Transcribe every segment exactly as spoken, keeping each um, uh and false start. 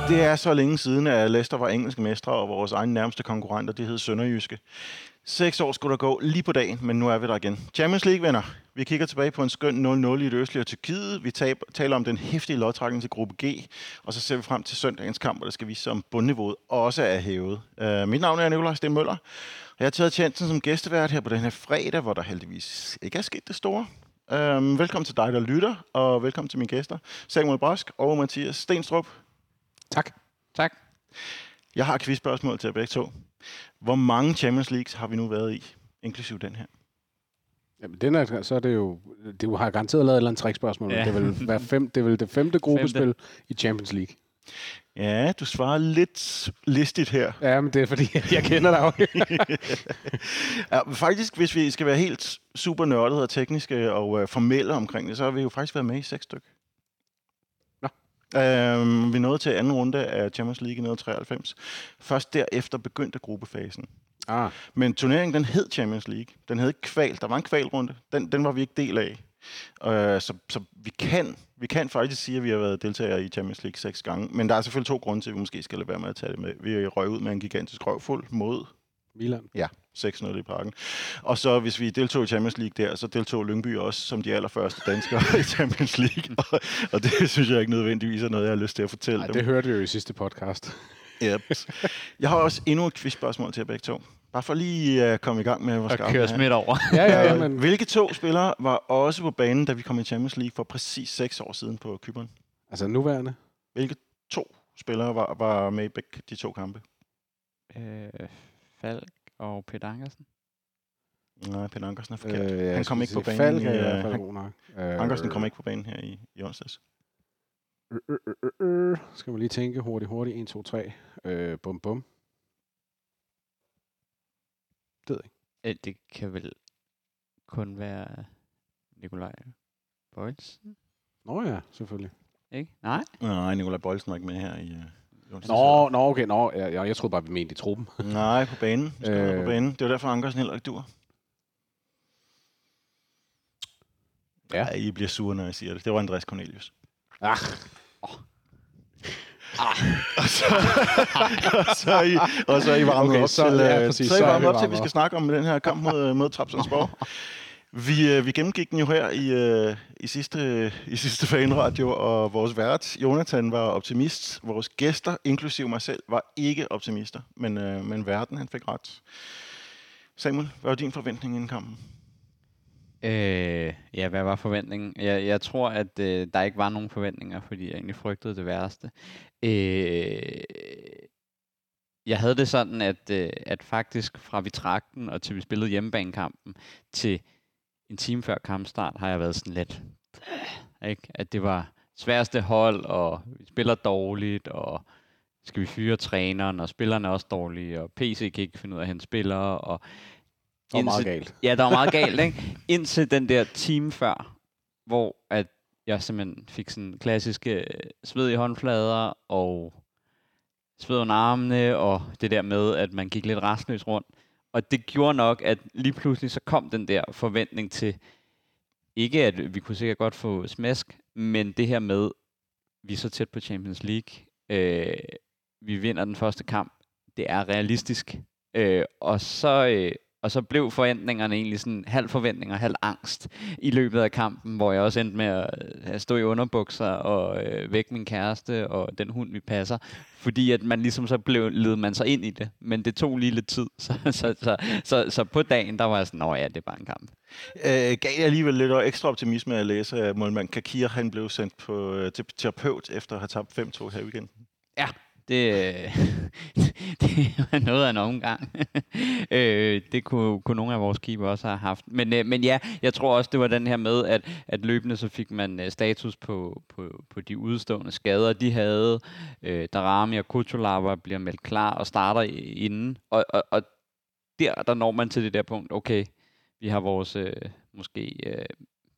Det er så længe siden, at Leicester var engelske mestre, og vores egen nærmeste konkurrenter, det hed Sønderjyske. Seks år skulle der gå lige på dagen, men nu er vi der igen. Champions League, venner. Vi kigger tilbage på en skøn nul nul i det østlige Tyrkiet. Vi tab- taler om den heftige lodtrækning til gruppe G, og så ser vi frem til søndagens kamp, hvor der skal vise sig, om bundniveauet også er hævet. Uh, mit navn er Nikolaj Sten Møller, og jeg har taget chancen som gæstevært her på den her fredag, hvor der heldigvis ikke er sket det store. Uh, velkommen til dig, der lytter, og velkommen til mine gæster, Samuel Brask og Mathias Stenstrup. Tak. Tak. Jeg har et quizspørgsmål til jer begge to. Hvor mange Champions Leagues har vi nu været i, inklusive den her? Jamen, den er, så er det jo... Du har garanteret lavet et eller andet trickspørgsmål. Ja. Det, vil være fem, det er vel det femte gruppespil femte. i Champions League. Ja, du svarer lidt listigt her. Ja, men det er fordi, jeg kender dig jo. Ja, faktisk, hvis vi skal være helt super nørdede og tekniske og uh, formelle omkring det, så har vi jo faktisk været med i seks stykker. Uh, vi nåede til anden runde af Champions League i nitten treoghalvfems. Først derefter begyndte gruppefasen. Ah. Men turneringen, den hed Champions League. Den hed ikke kval. Der var en kvalrunde. Den, den var vi ikke del af. Uh, så så vi, kan, vi kan faktisk sige, at vi har været deltagere i Champions League seks gange. Men der er selvfølgelig to grunde til, at vi måske skal lade være med at tage det med. Vi røg ud med en gigantisk røvfuld mod Milan. Ja, seks nul i Parken. Og så hvis vi deltog i Champions League der, så deltog Lyngby også som de allerførste danskere i Champions League. Og, og det synes jeg ikke nødvendigvis er noget, jeg har lyst til at fortælle Nej, dem. det hørte vi jo i sidste podcast. Yep. Jeg har også endnu et quizspørgsmål til jer begge to. Bare for lige at komme i gang med vores kamp. Og køre smidt over. ja, ja, ja, men... Hvilke to spillere var også på banen, da vi kom i Champions League for præcis seks år siden på Cypern? Altså nuværende? Hvilke to spillere var, var med i begge de to kampe? Øh, Falk og Peter Ankersen. Nej, Peter Ankersen er forkert. Øh, ja, han kom ikke på banen. Falk i, er i hvert uh, fald god nok. Ankersen kom ikke på banen her i, i onsdags. Øh, øh, øh, øh. Skal man lige tænke hurtigt, hurtigt. en, to, tre. Øh, bum, bum. Det ved jeg ikke. Det kan vel kun være Nikolaj Boilsen? Nå ja, selvfølgelig. Ikke? Nej? Nej, Nikolaj Boilsen var ikke med her i... Uh, Nå, nå, okay, nå. Jeg, jeg troede bare, vi mente i truppen. Nej, på banen. Øh... på banen. Det var derfor, Ankersen heller ikke dur. Ja. Ja, I bliver sure, når jeg siger det. Det var Andreas Cornelius. Ah. Oh. Ah. og, så, og, så I, og så I varmet okay, op så, til, ja, præcis, så I varmet op til, at vi skal snakke om den her kamp mod, mod Trabzonspor. Vi, vi gennemgik den jo her i, i sidste, i sidste fanradio, og vores vært, Jonathan, var optimist. Vores gæster, inklusive mig selv, var ikke optimister, men, men verden, han fik ret. Samuel, hvad var din forventning inden kampen? Øh, ja, hvad var forventningen? Jeg, jeg tror, at øh, der ikke var nogen forventninger, fordi jeg egentlig frygtede det værste. Øh, jeg havde det sådan, at, øh, at faktisk fra vi trak den, og til vi spillede hjemmebanekampen, til en time før kampstart, har jeg været sådan lidt, øh, ikke? At det var sværeste hold, og vi spiller dårligt, og skal vi fyre træneren, og spillerne er også dårlige, og P C kan ikke finde ud af at hente spillere, og det var meget galt. Ja, der var meget galt, ikke? Indtil den der time før, hvor at jeg simpelthen fik sådan klassiske sved i håndflader, og sved under armene, og det der med, at man gik lidt rastløs rundt. Og det gjorde nok, at lige pludselig så kom den der forventning til, ikke at vi kunne sikkert godt få smask, men det her med, vi er så tæt på Champions League, øh, vi vinder den første kamp, det er realistisk. Øh, og så... Øh, Og så blev forventningerne egentlig sådan halv forventninger, halv angst i løbet af kampen, hvor jeg også endte med at stå i underbukser og øh, vække min kæreste og den hund, vi passer. Fordi at man ligesom så blev, led man sig ind i det. Men det tog lige lidt tid. Så, så, så, så, så på dagen, der var jeg sådan, nå ja, det er bare en kamp. Øh, gav jeg alligevel lidt ekstra optimisme at læse, at målmand Kakir, han blev sendt på, til terapeut efter at have tabt fem to her i weekenden. Ja. Det, det var noget af en omgang. øh, det kunne, kunne nogle af vores keeper også have haft. Men, øh, men ja, jeg tror også, det var den her med, at, at løbende så fik man uh, status på, på, på de udstående skader, de havde. Øh, Darami og Kutulava bliver meldt klar og starter inden. Og, og, og der, der når man til det der punkt, okay, vi har vores øh, måske... Øh,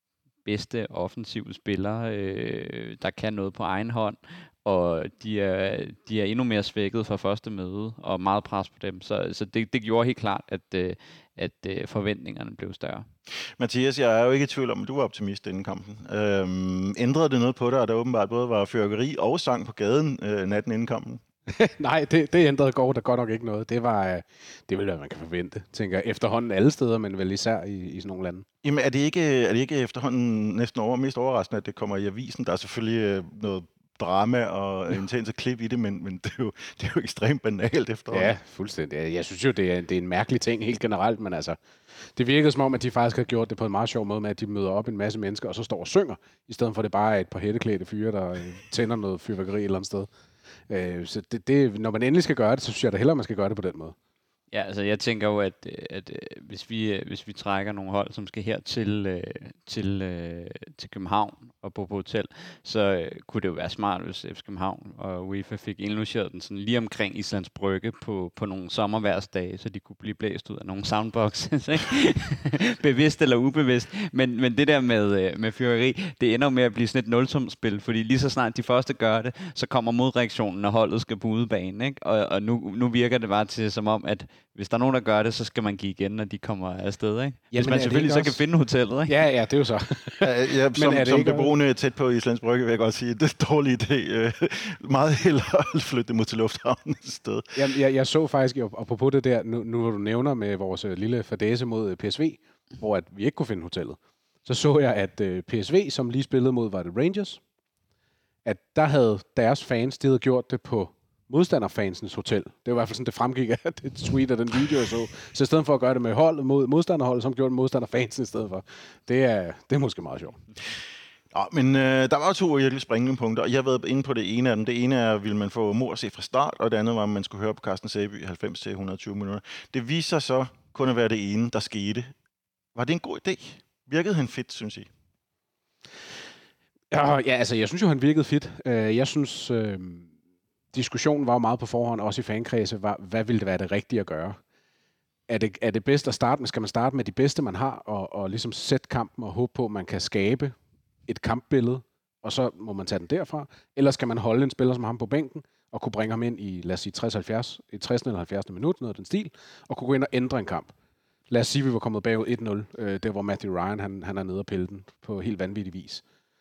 bedste offensive spillere, øh, der kan noget på egen hånd, og de er, de er endnu mere svækket fra første møde, og meget pres på dem. Så, så det, det gjorde helt klart, at, øh, at øh, forventningerne blev større. Mathias, jeg er jo ikke i tvivl om, at du var optimist inden kampen. Øhm, ændrede det noget på dig, at der åbenbart både var fyrværkeri og sang på gaden øh, natten inden kampen? Nej, det, det ændrede går der godt nok ikke noget. Det var, det vil være, man kan forvente, tænker jeg, efterhånden alle steder, men vel især i, i sådan nogle lande. Jamen, er det ikke, er det ikke efterhånden næsten over, mest overraskende, at det kommer i avisen? Der er selvfølgelig noget drama og intense klip i det, men, men det, er jo, det er jo ekstremt banalt efterhånden. Ja, fuldstændig. Jeg synes jo, det er, det er en mærkelig ting helt generelt, men altså, det virkede som om, at de faktisk har gjort det på en meget sjov måde med, at de møder op en masse mennesker, og så står og synger, i stedet for at det bare er et par hætteklædte fyre, der øh, tænder noget fyrværkeri et eller andet sted. Øh, så det, det, når man endelig skal gøre det, så synes jeg da hellere, man skal gøre det på den måde. Ja, altså jeg tænker jo, at, at, at hvis, vi, hvis vi trækker nogle hold, som skal her til, øh, til, øh, til København og bo på hotel, så øh, kunne det jo være smart, hvis F C København og UEFA fik indlogeret den sådan lige omkring Islands Brygge på, på nogle sommerværsdage, så de kunne blive blæst ud af nogle soundboxes, ikke? Bevidst eller ubevidst. Men, men det der med, med fyrværkeri, det ender med at blive sådan et nulsumsspil, fordi lige så snart de første gør det, så kommer modreaktionen, når holdet skal på udebane, ikke? Og, og nu, nu virker det bare til som om, at hvis der er nogen, der gør det, så skal man give igen, når de kommer afsted, ikke? Hvis Jamen, man selvfølgelig så også kan finde hotellet, ikke? Ja, ja, det er jo så. Ja, ja, som som beboende tæt på Islands Brygge vil jeg godt sige, det er en dårlig idé. Meget hellere flytte dem ud til lufthavnen et sted. Jamen, jeg, jeg så faktisk, og på det der, nu, nu hvor du nævner med vores lille fadæse mod P S V, hvor at vi ikke kunne finde hotellet, så så jeg, at uh, P S V, som lige spillede mod, var det Rangers, at der havde deres fans, de havde gjort det på modstanderfansens hotel. Det var i hvert fald sådan, det fremgik af det tweet og den video, jeg så. Så i stedet for at gøre det med hold mod modstanderhold, så gjorde det modstanderfansen i stedet for. Det er, det er måske meget sjovt. Ja, men øh, der var jo to virkelig springende punkter, og jeg har været inde på det ene af dem. Det ene er, vil man få mor at se fra start, og det andet var, at man skulle høre på Carsten Sæby halvfems til et hundrede og tyve minutter. Det viser sig så kun at være det ene, der skete. Var det en god idé? Virkede han fedt, synes I? Ja, ja, altså jeg synes jo, han virkede fedt. Jeg synes, øh, diskussionen var jo meget på forhånd, også i fankredse, var, hvad ville det være det rigtige at gøre? Er det, er det bedst at starte med? Skal man starte med de bedste, man har, og, og ligesom sætte kampen og håbe på, at man kan skabe et kampbillede, og så må man tage den derfra? Eller skal man holde en spiller som ham på bænken, og kunne bringe ham ind i, lad os sige, tres halvfjerds, i tres eller halvfjerds minut, noget af den stil, og kunne gå ind og ændre en kamp? Lad os sige, at vi var kommet bagud et nul, øh, der hvor Matthew Ryan, han, han er nede og pille den på helt vanvittig vis.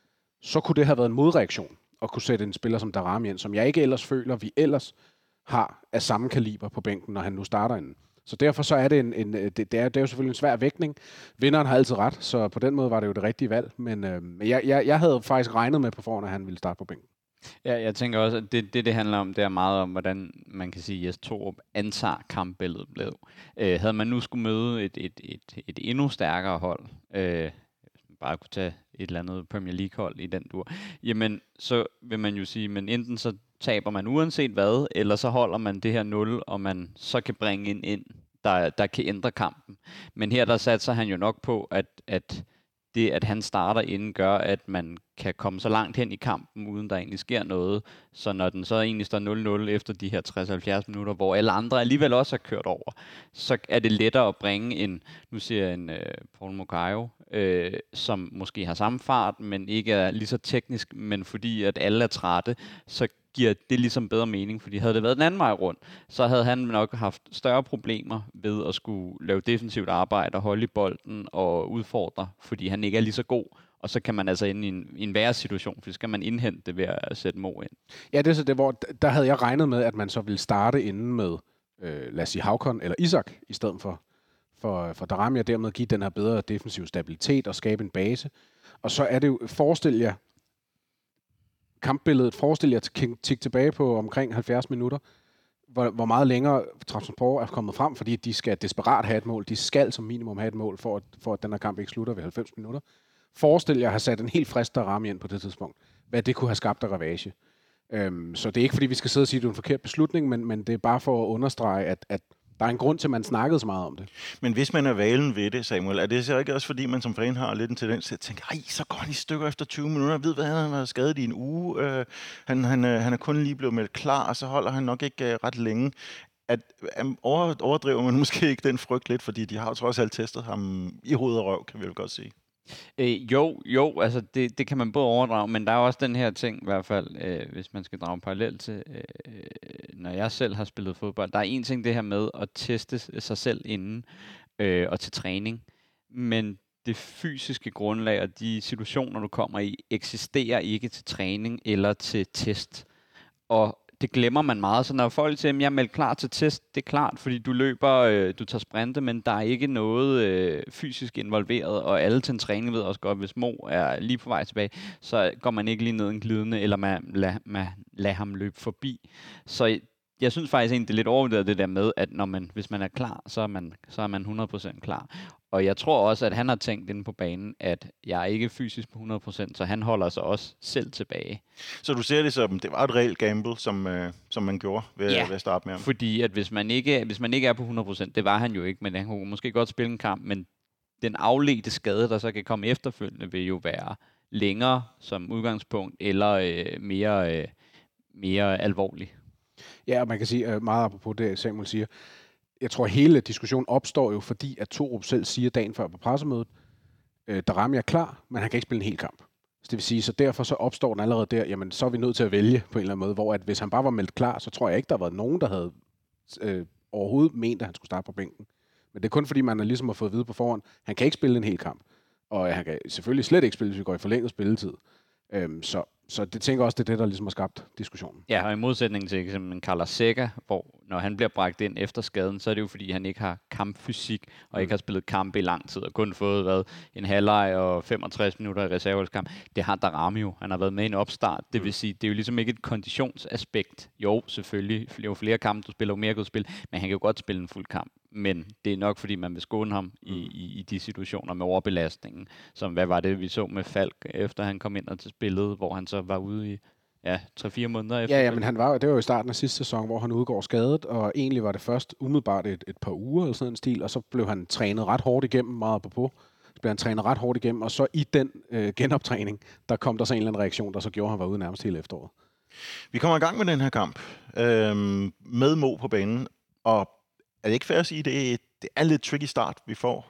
Så kunne det have været en modreaktion, at kunne sætte en spiller som Darami ind, som jeg ikke ellers føler, vi ellers har af samme kaliber på bænken, når han nu starter inden. Så derfor så er det en, en det, det, er, det er jo selvfølgelig en svær vægtning. Vinderen har altid ret, så på den måde var det jo det rigtige valg. Men øh, jeg, jeg, jeg havde faktisk regnet med på forhånd, at han ville starte på bænken. Ja, jeg tænker også, at det, det, det handler om, det er meget om, hvordan man kan sige, at Jes Torup antager kampbilledet blev. Øh, havde man nu skulle møde et, et, et, et endnu stærkere hold, øh, bare kunne tage et eller andet Premier League-hold i den dur, jamen så vil man jo sige, men enten så taber man uanset hvad, eller så holder man det her nul, og man så kan bringe en ind, der, der kan ændre kampen. Men her der satser han jo nok på, at, at det, at han starter inden, gør, at man kan komme så langt hen i kampen, uden der egentlig sker noget. Så når den så egentlig står nul nul efter de her tres til halvfjerds minutter, hvor alle andre alligevel også har kørt over, så er det lettere at bringe en, nu siger jeg en uh, Paul Mukayo, øh, som måske har samme fart, men ikke er lige så teknisk, men fordi at alle er trætte, så giver det ligesom bedre mening, fordi havde det været den anden vej rundt, så havde han nok haft større problemer ved at skulle lave defensivt arbejde og holde i bolden og udfordre, fordi han ikke er lige så god, og så kan man altså ende i en, i en værre situation, for så skal man indhente det ved at sætte Mo ind. Ja, det er så det, hvor der havde jeg regnet med, at man så ville starte inden med, øh, lad os sige, Havkon eller Isak, i stedet for, for, for Darami, og dermed give den her bedre defensiv stabilitet og skabe en base. Og så er det jo, forestil jer, kampbilledet, forestil jer at tikke tilbage på omkring halvfjerds minutter, hvor, hvor meget længere Trabzonspor er kommet frem, fordi de skal desperat have et mål. De skal som minimum have et mål, for at, for at den her kamp ikke slutter ved halvfems minutter. Forestil jer at have sat en helt frisk Darami ind på det tidspunkt. Hvad det kunne have skabt af ravage. Øhm, så det er ikke, fordi vi skal sidde og sige, at det er en forkert beslutning, men, men det er bare for at understrege, at, at der er en grund til, at man snakkede så meget om det. Men hvis man er valen ved det, Samuel, er det så ikke også, fordi man som fan har lidt en tendens til at tænke, ej, så går han i stykker efter tyve minutter, jeg ved, hvad han har været skadet i en uge, øh, han, han, øh, han er kun lige blevet meldt klar, og så holder han nok ikke øh, ret længe. At, um, over, overdriver man måske ikke den frygt lidt, fordi de har jo trods alt testet ham i hoved og røv, kan vi vel godt sige. Øh, jo, jo, altså det, det kan man både overdrage, men der er også den her ting, i hvert fald, øh, hvis man skal drage en parallel til, øh, når jeg selv har spillet fodbold. Der er en ting det her med at teste sig selv inden øh, og til træning, men det fysiske grundlag og de situationer, du kommer i, eksisterer ikke til træning eller til test. Og det glemmer man meget. Så når folk siger, at jeg er meldt klar til test, det er klart, fordi du løber, øh, du tager sprinte, men der er ikke noget øh, fysisk involveret, og alle til en træning ved også godt, hvis Mo er lige på vej tilbage, så går man ikke lige ned en glidende, eller man lader man lad ham løbe forbi. Så jeg synes faktisk egentlig, det er lidt overvurderet det der med, at når man, hvis man er klar, så er man, så er man hundrede procent klar. Og jeg tror også, at han har tænkt inde på banen, at jeg er ikke fysisk på hundrede procent, så han holder sig også selv tilbage. Så du ser det som, det var et reelt gamble, som, øh, som man gjorde ved, ja, ved at starte med ham? Fordi at hvis man, ikke, hvis man ikke er på hundrede procent, det var han jo ikke, men han kunne måske godt spille en kamp, men den afledte skade, der så kan komme efterfølgende, vil jo være længere som udgangspunkt, eller øh, mere, øh, mere alvorlig. Ja, og man kan sige meget apropos det, Samuel siger. Jeg tror, hele diskussionen opstår jo, fordi at Thorup selv siger dagen før på pressemødet, øh, Daramy er klar, men han kan ikke spille en hel kamp. Så det vil sige, så derfor så opstår den allerede der, jamen så er vi nødt til at vælge på en eller anden måde, hvor at hvis han bare var meldt klar, så tror jeg ikke, der var nogen, der havde øh, overhovedet ment, at han skulle starte på bænken. Men det er kun fordi, man har ligesom har fået at vide på forhånd, han kan ikke spille en hel kamp. Og han kan selvfølgelig slet ikke spille, hvis vi går i forlænget spilletid. Øhm, så, så det tænker også, det er det, der ligesom har skabt diskussionen. Ja, og i modsætning til eksempel Carlos Seca, hvor når han bliver bragt ind efter skaden, så er det jo fordi, han ikke har kampfysik, og mm. ikke har spillet kampe i lang tid, og kun fået hvad, en halvleg og femogtres minutter i reserveholdskamp. Det har Daramy jo. Han har været med i en opstart. Det vil sige, det er jo ligesom ikke et konditionsaspekt. Jo, selvfølgelig. Jo flere kampe, du spiller, jo mere kan du spille, men han kan jo godt spille en fuld kamp. Men det er nok, fordi man vil skåne ham i, i, i de situationer med overbelastningen. Som hvad var det, vi så med Falk, efter han kom ind og til spillet, hvor han så var ude i ja, tre fire måneder efter. Ja, ja, men han var, det var jo i starten af sidste sæson, hvor han udgår skadet, og egentlig var det først umiddelbart et, et par uger eller sådan en stil, og så blev han trænet ret hårdt igennem, meget på på. Så blev han trænet ret hårdt igennem, og så i den øh, genoptræning, der kom der så en eller anden reaktion, der så gjorde, at han var ude nærmest hele efteråret. Vi kommer i gang med den her kamp øh, med Mo på banen, og er det ikke fair at sige, at det, det er lidt tricky start, vi får?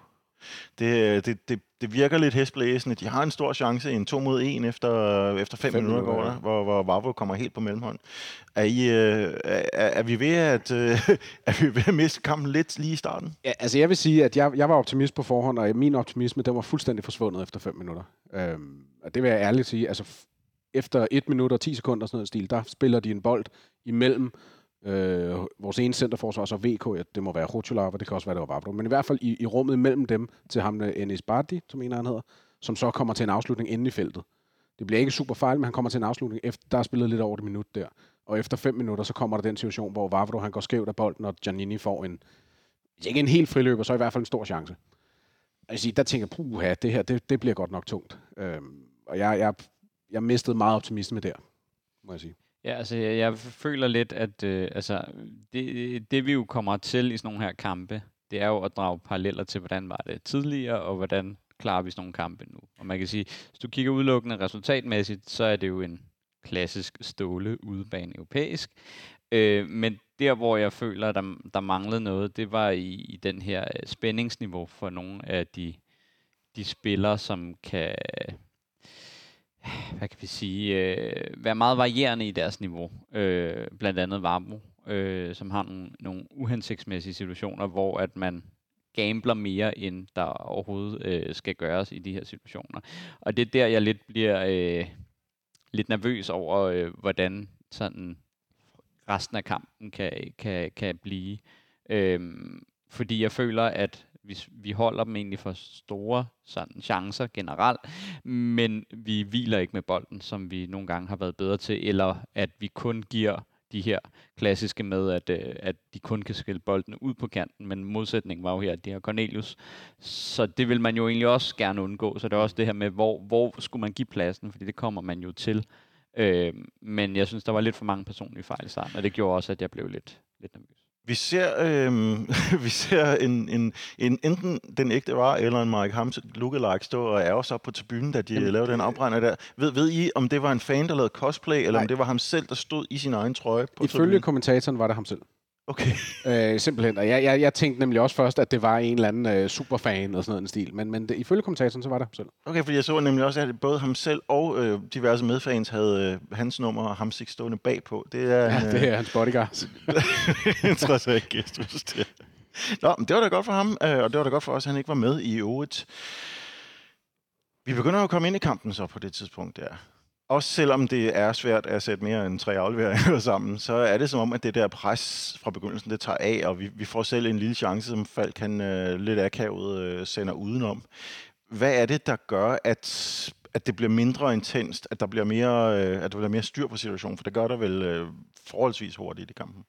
Det, det, det, det virker lidt hestblæsende. De har en stor chance i en to mod en efter, efter fem, fem minutter, går der, hvor, hvor Vavro kommer helt på mellemhånd. Er, I, øh, er, er, vi ved at, øh, er vi ved at miste kampen lidt lige i starten? Ja, altså jeg vil sige, at jeg, jeg var optimist på forhånd, og min optimisme, den var fuldstændig forsvundet efter fem minutter. Øhm, og det vil jeg ærligt sige. Altså efter et minut og ti sekunder sådan noget stil, der spiller de en bold imellem Øh, vores ene centerforsvar, så V K, ja, det må være Rotulava, og det kan også være, det var Vavro. Men i hvert fald i, i rummet mellem dem til ham, Enis Bardi, som en af han hedder, som så kommer til en afslutning inde i feltet. Det bliver ikke super fejl, men han kommer til en afslutning, efter der er spillet lidt over et minut der. Og efter fem minutter, så kommer der den situation, hvor Vavro, han går skævt af bolden, og Giannini får en, ikke en helt friløber, så i hvert fald en stor chance. Altså, der tænker jeg, puha, det her, det, det bliver godt nok tungt. Øhm, og jeg, jeg, jeg mistede meget optimisme der, må jeg sige. Ja, altså jeg, jeg føler lidt, at øh, altså, det, det vi jo kommer til i sådan nogle her kampe, det er jo at drage paralleller til, hvordan var det tidligere, og hvordan klarer vi sådan nogle kampe nu. Og man kan sige, hvis du kigger udelukkende resultatmæssigt, så er det jo en klassisk Ståle udebane europæisk. Øh, men der, hvor jeg føler, der, der manglede noget, det var i, i den her spændingsniveau for nogle af de, de spillere, som kan... hvad kan vi sige, øh, være meget varierende i deres niveau. Øh, blandt andet Vavro, øh, som har nogle, nogle uhensigtsmæssige situationer, hvor at man gambler mere, end der overhovedet øh, skal gøres i de her situationer. Og det er der, jeg lidt bliver øh, lidt nervøs over, øh, hvordan sådan resten af kampen kan, kan, kan blive. Øh, fordi jeg føler, at Vi, vi holder dem egentlig for store sådan, chancer generelt, men vi hviler ikke med bolden, som vi nogle gange har været bedre til, eller at vi kun giver de her klassiske med, at, at de kun kan skille bolden ud på kanten, men modsætningen var jo her, at de har Cornelius. Så det vil man jo egentlig også gerne undgå, så det er også det her med, hvor, hvor skulle man give pladsen, fordi det kommer man jo til. Øh, men jeg synes, der var lidt for mange personlige fejl i starten, og det gjorde også, at jeg blev lidt, lidt nervøs. Vi ser, øh, vi ser en, en, en, enten den ægte var, eller en Mike Hamse lookalike stå og ærge sig op på tribunen, da de Jamen, lavede den afbrænder der. Ved, ved I, om det var en fan, der lavede cosplay, eller nej, om det var ham selv, der stod i sin egen trøje på Ifølge tribunen? Kommentatoren var det ham selv. Okay. Øh, simpelthen. Og jeg, jeg, jeg tænkte nemlig også først, at det var en eller anden øh, superfan og sådan noget en stil. Men, men det, ifølge kommentatoren, så var det ham selv. Okay, fordi jeg så nemlig også, at både ham selv og øh, diverse medfans havde øh, hans nummer og ham sig stående bagpå. Det er, Ja, en, det er hans bodyguard. interessant gæst. Nå, men det var da godt for ham, øh, og det var da godt for os, at han ikke var med i øvrigt. Vi begynder jo at komme ind i kampen så på det tidspunkt der. Også selvom det er svært at sætte mere end tre afleveringer sammen, så er det som om, at det der pres fra begyndelsen, det tager af, og vi, vi får selv en lille chance, som Falk kan øh, lidt akavet øh, sender udenom. Hvad er det, der gør, at, at det bliver mindre intenst, at der bliver mere, øh, at der bliver mere styr på situationen? For det gør der vel øh, forholdsvis hurtigt i kampen.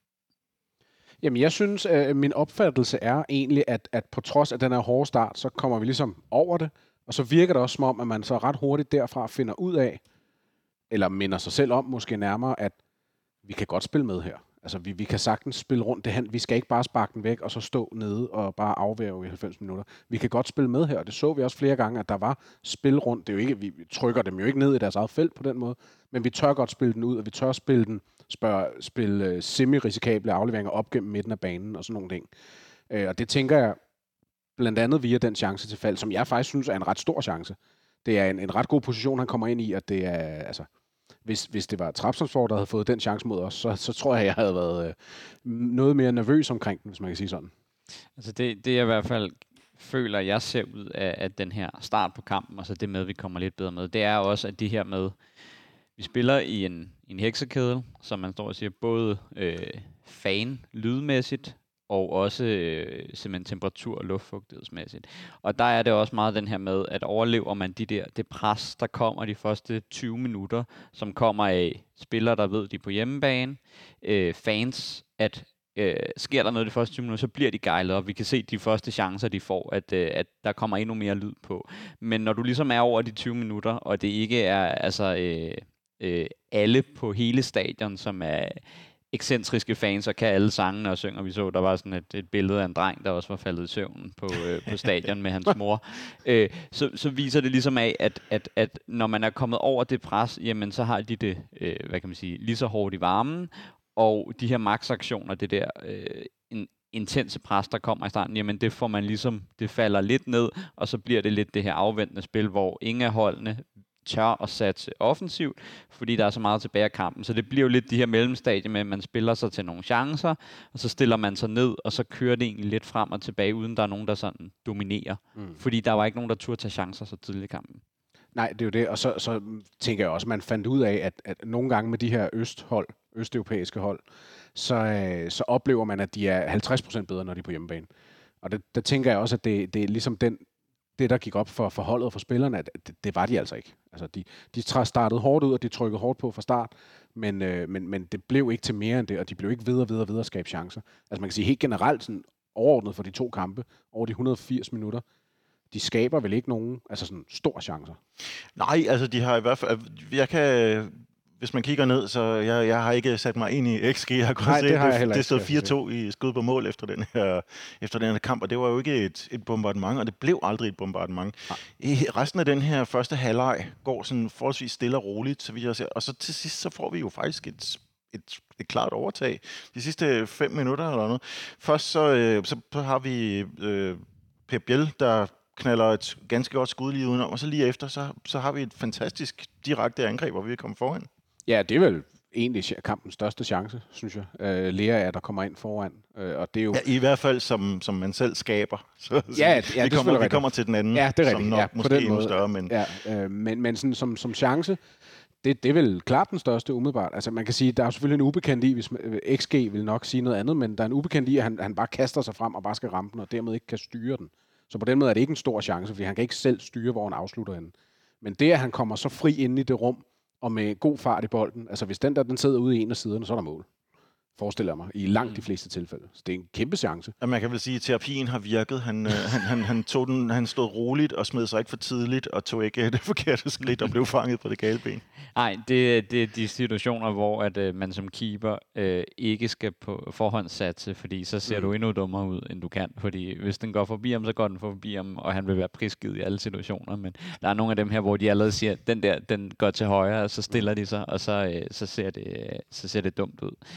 Jamen, jeg synes, at min opfattelse er egentlig, at, at på trods af den her hårde start, så kommer vi ligesom over det, og så virker det også som om, at man så ret hurtigt derfra finder ud af, eller minder sig selv om måske nærmere, at vi kan godt spille med her. Altså, vi, vi kan sagtens spille rundt det hen. Vi skal ikke bare sparke den væk, og så stå nede og bare afværge i halvfems minutter. Vi kan godt spille med her, og det så vi også flere gange, at der var spil rundt. Det er jo ikke, vi trykker dem jo ikke ned i deres eget felt på den måde, men vi tør godt spille den ud, og vi tør spille den, spørg, spille semi-risikable afleveringer op gennem midten af banen og sådan nogle ting. Øh, og det tænker jeg blandt andet via den chance til Falk, som jeg faktisk synes er en ret stor chance. Det er en, en ret god position, han kommer ind i, og det er, altså, hvis, hvis det var Trabzonspor, der havde fået den chance mod os, så, så tror jeg, jeg havde været øh, noget mere nervøs omkring den, hvis man kan sige sådan. Altså det, det jeg i hvert fald føler, jeg ser ud af, at den her start på kampen, og så det med, vi kommer lidt bedre med, det er også, at det her med, vi spiller i en, en heksekedel, som man står og siger, både øh, fan, lydmæssigt, og også øh, simpelthen temperatur- og luftfugtighedsmæssigt. Og der er det også meget den her med, at overlever man de der, det pres, der kommer de første tyve minutter, som kommer af spillere, der ved, de er på hjemmebane, øh, fans, at øh, sker der noget de første tyve minutter, så bliver de gejlet op. Vi kan se de første chancer, de får, at, øh, at der kommer endnu mere lyd på. Men når du ligesom er over de tyve minutter, og det ikke er altså øh, øh, alle på hele stadion, som er ekscentriske fans og kan alle sangene og synger. Vi så, der var sådan et, et billede af en dreng, der også var faldet i søvn på, øh, på stadion med hans mor. Øh, så, så viser det ligesom af, at, at, at når man er kommet over det pres, jamen så har de det, øh, hvad kan man sige, lige så hårdt i varmen, og de her max-aktioner, det der øh, en, intense pres, der kommer i starten, jamen det får man ligesom, det falder lidt ned, og så bliver det lidt det her afventende spil, hvor ingen af holdene tør at satse offensivt, fordi der er så meget tilbage af kampen. Så det bliver jo lidt de her mellemstadier med, at man spiller sig til nogle chancer, og så stiller man sig ned, og så kører det egentlig lidt frem og tilbage, uden der er nogen, der sådan dominerer. Mm. Fordi der var ikke nogen, der turde tage chancer så tidligt i kampen. Nej, det er jo det, og så, så tænker jeg også, at man fandt ud af, at, at nogle gange med de her østhold, østeuropæiske hold, så, øh, så oplever man, at de er halvtreds procent bedre, når de er på hjemmebane. Og det, der tænker jeg også, at det, det er ligesom den det, der gik op for, for holdet og for spillerne, at det, det var de altså ikke. Altså, de, de startede hårdt ud, og de trykkede hårdt på fra start, men, øh, men, men det blev ikke til mere end det, og de blev ikke ved og ved og ved at skabe chancer. Altså, man kan sige helt generelt, sådan overordnet for de to kampe, over de et hundrede og firs minutter, de skaber vel ikke nogen altså sådan store chancer? Nej, altså de har i hvert fald... Jeg kan... Hvis man kigger ned, så jeg, jeg har ikke sat mig ind i X G. Jeg har Nej, det, har jeg det, det stod ikke, fire to i skud på mål efter den her, efter den her kamp, og det var jo ikke et, et bombardement, og det blev aldrig et bombardement. I resten af den her første halvleg går sådan forholdsvis stille og roligt, så vidt jeg ser, og så til sidst så får vi jo faktisk et, et, et klart overtag. De sidste fem minutter eller noget. Først så, øh, så har vi øh, Pep Biel, der knalder et ganske godt skud lige udenom, og så lige efter, så, så har vi et fantastisk direkte angreb, hvor vi er kommet foran. Ja, det er vel egentlig kampens største chance, synes jeg. Øh, Lea er, der kommer ind foran. Øh, og det er jo... Ja, i hvert fald, som, som man selv skaber. Så, ja, ja, vi, det kommer, vi kommer til den anden, ja, det er som nok ja, måske endnu større. Men, ja, øh, men, men sådan, som, som chance, det, det er vel klart den største umiddelbart. Altså man kan sige, der er selvfølgelig en ubekendt i, hvis X G vil nok sige noget andet, men der er en ubekendt i, at han, han bare kaster sig frem og bare skal ramme den, og dermed ikke kan styre den. Så på den måde er det ikke en stor chance, fordi han kan ikke selv styre, hvor han afslutter den. Men det, at han kommer så fri inde i det rum, og med god fart i bolden. Altså hvis den der, den sidder ude i en af siderne, så er der mål. Forestiller jeg mig, i langt de fleste tilfælde. Så det er en kæmpe chance. Ja, man kan vel sige, at terapien har virket. Han, øh, han, han, han, tog den, han stod roligt og smed sig ikke for tidligt, og tog ikke det forkerte skridt og blev fanget på det gale ben. Nej, det, det er de situationer, hvor at, øh, man som keeper øh, ikke skal på forhånd satse, fordi så ser mm. du endnu dummere ud, end du kan. Fordi hvis den går forbi ham, så går den forbi ham, og han vil være prisgivet i alle situationer. Men der er nogle af dem her, hvor de allerede siger, at den der, den går til højre, og så stiller de sig, og så, øh, så, ser det, så ser det dumt ud. Men altså,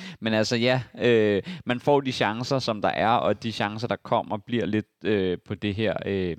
altså ja, øh, man får de chancer, som der er, og de chancer, der kommer, bliver lidt øh, på det her, øh,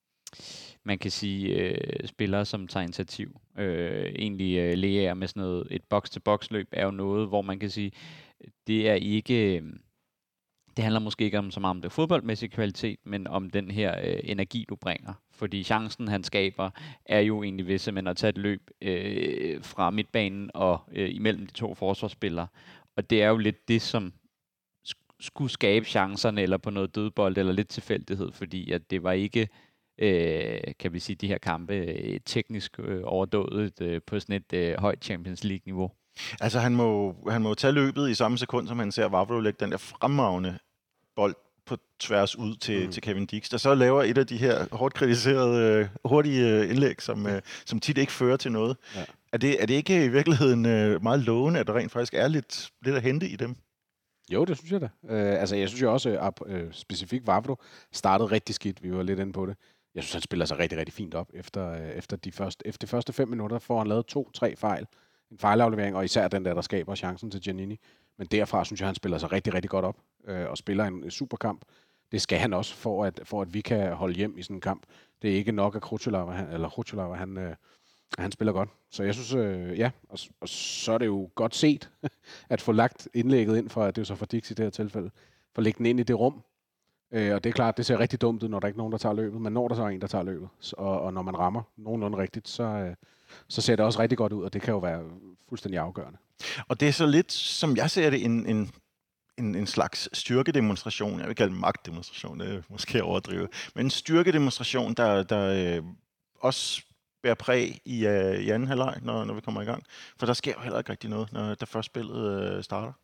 man kan sige, øh, spillere, som tager initiativ. Øh, egentlig øh, læger med sådan noget, et box-til-box-løb er jo noget, hvor man kan sige, det er ikke... Øh, det handler måske ikke om så meget om det fodboldmæssige kvalitet, men om den her øh, energi, du bringer. Fordi chancen, han skaber, er jo egentlig ved simpelthen at tage et løb øh, fra midtbanen og øh, imellem de to forsvarsspillere. Og det er jo lidt det, som sk- skulle skabe chancerne, eller på noget dødbold, eller lidt tilfældighed, fordi at det var ikke, øh, kan vi sige, de her kampe øh, teknisk øh, overdået øh, på sådan et øh, højt Champions League-niveau. Altså, han må, han må tage løbet i samme sekund, som han ser Vavro lægge den der fremragende bold på tværs ud til, mm. til Kevin Dix, der så laver et af de her hårdt kritiserede, øh, hurtige indlæg, som, øh, som tit ikke fører til noget. Ja. Er, det, er det ikke i virkeligheden øh, meget lovende, at der rent faktisk er lidt, lidt at hente i dem? Jo, det synes jeg da. Øh, altså, jeg synes jo også, at øh, specifikt Vavro startede rigtig skidt. Vi var lidt inde på det. Jeg synes, han spiller sig rigtig, rigtig fint op. Efter, øh, efter, de første, efter de første fem minutter får han lavet to-tre fejl. En fejlaflevering, og især den der, der skaber chancen til Giannini. Men derfra synes jeg, han spiller sig rigtig, rigtig godt op øh, og spiller en, en superkamp. Det skal han også, for at, for at vi kan holde hjem i sådan en kamp. Det er ikke nok, at Krutulava, han, eller Krutulava, han, øh, han spiller godt. Så jeg synes, øh, ja, og, og så er det jo godt set, at få lagt indlægget ind, for at det er så for Dix i det her tilfælde, for at lægge den ind i det rum. Øh, og det er klart, det ser rigtig dumt ud, når der ikke er nogen, der tager løbet, men når der så er en, der tager løbet, og, og når man rammer nogenlunde rigtigt, så... Øh, så ser det også rigtig godt ud, og det kan jo være fuldstændig afgørende. Og det er så lidt, som jeg ser det, en, en, en, en slags styrkedemonstration. Jeg vil kalde det magtdemonstration, det er måske overdrivet. Men en styrkedemonstration, der, der øh, også bærer præg i, øh, i anden halvleg, når, når vi kommer i gang. For der sker jo heller ikke rigtig noget, når der først spillet øh, starter.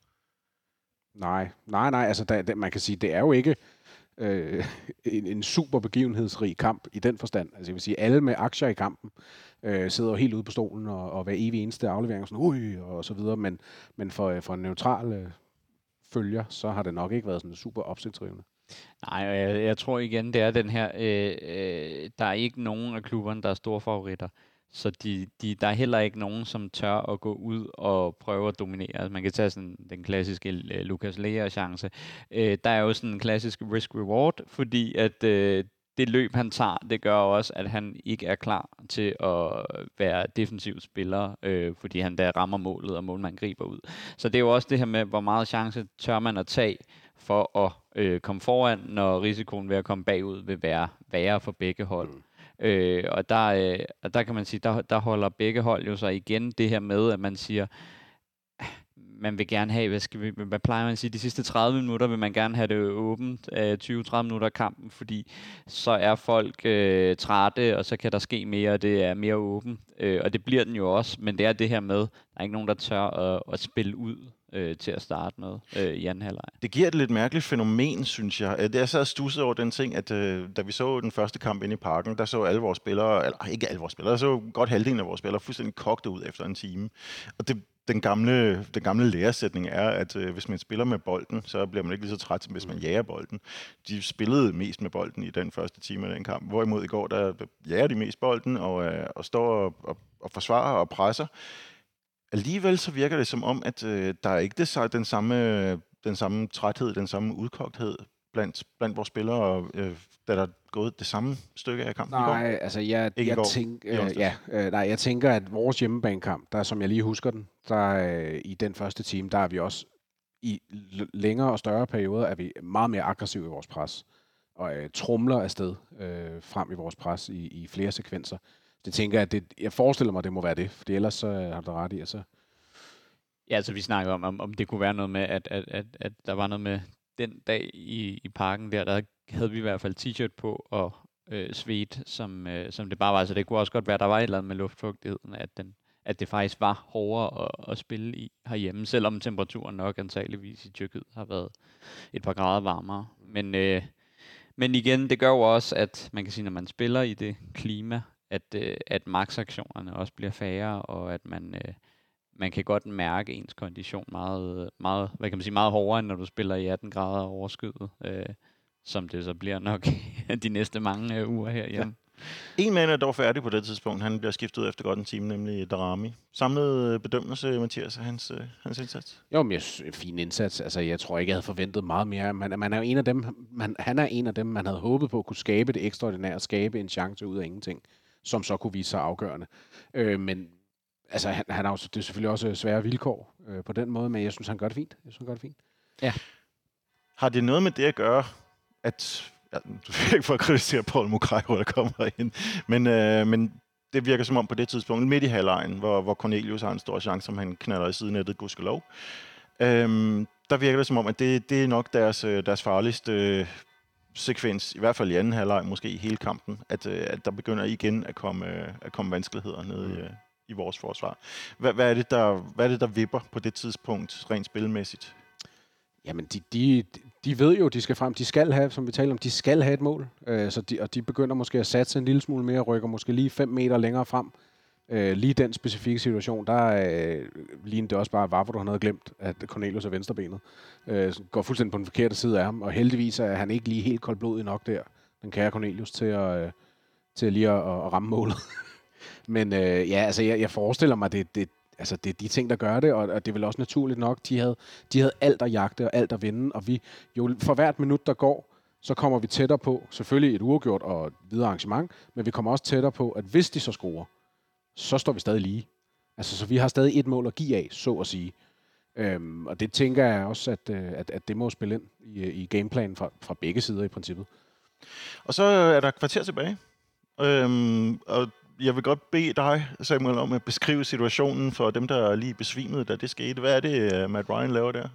Nej, nej, nej. Altså, der, der, man kan sige, det er jo ikke øh, en, en super begivenhedsrig kamp i den forstand. Altså, jeg vil sige, alle med aktier i kampen øh, sidder jo helt ude på stolen, og, og hver evig eneste aflevering sådan, ui, og så videre. Men, men for, for en neutral øh, følger, så har det nok ikke været sådan super opsigtsrivende. Nej, jeg, jeg tror igen, det er den her, øh, øh, der er ikke nogen af klubberne, der er store favoritter. Så de, de, der er heller ikke nogen, som tør at gå ud og prøve at dominere. Altså man kan tage sådan den klassiske uh, Lucas Lea-chance. Uh, der er jo sådan en klassisk risk-reward, fordi at uh, det løb, han tager, det gør også, at han ikke er klar til at være defensiv spiller, uh, fordi han der rammer målet, og målmanden griber ud. Så det er jo også det her med, hvor meget chance tør man at tage for at uh, komme foran, når risikoen ved at komme bagud vil være værre for begge hold. Mm. Øh, og der, øh, og der kan man sige, der, der holder begge hold jo så igen det her med, at man siger, man vil gerne have, hvad, skal vi, hvad plejer man at sige, de sidste tredive minutter vil man gerne have det åbent, øh, tyve til tredive minutter af kampen, fordi så er folk øh, trætte, og så kan der ske mere, og det er mere åbent, øh, og det bliver den jo også, men det er det her med, der er ikke nogen, der tør at, at spille ud øh, til at starte med øh, i anden halvleg. Det giver et lidt mærkeligt fænomen, synes jeg. Det er så stusset over den ting, at øh, da vi så den første kamp inde i parken, der så alle vores spillere, eller ikke alle vores spillere, der så godt halvdelen af vores spillere fuldstændig kogte ud efter en time. Og det, den gamle, den gamle læresætning er, at øh, hvis man spiller med bolden, så bliver man ikke lige så træt, som hvis man jager bolden. De spillede mest med bolden i den første time af den kamp. Hvorimod i går, der jager de mest bolden og, øh, og står og, og, og forsvarer og presser. Alligevel så virker det som om, at øh, der er ikke det, den, samme, den samme træthed, den samme udkogthed blandt, blandt vores spillere, øh, da der er gået det samme stykke af kampen. Nej, altså jeg, jeg, tænker, øh, ja, øh, nej, jeg tænker, at vores hjemmebanekamp, der som jeg lige husker den, der øh, i den første time, der er vi også i l- længere og større perioder, er vi meget mere aggressive i vores pres, og øh, trumler afsted øh, frem i vores pres i, i flere sekvenser. Det tænker jeg, at det, jeg forestiller mig, at det må være det, for ellers så har du ret i, altså. Ja, altså vi snakker om, om, om det kunne være noget med, at, at, at, at der var noget med den dag i, i parken der, der havde vi i hvert fald t-shirt på og øh, svedt, som, øh, som det bare var. Så det kunne også godt være, at der var et eller andet med luftfugtigheden, at, den, at det faktisk var hårdere at, at spille i herhjemme, selvom temperaturen nok antageligvis i Tyrkiet har været et par grader varmere. Men, øh, men igen, det gør jo også, at man kan sige, når man spiller i det klima, at, øh, at max-aktionerne også bliver færre, og at man, øh, man kan godt mærke ens kondition meget, meget, hvad kan man sige, meget hårdere, end når du spiller i atten grader overskyet, øh, som det så bliver nok de næste mange øh, uger herhjemme. En mand er dog færdig på det tidspunkt. Han bliver skiftet ud efter godt en time, nemlig Darami. Samlet bedømmelse, Mathias, af hans, hans indsats? Jo, men jeg synes, en fin indsats. Altså, jeg tror ikke, jeg havde forventet meget mere. Man, man er en af dem, man, han er en af dem, man havde håbet på at kunne skabe det ekstraordinære, skabe en chance ud af ingenting, som så kunne vise sig afgørende. Øh, men altså, han, han har jo, det er selvfølgelig også svære vilkår øh, på den måde, men jeg synes, han gør det fint. Jeg synes, han gør det fint. Ja. Har det noget med det at gøre, at... Ja, du vil ikke for at kritisere Paul Mukairo, der kommer ind. Men, øh, men det virker som om på det tidspunkt, midt i halvlejen, hvor, hvor Cornelius har en stor chance, som han knaller i sidenettet, gudskelov. Øhm, der virker det som om, at det, det er nok deres, deres farligste øh, sekvens, i hvert fald i anden halvleg, måske i hele kampen, at, øh, at der begynder igen at komme, øh, at komme vanskeligheder ned i, øh, i vores forsvar. Hvad, hvad, er det, der, hvad er det, der vipper på det tidspunkt, rent spilmæssigt? Jamen, de, de, de ved jo, de skal frem. De skal have, som vi taler om, de skal have et mål. Øh, så de, og de begynder måske at satse en lille smule mere, rykker måske lige fem meter længere frem. Øh, lige den specifikke situation, der øh, ligner det også bare, hvorfor du har noget glemt, at Cornelius er venstrebenet. Øh, går fuldstændig på den forkerte side af ham, og heldigvis er han ikke lige helt koldblodig nok der, den kære Cornelius, til at, øh, til lige at, at ramme målet. Men øh, ja, altså jeg, jeg forestiller mig, det, det Altså, det er de ting, der gør det, og det er vel også naturligt nok. De havde, de havde alt at jagte og alt at vinde, og vi jo for hvert minut, der går, så kommer vi tættere på, selvfølgelig et uafgjort og et videre arrangement, men vi kommer også tættere på, at hvis de så scorer, så står vi stadig lige. Altså, så vi har stadig et mål at give af, så at sige. Øhm, og det tænker jeg også, at, at, at det må spille ind i, i gameplanen fra, fra begge sider i princippet. Og så er der kvarter tilbage. Øhm, og jeg vil godt bede dig, Samuel, om at beskrive situationen for dem, der lige besvimede, da det skete. Hvad er det, Matt Ryan laver der?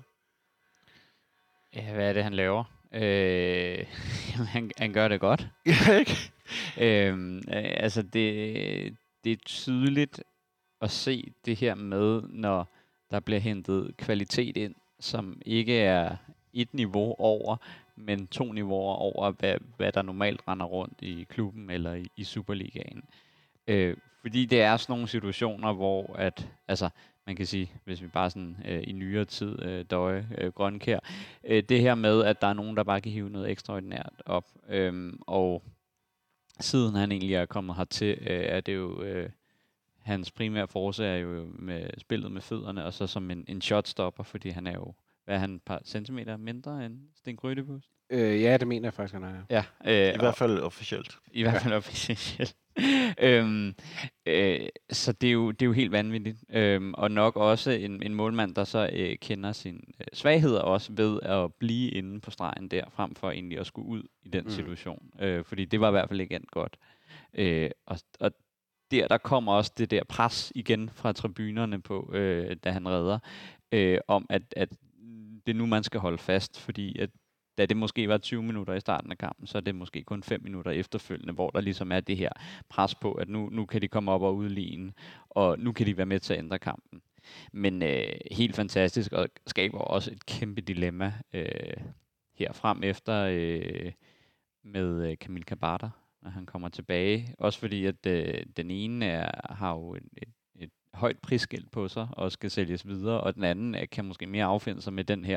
Ja, hvad er det, han laver? Øh, han, han gør det godt. Ja, ikke? Øhm, øh, altså, det, det er tydeligt at se det her med, når der bliver hentet kvalitet ind, som ikke er et niveau over, men to niveauer over, hvad, hvad der normalt render rundt i klubben eller i, i Superligaen. Øh, fordi det er sådan nogle situationer, hvor at, altså, man kan sige, hvis vi bare sådan øh, i nyere tid, øh, Døje, øh, Grønkær, øh, det her med, at der er nogen, der bare kan hive noget ekstraordinært op, øh, og siden han egentlig er kommet hertil, øh, er det jo, øh, hans primære force er jo med spillet med fødderne, og så som en, en shotstopper, fordi han er jo, hvad er han, et par centimeter mindre end Sten Grydebus? Øh, ja, det mener jeg faktisk, han er. Ja, øh, I hvert fald officielt. I hvert fald officielt. øhm, øh, så det er, jo, det er jo helt vanvittigt. Øhm, og nok også en, en målmand, der så øh, kender sine øh, svagheder også ved at blive inde på stregen der, frem for egentlig at skulle ud i den mm. situation. Øh, fordi det var i hvert fald ikke endt godt. Øh, og, og der, der kommer også det der pres igen fra tribunerne på, øh, da han redder, øh, om at, at det er nu, man skal holde fast, fordi at da det måske var tyve minutter i starten af kampen, så er det måske kun fem minutter efterfølgende, hvor der ligesom er det her pres på, at nu, nu kan de komme op og udligne, og nu kan de være med til at ændre kampen. Men øh, helt fantastisk, og skaber også et kæmpe dilemma øh, her frem efter øh, med øh, Kamil Kabata, når han kommer tilbage. Også fordi, at øh, den ene er, har jo et, et, et højt prisskilt på sig, og skal sælges videre, og den anden er, kan måske mere affinde sig med den her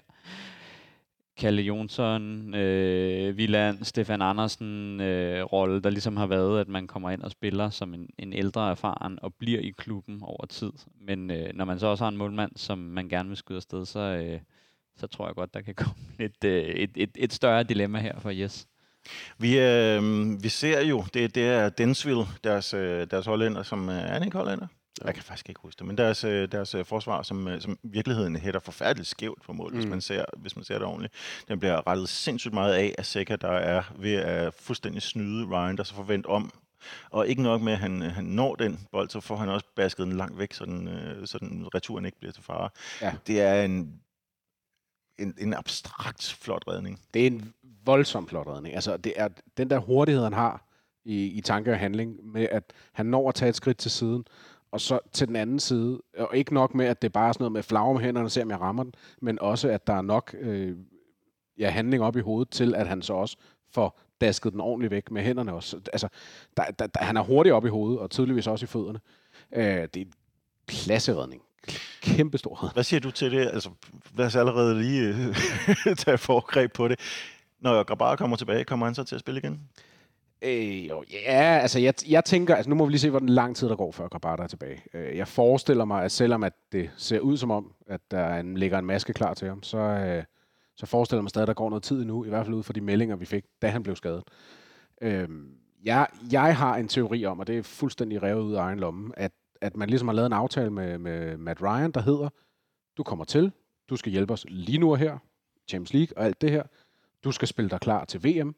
Kalle Jonsson, øh, Wieland, Stefan Andersen øh, rolle, der ligesom har været, at man kommer ind og spiller som en, en ældre erfaren og bliver i klubben over tid. Men øh, når man så også har en målmand, som man gerne vil skyde afsted, så, øh, så tror jeg godt, der kan komme et, øh, et, et, et større dilemma her for Jes. Vi, øh, vi ser jo, det, det er Densville, deres, deres hollænder, som er han ikke hollænder? Jeg kan faktisk ikke huske det, men deres, deres forsvar, som, som virkeligheden hætter forfærdeligt skævt på mål, mm. hvis, man ser, hvis man ser det ordentligt. Den bliver rettet sindssygt meget af af Seca, der er ved at fuldstændig snyde Ryan, der så forventer om. Og ikke nok med, at han, han når den bold, så får han også basket den langt væk, så, den, så den returen ikke bliver til fare. Ja. Det er en, en, en abstrakt flot redning. Det er en voldsom flot redning. Altså, det er den der hurtighed, han har i, i tanke og handling, med at han når at tage et skridt til siden, og så til den anden side, og ikke nok med, at det bare er sådan noget med flagre med hænderne, se om jeg rammer den, men også, at der er nok øh, ja, handling op i hovedet til, at han så også får dasket den ordentligt væk med hænderne også. Altså, der, der, der, han er hurtig op i hovedet, og tydeligvis også i fødderne. Øh, det er en klasseredning. Kæmpe stor redning. Hvad siger du til det? Altså, lad os allerede lige tage forgreb på det. Når Grabara kommer tilbage, kommer han så til at spille igen? Øh, jo, ja, altså jeg, jeg tænker, altså nu må vi lige se, hvor lang tid der går, før Grabara er tilbage. Øh, jeg forestiller mig, at selvom at det ser ud som om, at der en, ligger en maske klar til ham, så, øh, så forestiller jeg mig stadig, at der går noget tid endnu, i hvert fald ud fra de meldinger, vi fik, da han blev skadet. Øh, jeg, jeg har en teori om, og det er fuldstændig revet ud af egen lomme, at, at man ligesom har lavet en aftale med, med Matt Ryan, der hedder, du kommer til, du skal hjælpe os lige nu og her, Champions League og alt det her, du skal spille dig klar til V M.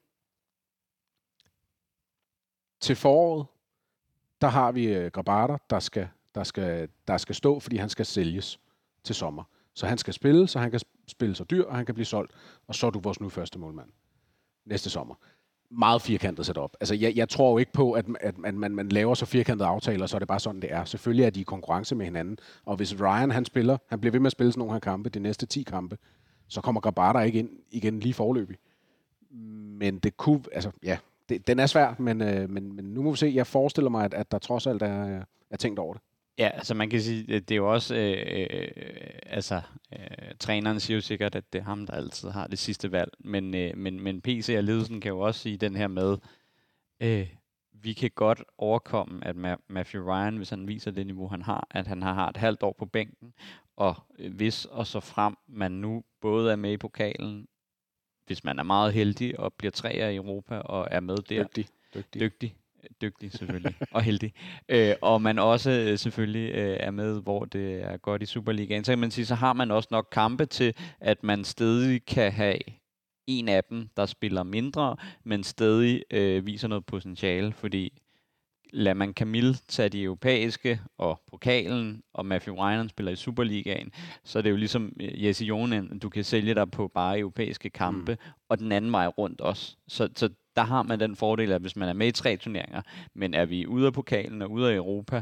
Til foråret, der har vi uh, Grabara, der skal, der, skal, der skal stå, fordi han skal sælges til sommer. Så han skal spille, så han kan spille sig dyr, og han kan blive solgt. Og så er du vores nu første målmand næste sommer. Meget firkantet setup. Altså, jeg, jeg tror jo ikke på, at, at, at man, man laver så firkantede aftaler, så er det bare sådan, det er. Selvfølgelig er de i konkurrence med hinanden. Og hvis Ryan, han spiller, han bliver ved med at spille sådan nogle her kampe, de næste ti kampe, så kommer Grabara ikke ind igen lige forløbig. Men det kunne, altså, ja, det, den er svær, men, øh, men, men nu må vi se. Jeg forestiller mig, at, at der trods alt er, er tænkt over det. Ja, altså man kan sige, det er jo også, øh, øh, altså øh, træneren siger jo sikkert, at det er ham, der altid har det sidste valg, men, øh, men, men P C og ledelsen kan jo også sige den her med, øh, vi kan godt overkomme, at Ma- Matthew Ryan, hvis han viser det niveau, han har, at han har et halvt år på bænken, og øh, hvis og så frem man nu både er med i pokalen, hvis man er meget heldig og bliver treer i Europa og er med der. Dygtig. Dygtig. Dygtig. Dygtig selvfølgelig, og heldig. Øh, og man også øh, selvfølgelig øh, er med, hvor det er godt i Superligaen. Så kan man sige, så har man også nok kampe til, at man stadig kan have en af dem, der spiller mindre, men stadig øh, viser noget potentiale, fordi lader man Camille tage de europæiske og pokalen, og Matthew Ryan spiller i Superligaen, så er det jo ligesom Jesse Jonen, du kan sælge dig på bare europæiske kampe, mm. og den anden vej rundt også. Så, så der har man den fordel, at hvis man er med i tre turneringer, men er vi ude af pokalen og ude af Europa,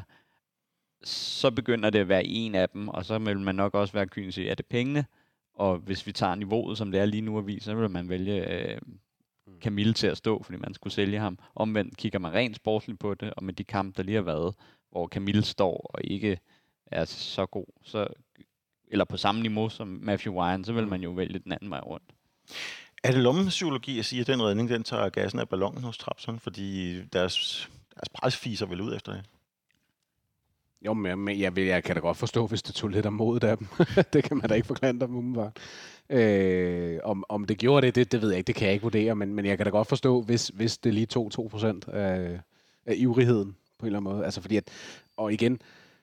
så begynder det at være en af dem, og så vil man nok også være kynisk i, er det pengene? Og hvis vi tager niveauet, som det er lige nu at vise, så vil man vælge øh, Camille til at stå, fordi man skulle sælge ham. Omvendt kigger man rent sportsligt på det, og med de kampe, der lige har været, hvor Camille står og ikke er så god, så, eller på samme niveau som Matthew Ryan, så vil man jo vælge den anden vej rundt. Er det lommepsykologi at sige, at den redning, den tager gassen af ballonen hos Trabzon, fordi deres, deres pres fiser vel ud efter det? Jo, men jeg, vil, jeg kan da godt forstå, hvis det tog lidt om modet af dem. Det kan man da ikke forklare dem umiddelbart. Øh, om, om det gjorde det, det, det ved jeg ikke, det kan jeg ikke vurdere, men, men jeg kan da godt forstå, hvis, hvis det lige tog to procent af, af ivrigheden på en eller anden måde. Altså fordi at, og igen,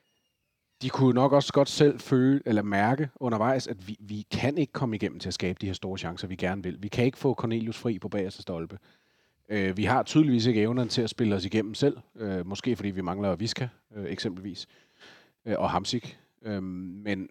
de kunne nok også godt selv føle eller mærke undervejs, at vi, vi kan ikke komme igennem til at skabe de her store chancer, vi gerne vil. Vi kan ikke få Cornelius fri på bagerste stolpe. Øh, vi har tydeligvis ikke evnerne til at spille os igennem selv. Øh, måske fordi vi mangler Viska, øh, eksempelvis. Øh, og Hamsik. Øh, men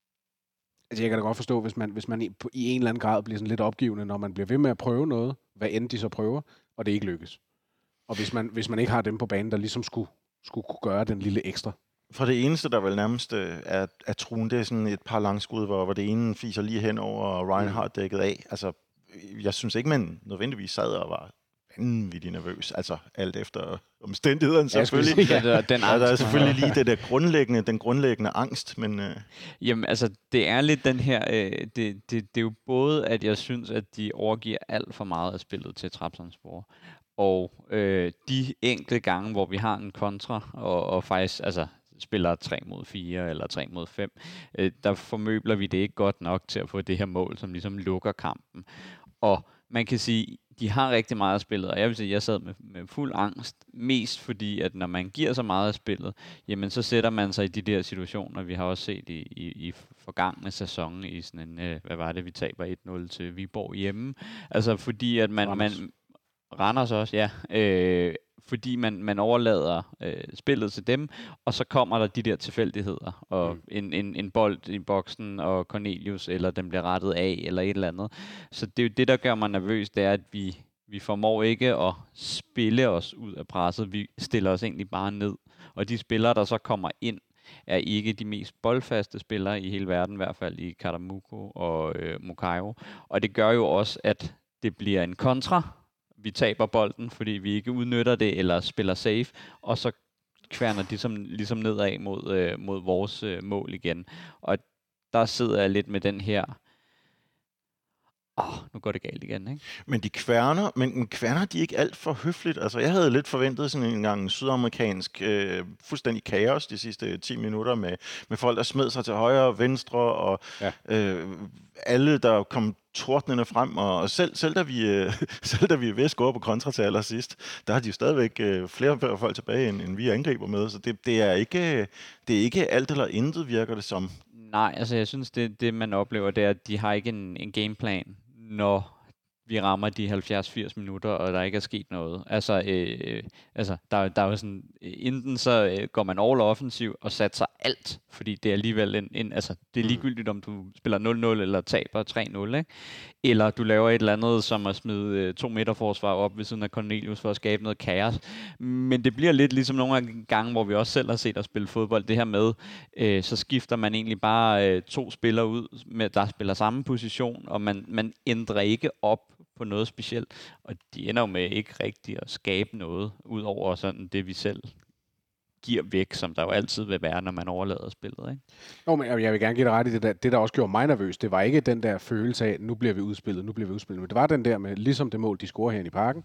altså, jeg kan da godt forstå, hvis man, hvis man i, på, i en eller anden grad bliver sådan lidt opgivende, når man bliver ved med at prøve noget, hvad end de så prøver, og det ikke lykkes. Og hvis man, hvis man ikke har dem på banen, der ligesom skulle, skulle kunne gøre den lille ekstra. For det eneste, der vel nærmest er, er truen, det er sådan et par langskud, hvor, hvor det ene fiser lige hen over, og Ryan har dækket af. Altså, jeg synes ikke, man nødvendigvis sad og var vanvittigt nervøs. Altså, alt efter omstændighederne selvfølgelig. Ja, der, den ja, der er selvfølgelig lige det der grundlæggende, den grundlæggende angst, men... Øh... Jamen, altså, det er lidt den her... Øh, det, det, det er jo både, at jeg synes, at de overgiver alt for meget af spillet til Trabzonspor. Og øh, de enkelte gange, hvor vi har en kontra, og, og faktisk... altså spiller tre mod fire eller tre mod fem, øh, der formøbler vi det ikke godt nok til at få det her mål, som ligesom lukker kampen. Og man kan sige, de har rigtig meget af spillet, og jeg vil sige, at jeg sad med, med fuld angst, mest fordi, at når man giver så meget af spillet, jamen så sætter man sig i de der situationer, vi har også set i, i, i forgangne sæson, i sådan en, øh, hvad var det, vi taber et nul til Viborg hjemme. Altså fordi, at man... Randers. man Randers også, ja. Øh, fordi man, man overlader øh, spillet til dem, og så kommer der de der tilfældigheder, og mm. en, en, en bold i boksen, og Cornelius, eller den bliver rettet af, eller et eller andet. Så det er jo det, der gør mig nervøs, det er, at vi, vi formår ikke at spille os ud af presset. Vi stiller os egentlig bare ned. Og de spillere, der så kommer ind, er ikke de mest boldfaste spillere i hele verden, i hvert fald i Karamuko og øh, Mukayo. Og det gør jo også, at det bliver en kontra. Vi taber bolden, fordi vi ikke udnytter det, eller spiller safe, og så kværner de som, ligesom nedad mod, øh, mod vores øh, mål igen. Og der sidder jeg lidt med den her, åh, nu går det galt igen, ikke? Men de kværner, men kværner de ikke alt for høfligt? Altså, jeg havde lidt forventet sådan en gang sydamerikansk øh, fuldstændig kaos de sidste ti minutter med, med folk, der smed sig til højre og venstre, og Ja. øh, alle, der kom tordnende frem, og, og selv, selv, da vi, øh, selv da vi er ved at score på kontra til allersidst, der har de jo stadigvæk øh, flere folk tilbage, end, end vi angriber med, så det, det, er ikke, det er ikke alt eller intet, virker det som. Nej, altså jeg synes, det, det man oplever, det er, at de har ikke en, en gameplan, når vi rammer de halvfjerds til firs minutter, og der ikke er sket noget. Altså, øh, altså der, der er jo sådan, enten så øh, går man all offensiv og satser alt, fordi det er alligevel en, en altså, det er ligegyldigt, om du spiller nul nul eller taber tre nul, ikke? Eller du laver et eller andet, som at smide øh, to meter forsvar op ved siden af Cornelius for at skabe noget kaos. Men det bliver lidt ligesom nogle gange, hvor vi også selv har set at spille fodbold, det her med, øh, så skifter man egentlig bare øh, to spillere ud, med, der spiller samme position, og man, man ændrer ikke op på noget specielt, og de ender jo med ikke rigtig at skabe noget, ud over sådan det, vi selv giver væk, som der jo altid vil være, når man overlader spillet, ikke? Nå, men jeg vil gerne give dig ret i det der. Det, der også gjorde mig nervøs, det var ikke den der følelse af, nu bliver vi udspillet, nu bliver vi udspillet. Men det var den der med, ligesom det mål, de scorer her i parken,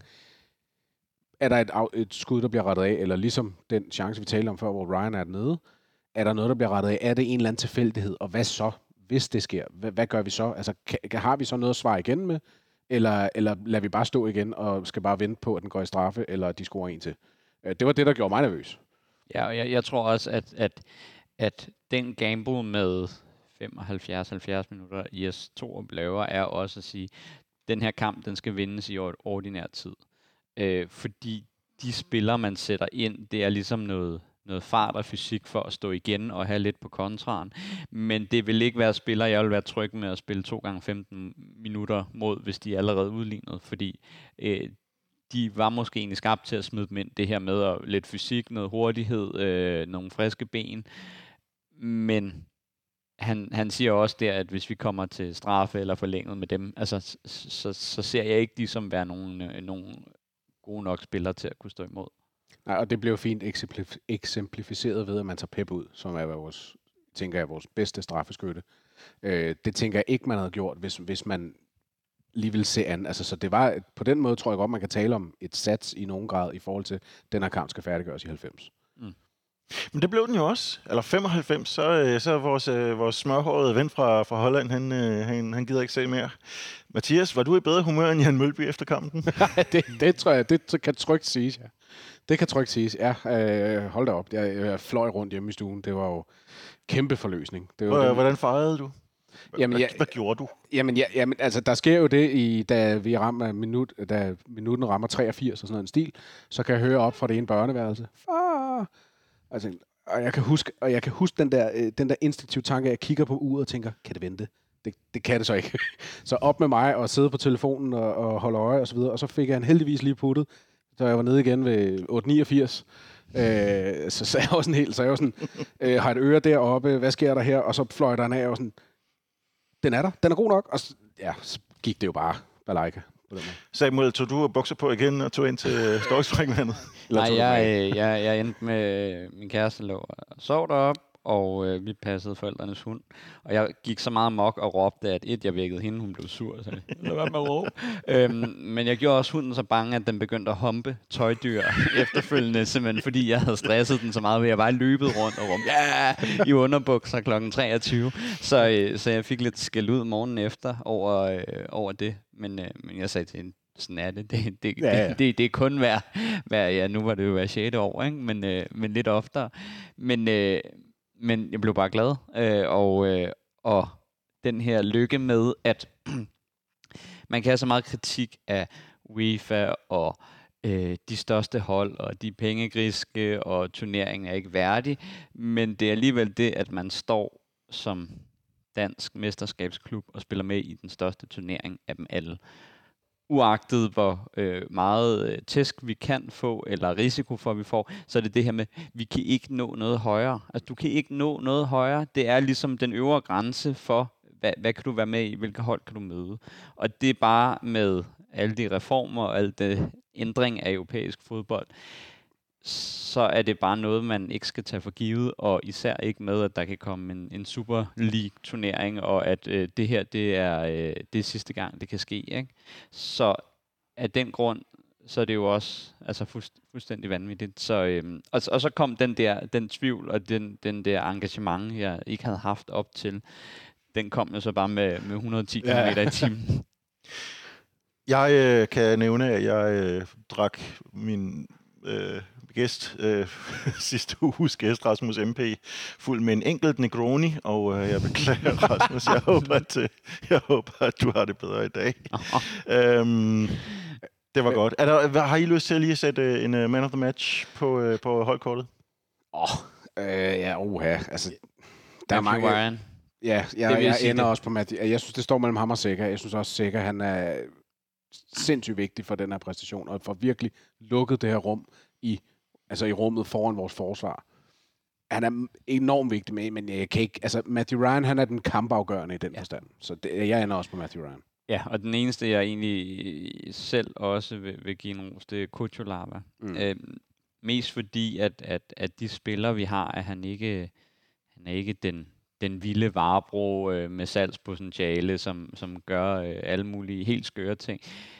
er der et, et skud, der bliver rettet af, eller ligesom den chance, vi talte om før, hvor Ryan er dernede, er der noget, der bliver rettet af? Er det en eller anden tilfældighed? Og hvad så, hvis det sker? Hvad, hvad gør vi så? Altså, kan, har vi så noget at svare igen med? Eller, eller lader vi bare stå igen og skal bare vente på, at den går i straffe, eller de scorer en til? Det var det, der gjorde mig nervøs. Ja, og jeg, jeg tror også, at, at, at den gamble med femoghalvfjerds til halvfjerds minutter i S to laver, er også at sige, at den her kamp, den skal vindes i ordinær tid. Øh, fordi de spillere, man sætter ind, det er ligesom noget, noget fart og fysik for at stå igen og have lidt på kontraen. Men det vil ikke være spillere, jeg vil være tryg med at spille to gange femten minutter mod, hvis de er allerede udlignet, fordi øh, de var måske egentlig skabt til at smide dem ind, det her med at lidt fysik, noget hurtighed, øh, nogle friske ben. Men han, han siger også der, at hvis vi kommer til straffe eller forlænget med dem, altså, så, så, så ser jeg ikke de som være nogle, nogle gode nok spillere til at kunne stå imod. Nej, og det blev fint eksemplif- eksemplificeret ved, at man tager Pep ud, som er vores, tænker jeg, vores bedste straffeskytte. Øh, det tænker jeg ikke, man havde gjort, hvis, hvis man lige ville se an. Altså, så det var, på den måde tror jeg godt, man kan tale om et sats i nogen grad i forhold til, den her kamp skal færdiggøres i halvfems. Mm. Men det blev den jo også. Eller femoghalvfems, så, så vores, vores smørhårede ven fra, fra Holland, han, han, han gider ikke se mere. Mathias, var du i bedre humør end Jan Mølby efter kampen? det, det tror jeg, det kan trygt siges, ja. Det kan trygt siges, ja. Øh, hold da op, jeg, jeg fløj rundt hjemme i stuen. Det var jo kæmpe forløsning. Det var Hvordan den... fejrede du? Jamen, hvad, ja, hvad gjorde du? Jamen, ja, jamen, altså, der sker jo det, i, da vi rammer minut, da minutten rammer treogfirs og sådan en stil, så kan jeg høre op fra det ene børneværelse. Far! Altså, og jeg kan huske, og jeg kan huske den der, den der instinktive tanke, at jeg kigger på uret og tænker, kan det vente? Det, det kan det så ikke. Så op med mig og sidde på telefonen og, og holde øje og så videre, og så fik jeg en heldigvis lige puttet, så jeg var nede igen ved otte niogfirs. Øh, så, så jeg var sådan helt, så jeg var sådan, øh, har et øre deroppe, hvad sker der her? Og så fløj der af, og sådan, den er der, den er god nok, og så, ja, så gik det jo bare balajka. Samuel, tog du bukser på igen og tog ind til Storkspringvandet? Nej, jeg, jeg, jeg endte med min kæreste lå og sov derop, og øh, vi passede forældrenes hund. Og jeg gik så meget mok og råbte, at et, jeg vækkede hende, hun blev sur, så lad være med at råbe. øhm, men jeg gjorde også hunden så bange, at den begyndte at humpe tøjdyr efterfølgende, simpelthen fordi jeg havde stresset den så meget, ved at jeg bare løbet rundt og råbte, ja, i underbukser klokken treogtyve. Så, øh, så jeg fik lidt skæld ud morgenen efter over, øh, over det, men, øh, men jeg sagde til hende, sådan er det. Det, det, ja, ja. det, det, det er kun hver, hver, ja, nu var det jo hver sjette år, ikke? Men, øh, men lidt oftere. Men, øh, men jeg blev bare glad, øh, og, øh, og den her lykke med, at man kan have så meget kritik af UEFA og øh, de største hold, og de pengegriske, og turneringen er ikke værdig, men det er alligevel det, at man står som dansk mesterskabsklub og spiller med i den største turnering af dem alle. Uagtet hvor øh, meget øh, tæsk vi kan få, eller risiko for, at vi får, så er det det her med, vi kan ikke nå noget højere. Altså, du kan ikke nå noget højere. Det er ligesom den øvre grænse for, hvad, hvad kan du være med i, hvilke hold kan du møde. Og det er bare med alle de reformer og alt det ændring af europæisk fodbold, så er det bare noget, man ikke skal tage for givet, og især ikke med, at der kan komme en, en Super League-turnering, og at øh, det her, det er, øh, det er sidste gang, det kan ske. Ikke? Så af den grund, så er det jo også altså fuldst- fuldstændig vanvittigt. Så, øhm, og, og så kom den der den tvivl, og den, den der engagement, jeg ikke havde haft op til, den kom jo så bare med, med et hundrede og ti kilometer i timen. Jeg øh, kan nævne, at jeg øh, drak min øh, gæst, øh, sidste uges gæst, Rasmus M P, fuld med en enkelt Negroni, og øh, jeg beklager, Rasmus. Jeg håber, at, øh, jeg håber, at du har det bedre i dag. øhm, det var godt. Er der, har I lyst til at lige sætte en uh, man of the match på, uh, på holdkortet? Åh, oh, øh, ja, uha. Altså, der er mange... Ryan. Ja, jeg, jeg, jeg ender det. også på Matthew. Jeg synes, det står mellem ham og Sækker. Jeg synes også, Sækker, han er sindssygt vigtig for den her præstation, og for virkelig lukket det her rum i, altså i rummet foran vores forsvar. Han er enormt vigtig med, men jeg kan ikke... Altså, Matthew Ryan, han er den kampafgørende i den ja. forstand. Så det, jeg ender også på Matthew Ryan. Ja, og den eneste, jeg egentlig selv også vil, vil give en ros, det er Kuchulava. Mm. Øhm, mest fordi, at, at, at de spillere, vi har, at han ikke, han er ikke den, den vilde varebro øh, med salgspotentiale, som, som gør øh, alle mulige helt skøre ting.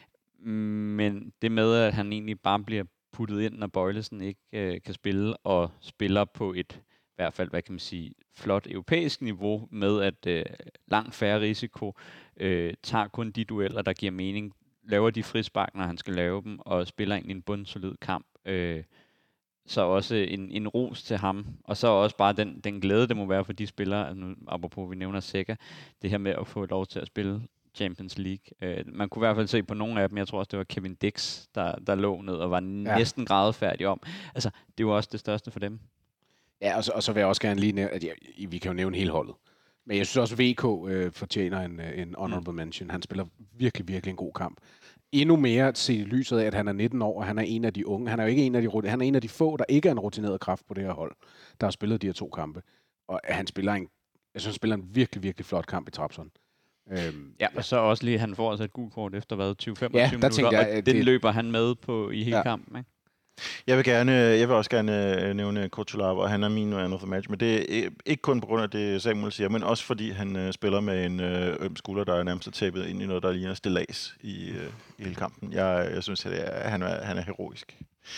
Men det med, at han egentlig bare bliver puttet ind, når Bøjlesen ikke øh, kan spille, og spiller på et, i hvert fald, hvad kan man sige, flot europæisk niveau, med at øh, langt færre risiko, øh, tager kun de dueller, der giver mening, laver de frispark, når han skal lave dem, og spiller egentlig en bundsolid kamp. Øh, så også en, en ros til ham, og så også bare den, den glæde, det må være for de spillere, altså nu, apropos vi nævner Sækker, det her med at få lov til at spille Champions League. Øh, man kunne i hvert fald se på nogle af dem, jeg tror også, det var Kevin Dix, der, der lå ned og var ja. næsten grædefærdig om. Altså, det var også det største for dem. Ja, og så, og så vil jeg også gerne lige nævne, at jeg, vi kan jo nævne hele holdet. Men jeg synes også, at V K øh, fortjener en, en honorable mm. mention. Han spiller virkelig, virkelig en god kamp. Endnu mere set i lyset af, at han er nitten år, og han er en af de unge. Han er jo ikke en af de, han er en af de få, der ikke er en rutineret kraft på det her hold, der har spillet de her to kampe. Og han spiller en, jeg synes, han spiller en virkelig, virkelig flot kamp i Trabzon. Øhm, ja, og så også lige, han får altså et gult kort efter hvad, tyve til femogtyve ja, minutter, jeg, og den det... løber han med på i hele ja. kampen, ikke? Jeg vil gerne, jeg vil også gerne nævne Kuchulava, og han er min man of the match, men det er ikke kun på grund af det, Samuel siger, men også fordi han uh, spiller med en uh, øm skulder, der er nærmest tæppet ind i noget, der ligner stillads i, uh, i hele kampen. Jeg, jeg synes, at er, han, er, han er heroisk.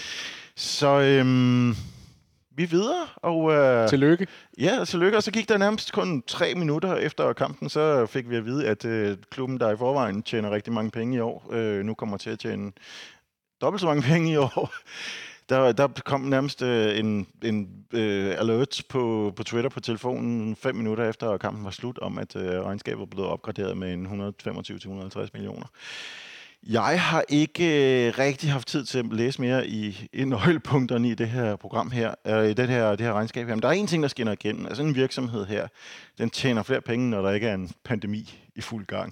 Så øhm, vi er videre. Og, uh, tillykke. Ja, tillykke. Og så gik der nærmest kun tre minutter efter kampen, så fik vi at vide, at uh, klubben, der i forvejen tjener rigtig mange penge i år, uh, nu kommer til at tjene dobbelt så mange penge i år. Der, der kom nærmest øh, en, en øh, alert på, på Twitter på telefonen fem minutter efter, at kampen var slut, om at øh, regnskabet blev opgraderet med en et hundrede og femogtyve til et hundrede og halvtreds millioner. Jeg har ikke øh, rigtig haft tid til at læse mere i, i nøglepunkterne i det her program her, øh, i det her, det her regnskab her. Men der er en ting, der skinner igennem. Altså en virksomhed her, den tjener flere penge, når der ikke er en pandemi i fuld gang.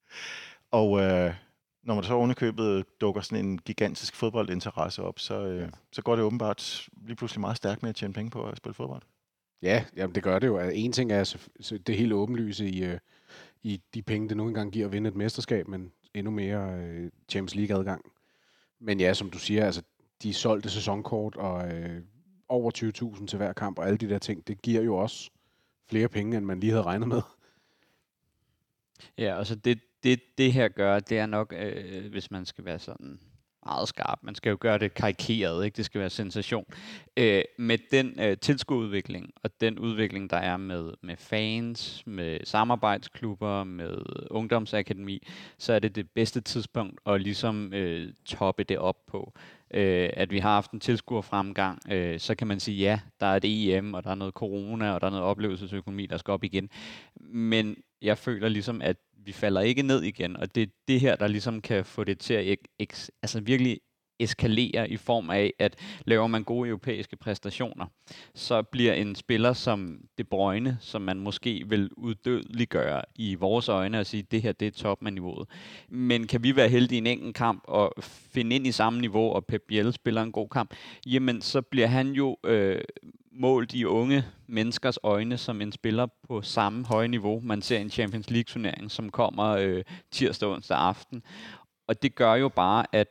Og øh, når man så ovenikøbet dukker sådan en gigantisk fodboldinteresse op, så, øh, ja. så går det åbenbart lige pludselig meget stærkt med at tjene penge på at spille fodbold. Ja, jamen det gør det jo. En ting er så, så det helt åbenlyse i, øh, i de penge, det nu engang giver at vinde et mesterskab, men endnu mere øh, Champions League-adgang. Men ja, som du siger, altså de solgte sæsonkort og øh, over tyve tusind til hver kamp og alle de der ting, det giver jo også flere penge, end man lige havde regnet med. Ja, og så det, det, det her gør, det er nok, øh, hvis man skal være sådan meget skarp, man skal jo gøre det karikeret, ikke? Det skal være sensation. Øh, med den øh, tilskuerudvikling, og den udvikling, der er med, med fans, med samarbejdsklubber, med ungdomsakademi, så er det det bedste tidspunkt at ligesom øh, toppe det op på. Øh, at vi har haft en tilskuerfremgang, øh, så kan man sige, ja, der er et E M, og der er noget corona, og der er noget oplevelsesøkonomi, der skal op igen. Men jeg føler ligesom, at vi falder ikke ned igen, og det er det her, der ligesom kan få det til at ek- ek- altså virkelig eskalere i form af, at laver man gode europæiske præstationer, så bliver en spiller som De Bruyne, som man måske vil uddødeliggøre i vores øjne og sige, det her det er toppen af niveauet. Men kan vi være heldige i en enkelt kamp og finde ind i samme niveau, og Pep Biel spiller en god kamp, jamen så bliver han jo øh, målt i unge menneskers øjne som en spiller på samme høje niveau. Man ser en Champions League-turnering, som kommer øh, tirsdag og onsdag aften. Og det gør jo bare, at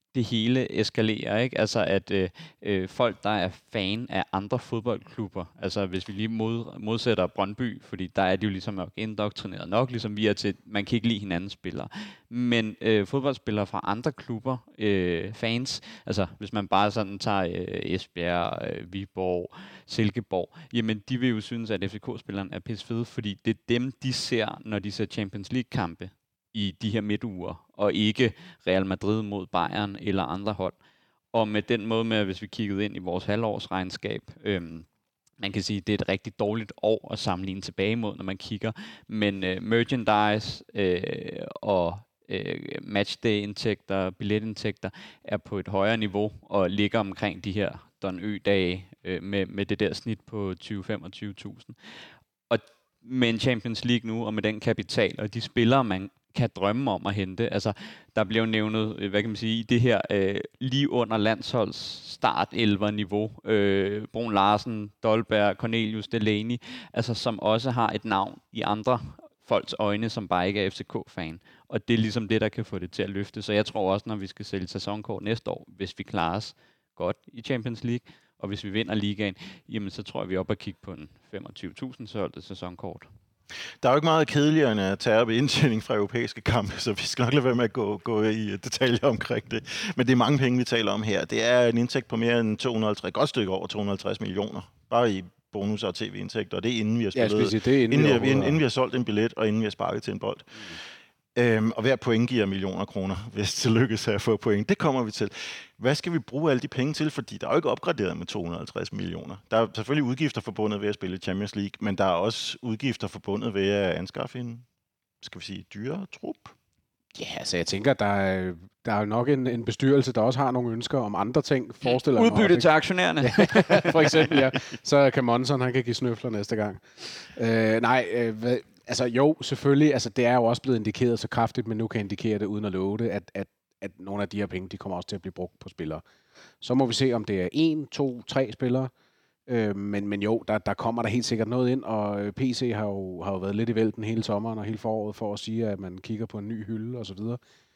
det hele eskalerer, ikke? Altså at øh, øh, folk, der er fan af andre fodboldklubber, altså hvis vi lige mod, modsætter Brøndby, fordi der er de jo ligesom nok indoktrineret nok, ligesom vi er til, man kan ikke lide hinandens spillere. Men øh, fodboldspillere fra andre klubber, øh, fans, altså hvis man bare sådan tager øh, Esbjerg, øh, Viborg, Silkeborg, jamen de vil jo synes, at F C K-spilleren er pisse fede, fordi det er dem, de ser, når de ser Champions League-kampe i de her midtuger, og ikke Real Madrid mod Bayern eller andre hold. Og med den måde med, hvis vi kiggede ind i vores halvårsregnskab, øhm, man kan sige, at det er et rigtig dårligt år at sammenligne tilbage mod, når man kigger, men øh, merchandise øh, og øh, matchday-indtægter, billetindtægter er på et højere niveau og ligger omkring de her Don Ø-dage øh, med, med det der snit på tyve til femogtyve tusind. Og med en Champions League nu, og med den kapital, og de spillere, man kan drømme om at hente. Altså, der bliver jo nævnet, hvad kan man sige, i det her øh, lige under landsholds start elleve niveau. Øh, Brun Larsen, Dolberg, Cornelius, Delaney, altså som også har et navn i andre folks øjne, som bare ikke er F C K-fan. Og det er ligesom det, der kan få det til at løfte. Så jeg tror også, når vi skal sælge sæsonkort næste år, hvis vi klarer os godt i Champions League, og hvis vi vinder ligaen, jamen så tror jeg, vi er oppe og kigge på en femogtyve tusind solgte sæsonkort. Der er jo ikke meget kedeligere end at tage op indtjening fra europæiske kampe, så vi skal nok lade være med at gå, gå i detaljer omkring det. Men det er mange penge, vi taler om her. Det er en indtægt på mere end to hundrede og halvtreds, godt stykke over to hundrede og halvtreds millioner, bare i bonus og tv-indtægter, og det er inden vi har spillet, ja, sige, det er inden, inden, vi vi, inden vi har solgt en billet, og inden vi har sparket til en bold. Mm. Øhm, og hver point giver millioner kroner, hvis det lykkes at få point. Det kommer vi til. Hvad skal vi bruge alle de penge til? Fordi der er jo ikke opgraderet med to hundrede og halvtreds millioner. Der er selvfølgelig udgifter forbundet ved at spille Champions League, men der er også udgifter forbundet ved at anskaffe en, skal vi sige, dyrere trup. Ja, altså jeg tænker, der er, der er nok en, en bestyrelse, der også har nogle ønsker om andre ting. Forestiller Udbytte mig, til aktionærerne. for eksempel, ja. Så kan Monson, han kan give snøfler næste gang. Øh, nej, øh, hvad, altså jo, selvfølgelig. Altså det er jo også blevet indikeret så kraftigt, men nu kan indikere det uden at love det, at, at, at nogle af de her penge, de kommer også til at blive brugt på spillere. Så må vi se, om det er en, to, tre spillere. Øh, men, men jo, der, der kommer der helt sikkert noget ind, og P C har jo, har jo været lidt i vælten hele sommeren og hele foråret for at sige, at man kigger på en ny hylde og så videre.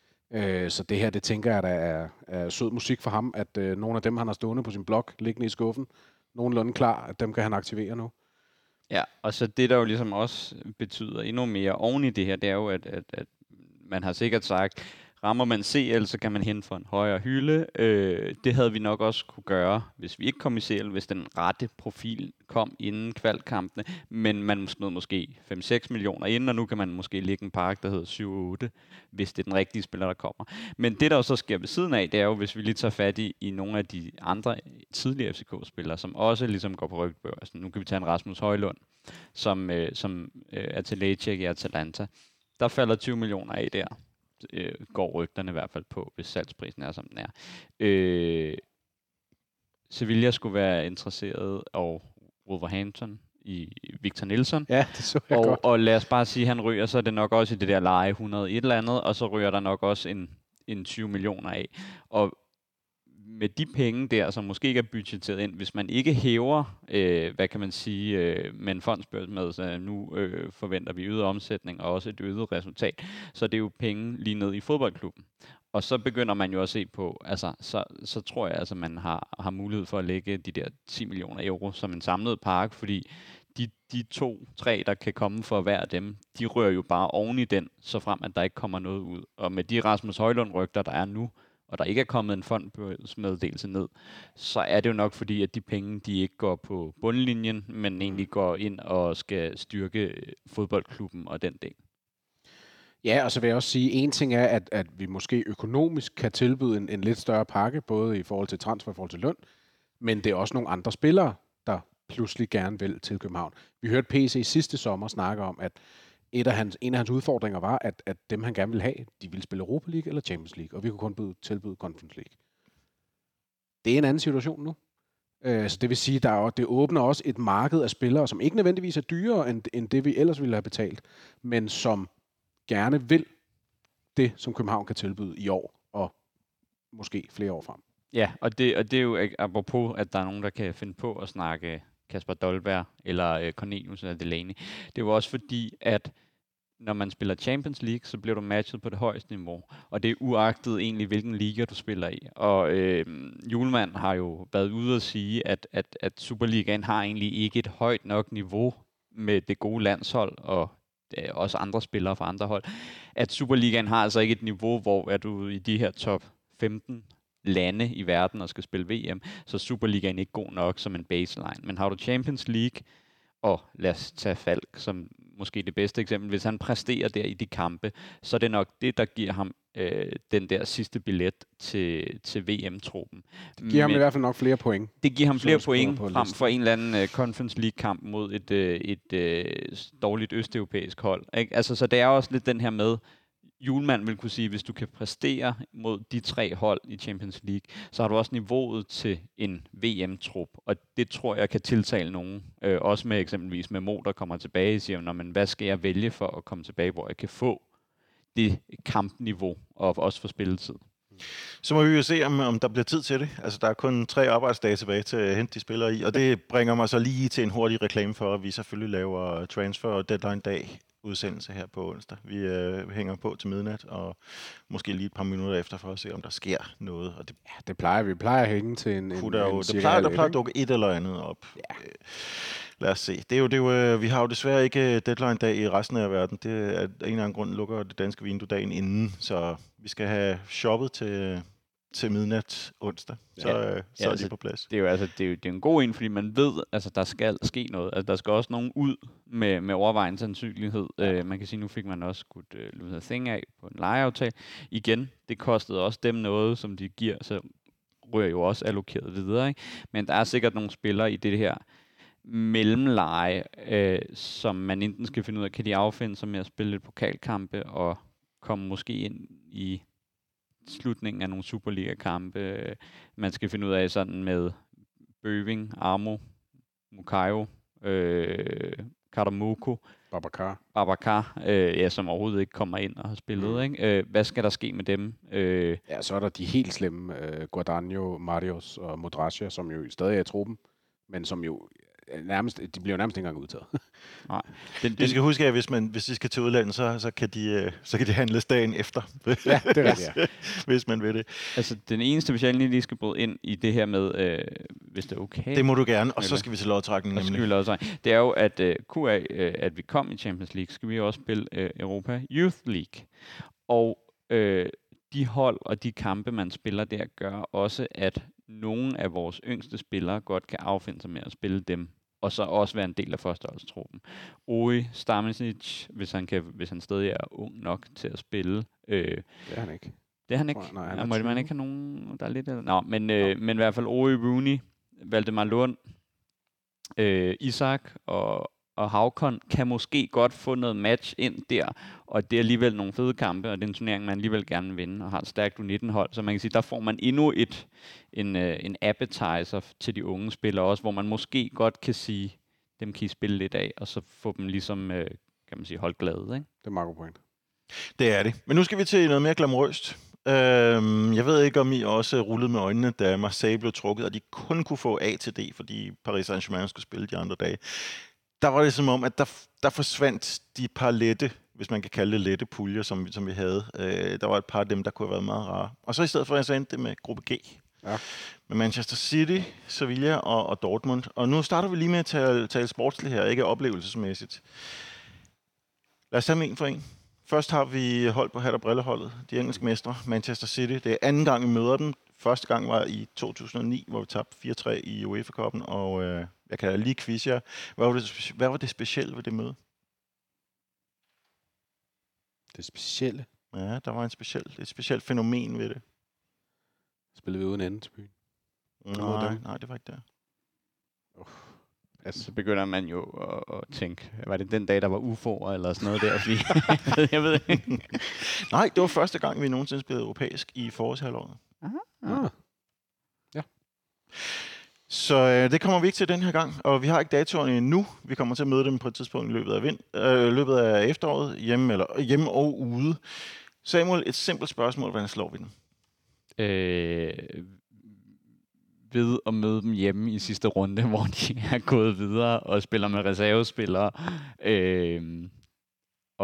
Øh, så det her, det tænker jeg, der er, er sød musik for ham, at øh, nogle af dem, han har stående på sin blog, liggende i skuffen, nogenlunde klar, at dem kan han aktivere nu. Ja, og så det, der jo ligesom også betyder endnu mere oven i det her, det er jo, at, at, at man har sikkert sagt, rammer man C L, så kan man hente for en højere hylde. Øh, det havde vi nok også kunne gøre, hvis vi ikke kom i C L, hvis den rette profil kom inden kvalkampene. Men man smed måske fem til seks millioner inden, og nu kan man måske lægge en park, der hedder syv otte, hvis det er den rigtige spiller, der kommer. Men det, der så sker ved siden af, det er jo, hvis vi lige tager fat i, i nogle af de andre tidligere F C K-spillere, som også ligesom går på rygtebørsen. Nu kan vi tage en Rasmus Højlund, som, øh, som øh, er til lægecheck i Atalanta. Der falder tyve millioner af der. Øh, går rygterne i hvert fald på, hvis salgsprisen er, som den er. Øh, Sevilla skulle være interesseret, og Wolverhampton i Victor Nilsson. Ja, det så jeg og, godt. og lad os bare sige, at han ryger, så er det nok også i det der leje hundrede et eller andet, og så ryger der nok også en, en tyve millioner af. Og med de penge der, som måske ikke er budgetteret ind, hvis man ikke hæver, øh, hvad kan man sige, øh, med en fondsbørs med, så nu øh, forventer vi øget omsætning og også et øget resultat, så det er jo penge lige ned i fodboldklubben. Og så begynder man jo at se på, altså, så, så tror jeg, altså, man har, har mulighed for at lægge de der ti millioner euro som en samlet park, fordi de, de to, tre, der kan komme for hver af dem, de rører jo bare oven i den, så frem at der ikke kommer noget ud. Og med de Rasmus Højlund-rygter, der er nu, og der ikke er kommet en fondsmeddelelse ned, så er det jo nok fordi, at de penge, de ikke går på bundlinjen, men egentlig går ind og skal styrke fodboldklubben og den del. Ja, og så vil jeg også sige, en ting er, at, at vi måske økonomisk kan tilbyde en, en lidt større pakke, både i forhold til transfer og i forhold til løn, men det er også nogle andre spillere, der pludselig gerne vil til København. Vi hørte P C sidste sommer snakke om, at et af hans, en af hans udfordringer var, at, at dem, han gerne ville have, de ville spille Europa League eller Champions League, og vi kunne kun byde, tilbyde Conference League. Det er en anden situation nu. Øh, så det vil sige, at det åbner også et marked af spillere, som ikke nødvendigvis er dyrere, end, end det vi ellers ville have betalt, men som gerne vil det, som København kan tilbyde i år, og måske flere år frem. Ja, og det, og det er jo apropos, at der er nogen, der kan finde på at snakke Kasper Dolberg, eller øh, Cornelius eller Delaney. Det er jo også fordi, at når man spiller Champions League, så bliver du matchet på det højeste niveau. Og det er uagtet egentlig, hvilken liga du spiller i. Og øh, Hjulmand har jo været ude at sige, at, at, at Superligaen har egentlig ikke et højt nok niveau med det gode landshold og øh, også andre spillere fra andre hold. At Superligaen har altså ikke et niveau, hvor er du i de her top femten lande i verden og skal spille V M, så Superligaen ikke god nok som en baseline. Men har du Champions League, og lad os tage Falk som måske det bedste eksempel, hvis han præsterer der i de kampe, så er det nok det, der giver ham øh, den der sidste billet til, til V M-truppen. Det giver Men, ham i hvert fald nok flere point. Det giver ham flere point frem for en eller anden uh, Conference League-kamp mod et, uh, et uh, dårligt østeuropæisk hold. Ikke? Altså, så det er også lidt den her med, Hjulmand vil kunne sige, hvis du kan præstere mod de tre hold i Champions League, så har du også niveauet til en V M-trup, og det tror jeg kan tiltale nogen. Øh, også med eksempelvis med Mo, der kommer tilbage og siger, Nå, men hvad skal jeg vælge for at komme tilbage, hvor jeg kan få det kampniveau og også få spilletid. Så må vi jo se, om, om der bliver tid til det. Altså, der er kun tre arbejdsdage tilbage til at hente de spillere i, og det bringer mig så lige til en hurtig reklame for, at vi selvfølgelig laver transfer og deadline dag udsendelse her på onsdag. Vi øh, hænger på til midnat, og måske lige et par minutter efter for at se, om der sker noget. Og det, ja, det plejer vi. plejer at hænge til en, en, der, en jo, der plejer, der plejer at dukke et eller andet op. Ja. Øh, lad os se. Det er jo, det er jo, vi har jo desværre ikke deadline-dag i resten af verden. Det er, af en eller anden grund lukker det danske vindue dagen inden, så vi skal have shoppet til... til midnat onsdag, så, ja. øh, så ja, er altså, de på plads. Det er jo altså det er, jo, det er en god en, fordi man ved, altså der skal ske noget. Altså der skal også nogen ud med med overvejende sandsynlighed. Ja. Uh, man kan sige, nu fik man også skudt uh, Luther Thing af på en lejeaftale. Igen, det kostede også dem noget, som de giver, så ryger jo også allokeret videre, ikke? Men der er sikkert nogle spillere i det her mellemleje, øh, som man enten skal finde ud af, kan de affinde sig med at spille et pokalkampe og komme måske ind i slutningen af nogle Superliga-kampe. Man skal finde ud af sådan med Bøving, Amo, Mukayo, øh, Karamuko, Babacar, Babacar øh, ja, som overhovedet ikke kommer ind og har spillet. Mm. Ikke? Øh, hvad skal der ske med dem? Øh, ja, så er der de helt slemme øh, Guadagno, Marius og Modrasja, som jo stadig er i truppen, men som jo nærmest, de bliver jo nærmest ikke engang udtaget. Nej. Den, den, de skal huske, at hvis, man, hvis de skal til udlandet, så, så, kan de, så kan de handles dagen efter. Ja, det er rigtigt, ja. Hvis man vil det. Altså, den eneste, hvis jeg lige skal bryde ind i det her med, øh, hvis det er okay. Det må du gerne, og så skal vi til lodtrækning. Og så skal vi lodtrækning. Det er jo, at øh, Q A, øh, at vi kom i Champions League, skal vi også spille øh, Europa Youth League. Og øh, de hold og de kampe, man spiller der, gør også, at nogle af vores yngste spillere godt kan affinde sig med at spille dem, og så også være en del af førsteholdstruppen. Oi Stamisic, hvis han, kan, hvis han stadig er ung nok til at spille. Øh, det er han ikke. Det er han ikke. Nej, han er må man ikke have nogen, der er lidt... Nå, men, øh, men i hvert fald Oi, Rooney, Valdemar Lund, øh, Isak og, og Havkon kan måske godt få noget match ind der, og det er alligevel nogle fede kampe, og det er en turnering, man alligevel gerne vil vinde, og har et stærkt U nitten hold, så man kan sige, der får man endnu et, en, øh, en appetizer til de unge spillere også, hvor man måske godt kan sige, dem kan I spille lidt af, og så få dem ligesom, øh, kan man sige, holdt glade, ikke? Det er meget god point. Det er det. Men nu skal vi til noget mere glamorøst. Øhm, jeg ved ikke, om I også rullede med øjnene, da Marseille blev trukket, og de kun kunne få A til D, fordi Paris Saint-Germain skulle spille de andre dage. Der var det som om, at der, der forsvandt de par lette, hvis man kan kalde det lette puljer, som, som vi havde. Øh, der var et par af dem, der kunne have været meget rare. Og så i stedet for, at jeg endte det med gruppe G. Ja. Med Manchester City, Sevilla og, og Dortmund. Og nu starter vi lige med at tale, tale sportsligt her, ikke oplevelsesmæssigt. Lad os tage med en for en. Først har vi hold på hat- og brilleholdet, de engelske mestre, Manchester City. Det er anden gang, vi møder dem. Første gang var i to tusind og ni, hvor vi tabte fire tre i UEFA-cupen, og øh, jeg kan lige quizze jer. Hvad var det, hvad var det specielle ved det møde? Det specielle? Ja, der var en speciel, et specielt fænomen ved det. Spillede vi uden ende til byen? Nej, nej, det var ikke der. Uh. Altså, så begynder man jo at, at tænke, var det den dag, der var U F O'er eller sådan noget der? Fordi, jeg ved ikke. Nej, det var første gang, vi nogensinde spillede europæisk i forårshalvåret. Aha. Ah. Ja. Så øh, det kommer vi ikke til den her gang, og vi har ikke datoerne endnu. Vi kommer til at møde dem på et tidspunkt i løbet af, vind, øh, løbet af efteråret, hjemme, eller, hjemme og ude. Samuel, et simpelt spørgsmål, hvordan slår vi den? Øh... ved at møde dem hjemme i sidste runde, hvor de er gået videre og spiller med reservespillere. Øh, og at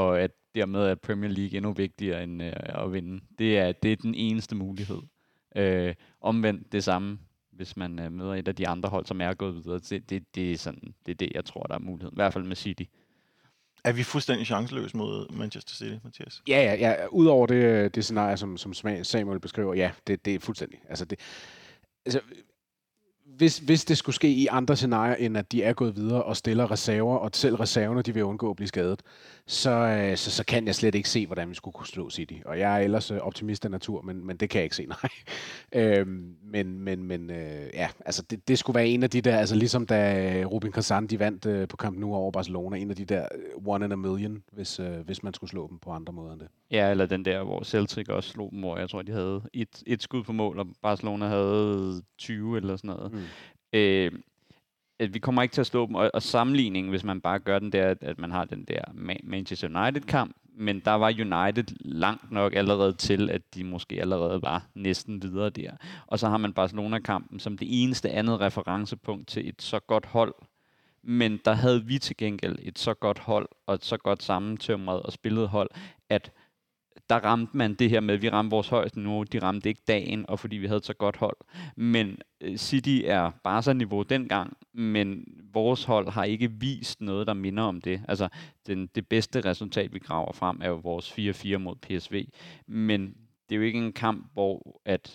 dermed er Premier League endnu vigtigere end øh, at vinde. Det er, det er den eneste mulighed. Øh, omvendt det samme, hvis man øh, møder et af de andre hold, som er gået videre. Det, det, det, er sådan, det er det, jeg tror, der er mulighed. I hvert fald med City. Er vi fuldstændig chanceløse mod Manchester City, Mathias? Ja, ja, ja. Udover det, det scenarie, som, som Samuel beskriver, ja, det, det er fuldstændig. Altså, det, altså, hvis, hvis det skulle ske i andre scenarier, end at de er gået videre og stiller reserver, og selv reserverne, de vil undgå at blive skadet, så, så, så kan jeg slet ikke se, hvordan vi skulle kunne slå City. Og jeg er ellers optimist af natur, men, men det kan jeg ikke se, nej. øhm, men men, men øh, ja, altså det, det skulle være en af de der, altså ligesom da Rubin Kazan, de vandt øh, på Camp Nou over Barcelona, en af de der one in a million, hvis, øh, hvis man skulle slå dem på andre måder end det. Ja, eller den der, hvor Celtic også slog dem, hvor jeg tror, de havde et, et skud på mål, og Barcelona havde tyve eller sådan noget. Mm. Øh, at vi kommer ikke til at slå dem, og, og sammenligningen, hvis man bare gør den der, at man har den der Manchester United-kamp, men der var United langt nok allerede til, at de måske allerede var næsten videre der. Og så har man Barcelona-kampen som det eneste andet referencepunkt til et så godt hold, men der havde vi til gengæld et så godt hold, og et så godt sammentømret og spillet hold, at der ramte man det her med, at vi ramte vores højeste niveau, de ramte ikke dagen, og fordi vi havde et så godt hold. Men City er Barca-niveau dengang, men vores hold har ikke vist noget, der minder om det. Altså, den, det bedste resultat, vi graver frem, er jo vores fire fire mod P S V. Men det er jo ikke en kamp, hvor at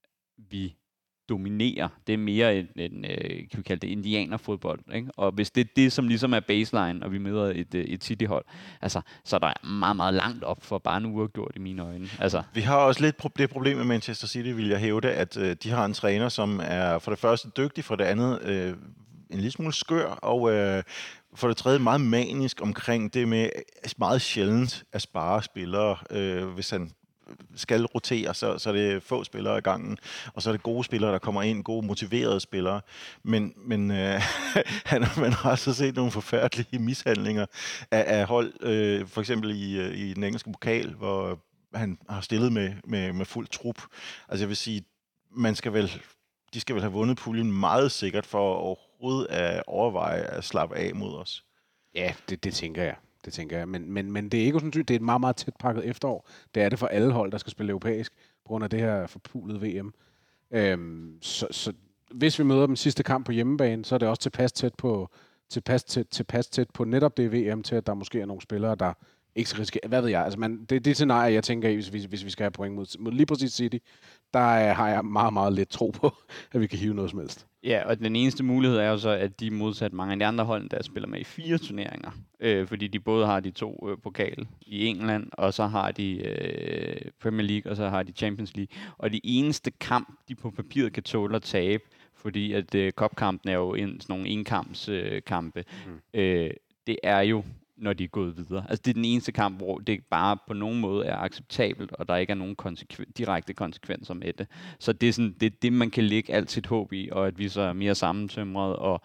vi dominerer. Det er mere en, en øh, kan vi kalde det, indianerfodbold, ikke? Og hvis det er det, som ligesom er baseline, og vi møder et, et City-hold, altså, så er der meget, meget langt op for bare en uafgjort i mine øjne. Altså. Vi har også lidt det problem med Manchester City, vil jeg hævde, at øh, de har en træner, som er for det første dygtig, for det andet øh, en lille smule skør, og øh, for det tredje meget manisk omkring det med meget sjældent at spare spillere, øh, hvis han skal rotere, så, så er det få spillere i gangen, og så er det gode spillere, der kommer ind, gode motiverede spillere. Men, men øh, man har så set nogle forfærdelige mishandlinger af, af hold, øh, for eksempel i, i den engelske pokal, hvor han har stillet med, med, med fuld trup. Altså jeg vil sige, man skal vel, de skal vel have vundet puljen meget sikkert for overhovedet at overveje at slappe af mod os. Ja, det, det tænker jeg. Det tænker jeg. Men, men, men det er ikke sådan, det er et meget, meget tæt pakket efterår. Det er det for alle hold, der skal spille europæisk, på grund af det her forpulede V M. Øhm, så, så hvis vi møder dem sidste kamp på hjemmebane, så er det også tilpas tæt på, tilpas tæt, tilpas tæt på netop det V M, til at der måske er nogle spillere, der ikke skal risikere. Hvad ved jeg? Altså, man, det er det scenarie, jeg tænker i, hvis vi, hvis vi skal have point mod, mod lige præcis City. Der er, har jeg meget, meget lidt tro på, at vi kan hive noget som helst. Ja, og den eneste mulighed er jo så, at de modsat mange af de andre hold, der spiller med i fire turneringer. Øh, fordi de både har de to øh, pokal i England, og så har de øh, Premier League, og så har de Champions League. Og de eneste kamp, de på papiret kan tåle at tabe, fordi at øh, cup-kampen er jo en, sådan nogle enkampskampe, øh, mm. øh, det er jo når de er gået videre. Altså det er den eneste kamp, hvor det bare på nogen måde er acceptabelt, og der ikke er nogen konsekven- direkte konsekvenser med det. Så det er sådan, det, er det, man kan lægge alt sit håb i, og at vi så er mere sammentømret, og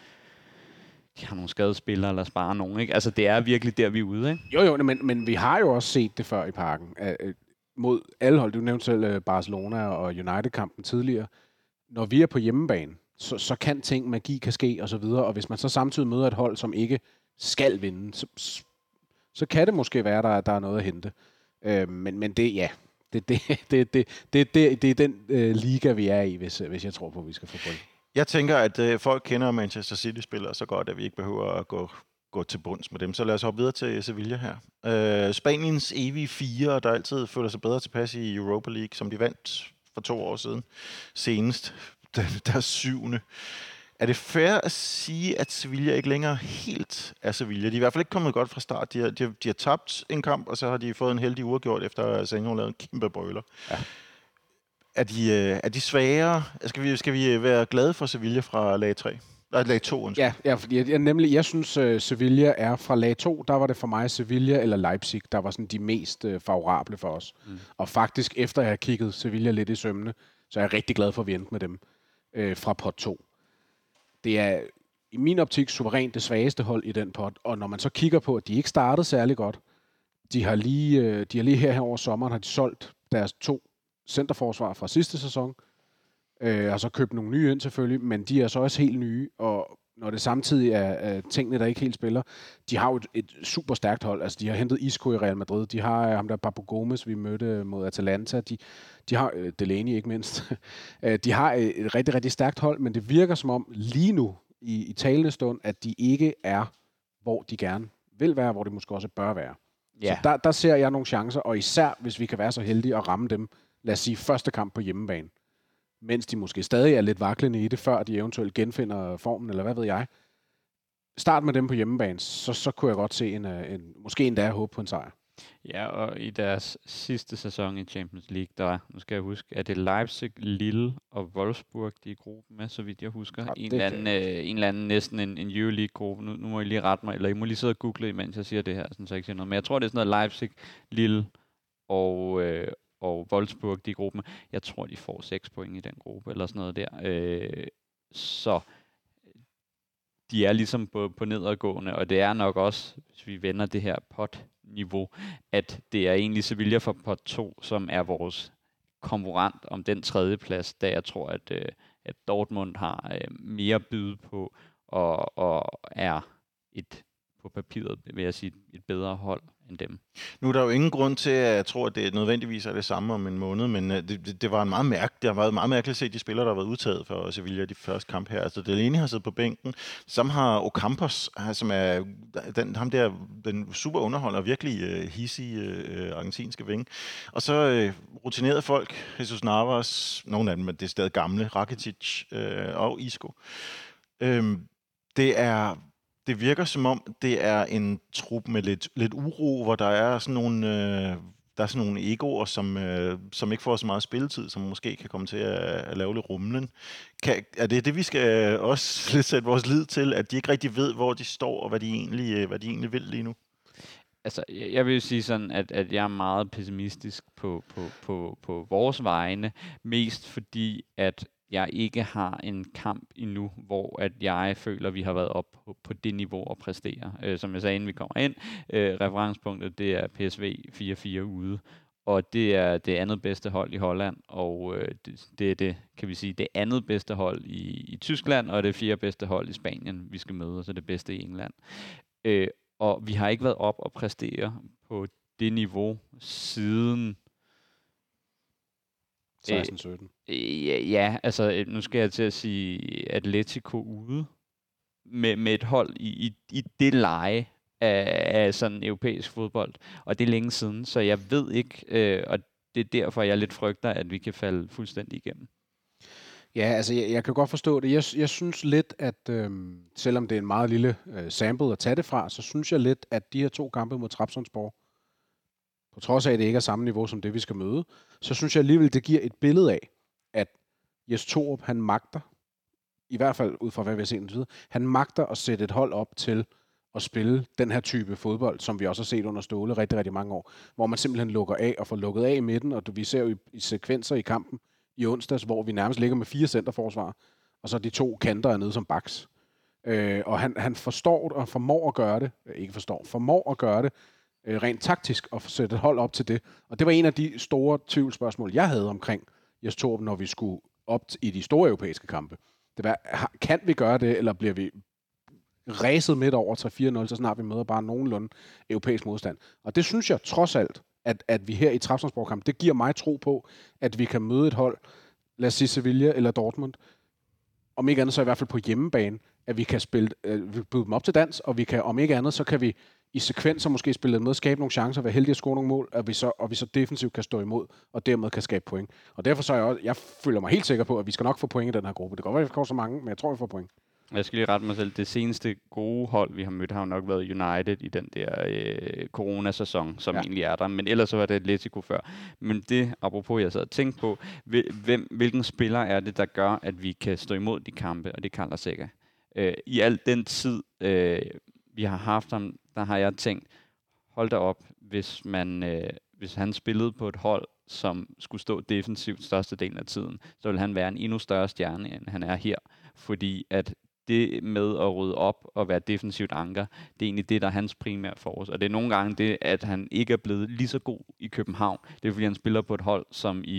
de har nogle skadespillere, eller spare nogen, ikke? Altså det er virkelig der, vi er ude, ikke? Jo, jo, men, men vi har jo også set det før i parken. Uh, mod alle hold, du nævnte selv uh, Barcelona og United-kampen tidligere. Når vi er på hjemmebane, så, så kan ting, magi kan ske, og så videre, og hvis man så samtidig møder et hold, som ikke skal vinde, så, så kan det måske være, der, der er noget at hente. Øh, men, men det, ja, det, det, det, det, det, det, det er den øh, liga, vi er i, hvis, hvis jeg tror på, at vi skal få point. Jeg tænker, at øh, folk kender Manchester City-spillere så godt, at vi ikke behøver at gå, gå til bunds med dem. Så lad os hoppe videre til Sevilla her. Øh, Spaniens evige fire, der altid føler sig bedre tilpas i Europa League, som de vandt for to år siden senest. Der syvende. Er det fair at sige, at Sevilla ikke længere helt er Sevilla? De er i hvert fald ikke kommet godt fra start. De har, de har, de har tabt en kamp, og så har de fået en heldig uafgjort, efter at Senio lavede en kæmpe brøler. Ja. Er de, er de svagere? Skal vi, skal vi være glade for Sevilla fra lag tre? Nej, lag to, undskyld. Ja, ja, fordi jeg, jeg, nemlig, jeg synes, uh, Sevilla er fra lag to, der var det for mig Sevilla eller Leipzig, der var sådan de mest uh, favorable for os. Mm. Og faktisk, efter jeg har kigget Sevilla lidt i sømne, så er jeg rigtig glad for, at vi endte med dem uh, fra pot to. Det er i min optik suverænt det svageste hold i den pot, og når man så kigger på, at de ikke startede særlig godt, de har lige, de har lige her, her over sommeren, har de solgt deres to centerforsvar fra sidste sæson, øh, og så købt nogle nye ind selvfølgelig, men de er så også helt nye, og når det samtidig er, er tingene, der ikke helt spiller. De har jo et, et super stærkt hold. Altså, de har hentet Isco i Real Madrid. De har ham der Papu Gomez, vi mødte mod Atalanta. De, de har uh, Delaney ikke mindst. De har et, et rigtig, rigtig stærkt hold, men det virker som om lige nu i, i talende stund, at de ikke er, hvor de gerne vil være, hvor de måske også bør være. Ja. Så der, der ser jeg nogle chancer, og især hvis vi kan være så heldige at ramme dem, lad os sige, første kamp på hjemmebane, mens de måske stadig er lidt vaklende i det, før de eventuelt genfinder formen, eller hvad ved jeg. Start med dem på hjemmebane, så, så kunne jeg godt se en, en måske endda håbe på en sejr. Ja, og i deres sidste sæson i Champions League, der, nu skal jeg huske, at det Leipzig, Lille og Wolfsburg, de er i gruppen med, så vidt jeg husker. Ja, en, eller anden, øh, en eller anden, næsten en, en Euroleague-gruppe. Nu, nu må I lige rette mig, eller I må lige sidde og google, mens jeg siger det her, sådan, så jeg ikke siger noget. Men jeg tror, det er sådan noget Leipzig, Lille og, øh, og Wolfsburg, de er i gruppen. Jeg tror, de får seks point i den gruppe, eller sådan noget der. Øh, så de er ligesom på, på nedadgående, og det er nok også, hvis vi vender det her pot-niveau, at det er egentlig Sevilla for pot to, som er vores konkurrent om den tredje plads, da jeg tror, at, øh, at Dortmund har øh, mere at byde på, og, og er et, på papiret, vil jeg sige, et bedre hold end dem. Nu er der jo ingen grund til, at jeg tror, at det nødvendigvis er det samme om en måned, men det, det, det var en meget mærke, det har været meget mærkeligt at se de spillere, der har været udtaget for Sevilla de første kamp her. Altså Delaney har siddet på bænken, som har Ocampos, som er den, ham der, den super underholder, virkelig uh, hissige uh, argentinske vinge. Og så uh, rutinerede folk, Jesus Navas, nogle af dem, men det er stadig gamle, Rakitic uh, og Isco. Um, det er Det virker som om, det er en trup med lidt, lidt uro, hvor der er sådan nogle, øh, der er sådan nogle egoer, som, øh, som ikke får så meget spilletid, som måske kan komme til at, at lave lidt rumlen. Kan, er det det, vi skal også lidt sætte vores lid til, at de ikke rigtig ved, hvor de står, og hvad de egentlig, hvad de egentlig vil lige nu? Altså, jeg vil jo sige sådan, at, at jeg er meget pessimistisk på, på, på, på vores vegne, mest fordi, at jeg ikke har en kamp endnu, hvor at jeg føler, at vi har været op på, på det niveau at præstere. Øh, som jeg sagde, inden vi kommer ind, øh, referencepunktet, det er P S V fire fire ude, og det er det andet bedste hold i Holland, og øh, det, det er det, kan vi sige, det andet bedste hold i, i Tyskland, og det fjerde bedste hold i Spanien, vi skal møde, så det bedste i England. Øh, og vi har ikke været op og præstere på det niveau siden seksten sytten. Øh, ja, ja, altså nu skal jeg til at sige Atletico ude med, med et hold i, i, i det leje af, af sådan europæisk fodbold, og det er længe siden, så jeg ved ikke, øh, og det er derfor, jeg lidt frygter, at vi kan falde fuldstændig igennem. Ja, altså jeg, jeg kan godt forstå det. Jeg, jeg synes lidt, at øh, selvom det er en meget lille øh, sample at tage det fra, så synes jeg lidt, at de her to kampe mod Trabzonspor, på trods af, at det ikke er samme niveau som det, vi skal møde, så synes jeg alligevel, det giver et billede af, at Jes Torup, han magter, i hvert fald ud fra hvad vi har set indtil videre, han magter at sætte et hold op til at spille den her type fodbold, som vi også har set under Ståle rigtig, rigtig mange år, hvor man simpelthen lukker af og får lukket af i midten, og vi ser jo i, i sekvenser i kampen i onsdags, hvor vi nærmest ligger med fire centerforsvar, og så de to kanter er nede som baks. Øh, og han, han forstår og formår at gøre det, ikke forstår, formår at gøre det, rent taktisk at sætte et hold op til det. Og det var en af de store tvivlsspørgsmål, jeg havde omkring Jes Torup, når vi skulle op i de store europæiske kampe. Det var, kan vi gøre det, eller bliver vi ræset midt over tre fire nul, så snart vi møder bare nogenlunde europæisk modstand. Og det synes jeg trods alt, at, at vi her i Trabzonspor-kampen, det giver mig tro på, at vi kan møde et hold, lad os sige Sevilla eller Dortmund, om ikke andet så i hvert fald på hjemmebane, at vi kan spille, øh, vi byde dem op til dans, og vi kan, om ikke andet, så kan vi i sekvenser måske spille med, skabe nogle chancer, være heldige at score nogle mål, og vi så, og vi så defensivt kan stå imod, og dermed kan skabe point. Og derfor så er jeg også, jeg føler mig helt sikker på, at vi skal nok få point i den her gruppe. Det kan godt være, at vi får så mange, men jeg tror, vi får point. Jeg skal lige rette mig selv. Det seneste gode hold, vi har mødt, har jo nok været United i den der øh, corona-sæson, som ja. egentlig er der. Men ellers så var det Atletico før. Men det, apropos jeg sad og tænkte på, hvem, hvilken spiller er det, der gør, at vi kan stå imod de kampe, og det kalder Seca. Øh, I al den tid, øh, vi har haft ham, der har jeg tænkt, hold da op, hvis, man, øh, hvis han spillede på et hold, som skulle stå defensivt størstedelen af tiden, så vil han være en endnu større stjerne, end han er her. Fordi at det med at rydde op og være defensivt anker, det er egentlig det, der er hans primære fokus. Og det er nogle gange det, at han ikke er blevet lige så god i København. Det er fordi, han spiller på et hold, som i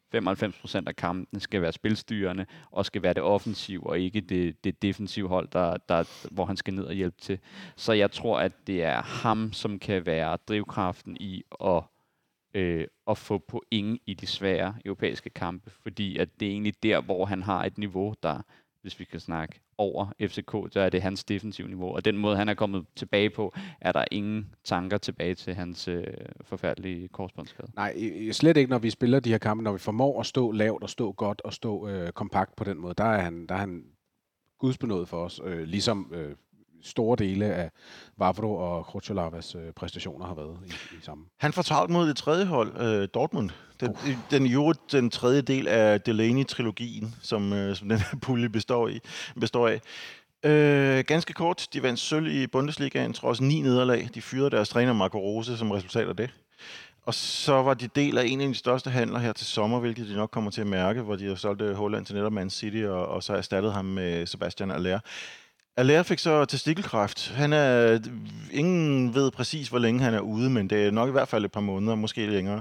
femoghalvfems procent af kampen skal være spilstyrende, og skal være det offensiv, og ikke det, det defensive hold, der, der, hvor han skal ned og hjælpe til. Så jeg tror, at det er ham, som kan være drivkraften i at, øh, at få point i de svære europæiske kampe, fordi at det er egentlig der, hvor han har et niveau, der, hvis vi kan snakke over F C K, så er det hans defensive niveau. Og den måde, han er kommet tilbage på, er der ingen tanker tilbage til hans øh, forfærdelige korsbåndsskade. Nej, slet ikke, når vi spiller de her kampe, når vi formår at stå lavt og stå godt og stå øh, kompakt på den måde. Der er han, der er han gudsbenået for os, øh, ligesom øh, store dele af Vavro og Krocholavas øh, præstationer har været i, i sammen. Han får travlt mod det tredje hold, øh, Dortmund. Den, uh. den, jo, den tredje del af Delaney-trilogien, som, øh, som den her pulje består, i, består af. Øh, ganske kort, de vandt sølv i Bundesligaen, trods ni nederlag. De fyrede deres træner Marco Rose som resultat af det. Og så var de del af en af de største handler her til sommer, hvilket de nok kommer til at mærke, hvor de har solgt Haaland til netop Man City, og, og så erstattede ham med Sebastian Aller. Aller fik så testikelkræft. Han er, ingen ved præcis, hvor længe han er ude, men det er nok i hvert fald et par måneder, måske længere.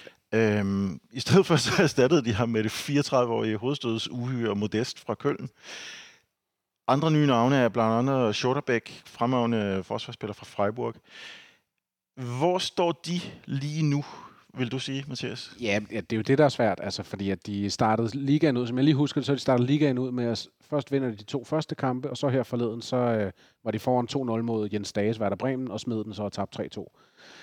Øhm, I stedet for så erstattede de ham med det fireogtredive-årige hovedstøds uhyre Modest fra Køln. Andre nye navne er blandt andet Schotterbeck, fremragende forsvarsspiller fra Freiburg. Hvor står de lige nu, vil du sige, Mathias? Ja, det er jo det, der er svært, altså, fordi at de startede ligaen ud, som jeg lige husker det, så de startede ligaen ud med at først vinder de de to første kampe, og så her forleden, så øh, var de foran to nul mod Jens Dages Werder Bremen, og smed den så og tabte tre to.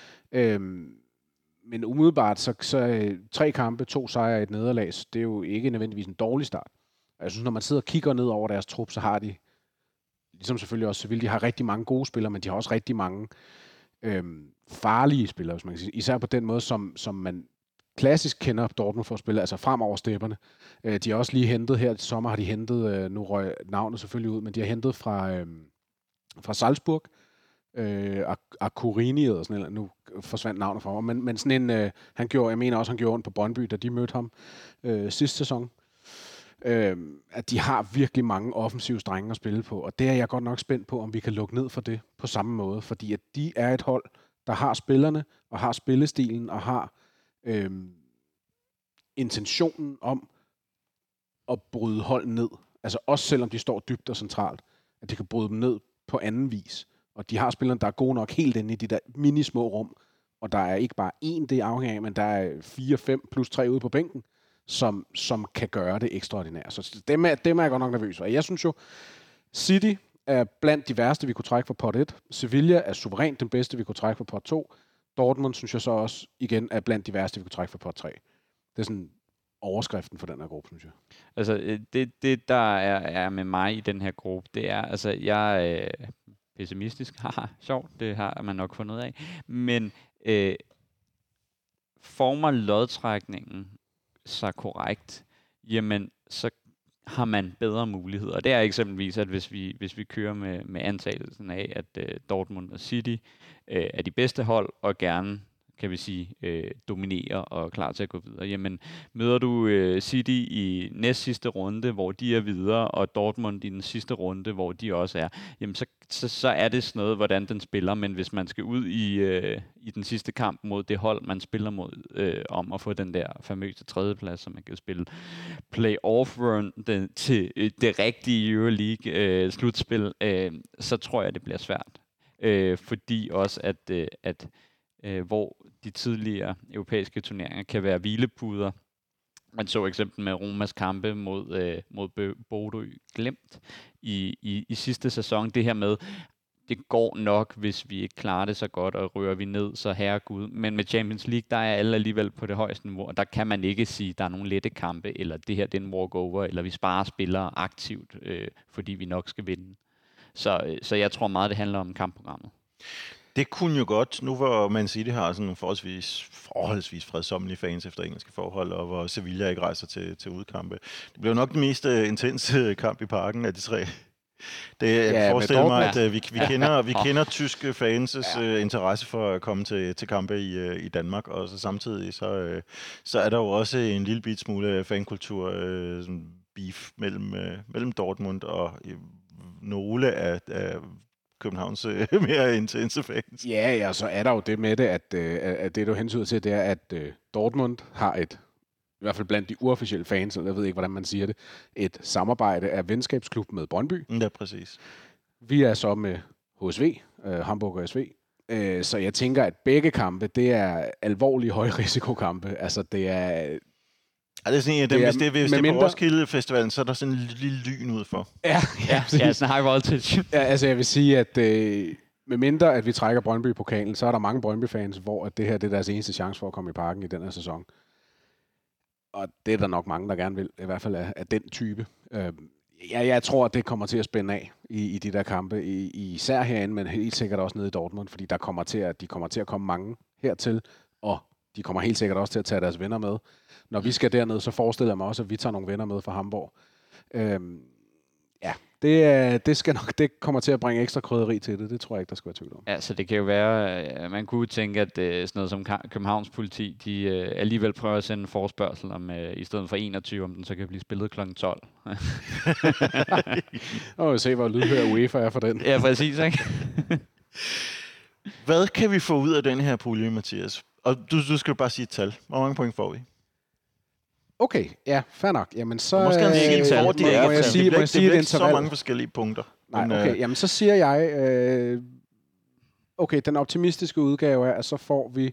Øhm, men umiddelbart, så, så øh, tre kampe, to sejre og et nederlag, det er jo ikke nødvendigvis en dårlig start. Jeg synes, når man sidder og kigger ned over deres trup, så har de, ligesom selvfølgelig også Sevilla, de har rigtig mange gode spillere, men de har også rigtig mange øhm, farlige spillere, hvis man kan sige. Især på den måde, som, som man klassisk kender Dortmund for at spille, altså fremover stepperne. Øh, de har også lige hentet her til sommer, har de hentet, øh, nu røg navnet selvfølgelig ud, men de har hentet fra, øh, fra Salzburg, øh, Akurini eller sådan noget, nu forsvandt navnet for mig, men, men sådan en, øh, han gjorde, jeg mener også, han gjorde ondt på Brøndby, da de mødte ham øh, sidste sæson. Øh, at de har virkelig mange offensive strenge at spille på, og det er jeg godt nok spændt på, om vi kan lukke ned for det på samme måde, fordi at de er et hold, der har spillerne, og har spillestilen, og har øh, intentionen om at bryde hold ned. Altså også selvom de står dybt og centralt, at de kan bryde dem ned på anden vis. Og de har spillerne, der er gode nok helt inde i de der mini-små rum, og der er ikke bare én, det er afhængig af, men der er fire, fem plus tre ude på bænken, som, som kan gøre det ekstraordinært. Så dem er, dem er jeg godt nok nervøs for. Jeg synes jo, City er blandt de værste, vi kunne trække fra pot et. Sevilla er suverænt den bedste, vi kunne trække fra pot to. Dortmund synes jeg så også igen er blandt de værste, vi kunne trække fra pot tre. Det er sådan overskriften for den her gruppe, synes jeg. Altså, det, det der er, er med mig i den her gruppe, det er, altså, jeg er øh, pessimistisk. Haha, sjovt, det har man nok fundet ud af. Men øh, former lodtrækningen sig korrekt, jamen, så har man bedre muligheder. Og det er eksempelvis, at hvis vi, hvis vi kører med, med antagelsen af, at øh, Dortmund og City øh, er de bedste hold, og gerne, kan vi sige, øh, dominerer og er klar til at gå videre. Jamen, møder du øh, City i næst sidste runde, hvor de er videre, og Dortmund i den sidste runde, hvor de også er, jamen så, så, så er det sådan noget, hvordan den spiller. Men hvis man skal ud i, øh, i den sidste kamp mod det hold, man spiller mod, øh, om at få den der famøse tredjeplads, så man kan spille play-off-run den, til øh, det rigtige Euroleague-slutspil, øh, øh, så tror jeg, det bliver svært. Øh, fordi også, at, øh, at øh, hvor de tidligere europæiske turneringer kan være hvilepuder. Man så eksempel med Romas kampe mod, øh, mod Bodø glemt i, i, i sidste sæson. Det her med, det går nok, hvis vi ikke klarer det så godt, og rører vi ned, så herregud. Men med Champions League, der er alle alligevel på det højeste niveau, og der kan man ikke sige, at der er nogle lette kampe, eller det her det er en walkover, eller vi sparer spillere aktivt, øh, fordi vi nok skal vinde. Så, øh, så jeg tror meget, det handler om kampprogrammet. Det kunne jo godt, nu hvor Man City har sådan nogle forholdsvis, forholdsvis fredsommelige fans efter engelske forhold, og hvor Sevilla ikke rejser til, til udkampe. Det blev nok den mest uh, intense kamp i parken af de tre. Det ja, forestiller mig, at uh, vi, vi, kender, vi kender tyske fans' uh, interesse for at komme til, til kampe i, uh, i Danmark, og så samtidig så, uh, så er der jo også en lille bit smule fankultur, uh, sådan beef mellem, uh, mellem Dortmund og uh, nogle af, af Københavns øh, mere intense fans. Ja, ja, så er der jo det med det, at, øh, at det du hensyder til, det er, at øh, Dortmund har et i hvert fald blandt de uofficielle fans, eller jeg ved ikke, hvordan man siger det, et samarbejde af venskabsklub med Brøndby. Ja, præcis. Vi er så med H S V, øh, Hamburg og S V. Øh, så jeg tænker, at begge kampe, det er alvorlige højrisikokampe. Altså, det er... Ja, det er sådan en af dem, det er, hvis det, hvis det er mindre... på Roskilde Festivalen, så er der sådan en lille lyn ud for. Ja, ja, ja sådan high voltage. Ja, altså jeg vil sige, at øh, med mindre, at vi trækker Brøndby-pokalen, så er der mange Brøndby-fans, hvor at det her det er deres eneste chance for at komme i parken i den her sæson. Og det er der nok mange, der gerne vil, i hvert fald af, af den type. Øh, ja, jeg tror, at det kommer til at spænde af i, i de der kampe, i, især herinde, men helt sikkert også nede i Dortmund, fordi der kommer til at, de kommer til at komme mange hertil, og de kommer helt sikkert også til at tage deres venner med. Når vi skal derned, så forestiller jeg mig også, at vi tager nogle venner med fra Hamburg. Øhm, ja, det, det, skal nok, det kommer til at bringe ekstra krydderi til det. Det tror jeg ikke, der skal være tvivl om. Ja, så det kan jo være, man kunne tænke, at uh, sådan noget som Københavns politi, de uh, alligevel prøver at sende en forespørgsel om, uh, i stedet for enogtyve, om den så kan blive spillet klokken tolv. Og vi se, hvor lydhør UEFA er for den. Ja, præcis, ikke? Hvad kan vi få ud af den her pulje, Mathias? Og du, du skal bare sige et tal. Hvor mange point får vi? Okay, ja, fair nok. Jamen så... Og måske det er ikke et tal. Må, Det er må ikke jeg et sige, må jeg det sige bliver et ikke så interval? mange forskellige punkter. Nej, Men, okay. øh, Jamen så siger jeg... Øh, okay, den optimistiske udgave er, at så får vi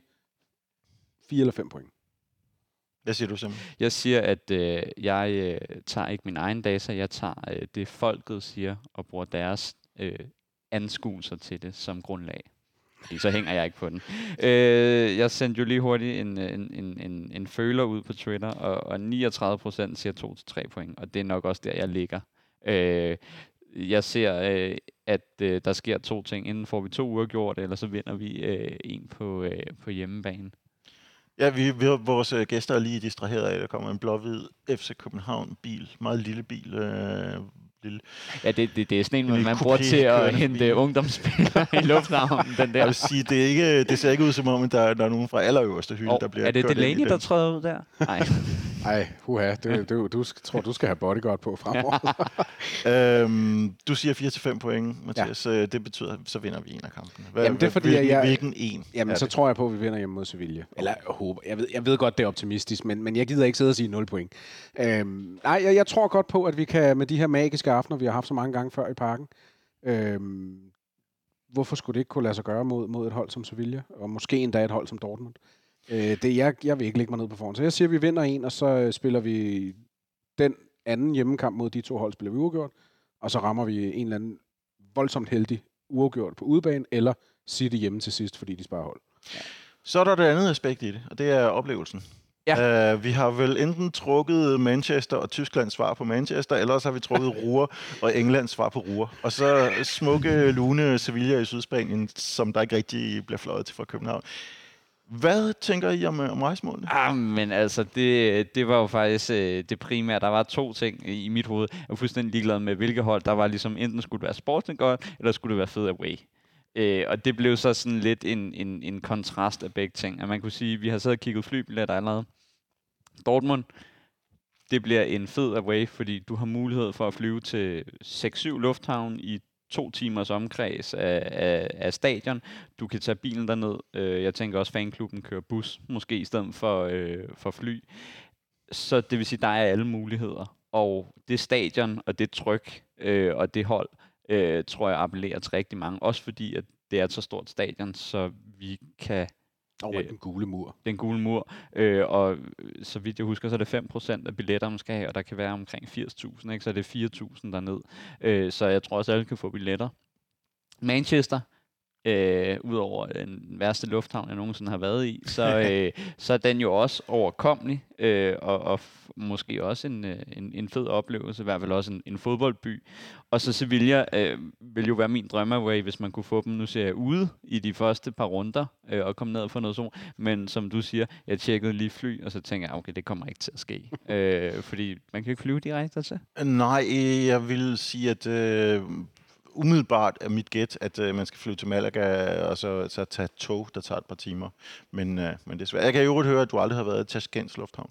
fire eller fem point. Hvad siger du, Simon? Jeg siger, at øh, jeg øh, tager ikke min egen data, jeg tager øh, det folket siger, og bruger deres øh, anskuelser til det som grundlag. Fordi så hænger jeg ikke på den. Øh, jeg sendte jo lige hurtigt en, en, en, en, en føler ud på Twitter, og, og niogtredive procent siger to til tre point, og det er nok også der, jeg ligger. Øh, jeg ser, øh, at øh, der sker to ting. Enten får vi to uafgjort, eller så vinder vi øh, en på, øh, på hjemmebane. Ja, vi, vi vores øh, gæster er lige distraheret af, at der kommer en blåhvid F C København-bil. Meget lille bil. Øh, lille. Ja, det, det, det er sådan en, En man coupé bruger til at kørende hente bil. ungdomsspillere i lufthavnen. Den der. Jeg vil sige, det, er ikke, det ser ikke ud som om, at der, der er nogen fra allerøverste hylde, Oh, der bliver er det kørt ind i Delaney, den. der træder ud der? Nej. Ej, huha, det, du, du tror, du skal have bodyguard på fremover. øhm, du siger fire til fem point, Mathias. Ja. Det betyder, så vinder vi en af kampene. Hvad, Jamen, det er fordi, hvilken, jeg- hvilken en? Jamen, så det? tror jeg på, at vi vinder hjemme mod Sevilla. Eller jeg håber. Jeg ved, jeg ved godt, det er optimistisk, men, men jeg gider ikke sidde og sige nul point. Øhm, nej, jeg, jeg tror godt på, at vi kan med de her magiske aftener, vi har haft så mange gange før i parken, øhm, hvorfor skulle det ikke kunne lade sig gøre mod, mod et hold som Sevilla, og måske endda et hold som Dortmund? Øh, det, jeg, jeg vil ikke lægge mig ned på forhånd. Så jeg siger, at vi vinder en, og så øh, spiller vi den anden hjemmekamp mod de to hold, spiller vi uafgjort, og så rammer vi en eller anden voldsomt heldig uafgjort på udebane, eller City hjemme til sidst, fordi de sparer hold. Så er der det andet aspekt i det, og det er oplevelsen. Ja. Uh, vi har vel enten trukket Manchester og Tysklands svar på Manchester, eller så har vi trukket Ruhr og Englands svar på Ruhr. Og så smukke lune Sevilla i Sydspanien, som der ikke rigtig bliver fløjet til fra København. Hvad tænker I om, om rejsemålene? Ah, men altså, det, det var jo faktisk øh, det primære. Der var to ting i mit hoved. Jeg var fuldstændig ligeglad med, hvilke hold. Der var ligesom, enten skulle det være sportsligt godt, eller skulle det være fed away. Øh, og det blev så sådan lidt en, en, en kontrast af begge ting. At man kunne sige, at vi har siddet og kigget flybilletter allerede. Dortmund, det bliver en fed away, fordi du har mulighed for at flyve til seks syv lufthavn i to timers omkreds af, af, af stadion. Du kan tage bilen derned. Øh, jeg tænker også, fanklubben kører bus, måske i stedet for, øh, for fly. Så det vil sige, der er alle muligheder. Og det stadion og det tryk øh, og det hold, øh, tror jeg appellerer til rigtig mange. Også fordi, at det er et så stort stadion, så vi kan... Over Øh, den gule mur. Den gule mur, øh, og så vidt jeg husker, så er det fem procent af billetter, man skal have, og der kan være omkring firs tusind, ikke? Så er det fire tusind derned. Øh, så jeg tror også, alle kan få billetter. Manchester, øh, udover den værste lufthavn, jeg nogensinde har været i, så, øh, så er den jo også overkommelig, øh, og, og f- måske også en, en, en fed oplevelse, i hvert fald også en, en fodboldby. Og så Sevilla øh, vil jo være min drømmeaway, hvis man kunne få dem, nu ser jeg ude i de første par runder, øh, og komme ned og få noget sol. Men som du siger, jeg tjekkede lige fly, og så tænker jeg, okay, det kommer ikke til at ske. øh, fordi man kan ikke flyve direkte til. Nej, jeg vil sige, at øh, umiddelbart er mit gæt, at øh, man skal flyve til Malaga, og så, så tage et tog, der tager et par timer. Men, øh, men det er svært. Jeg kan jo høre, at du aldrig har været i Tashkents lufthavn.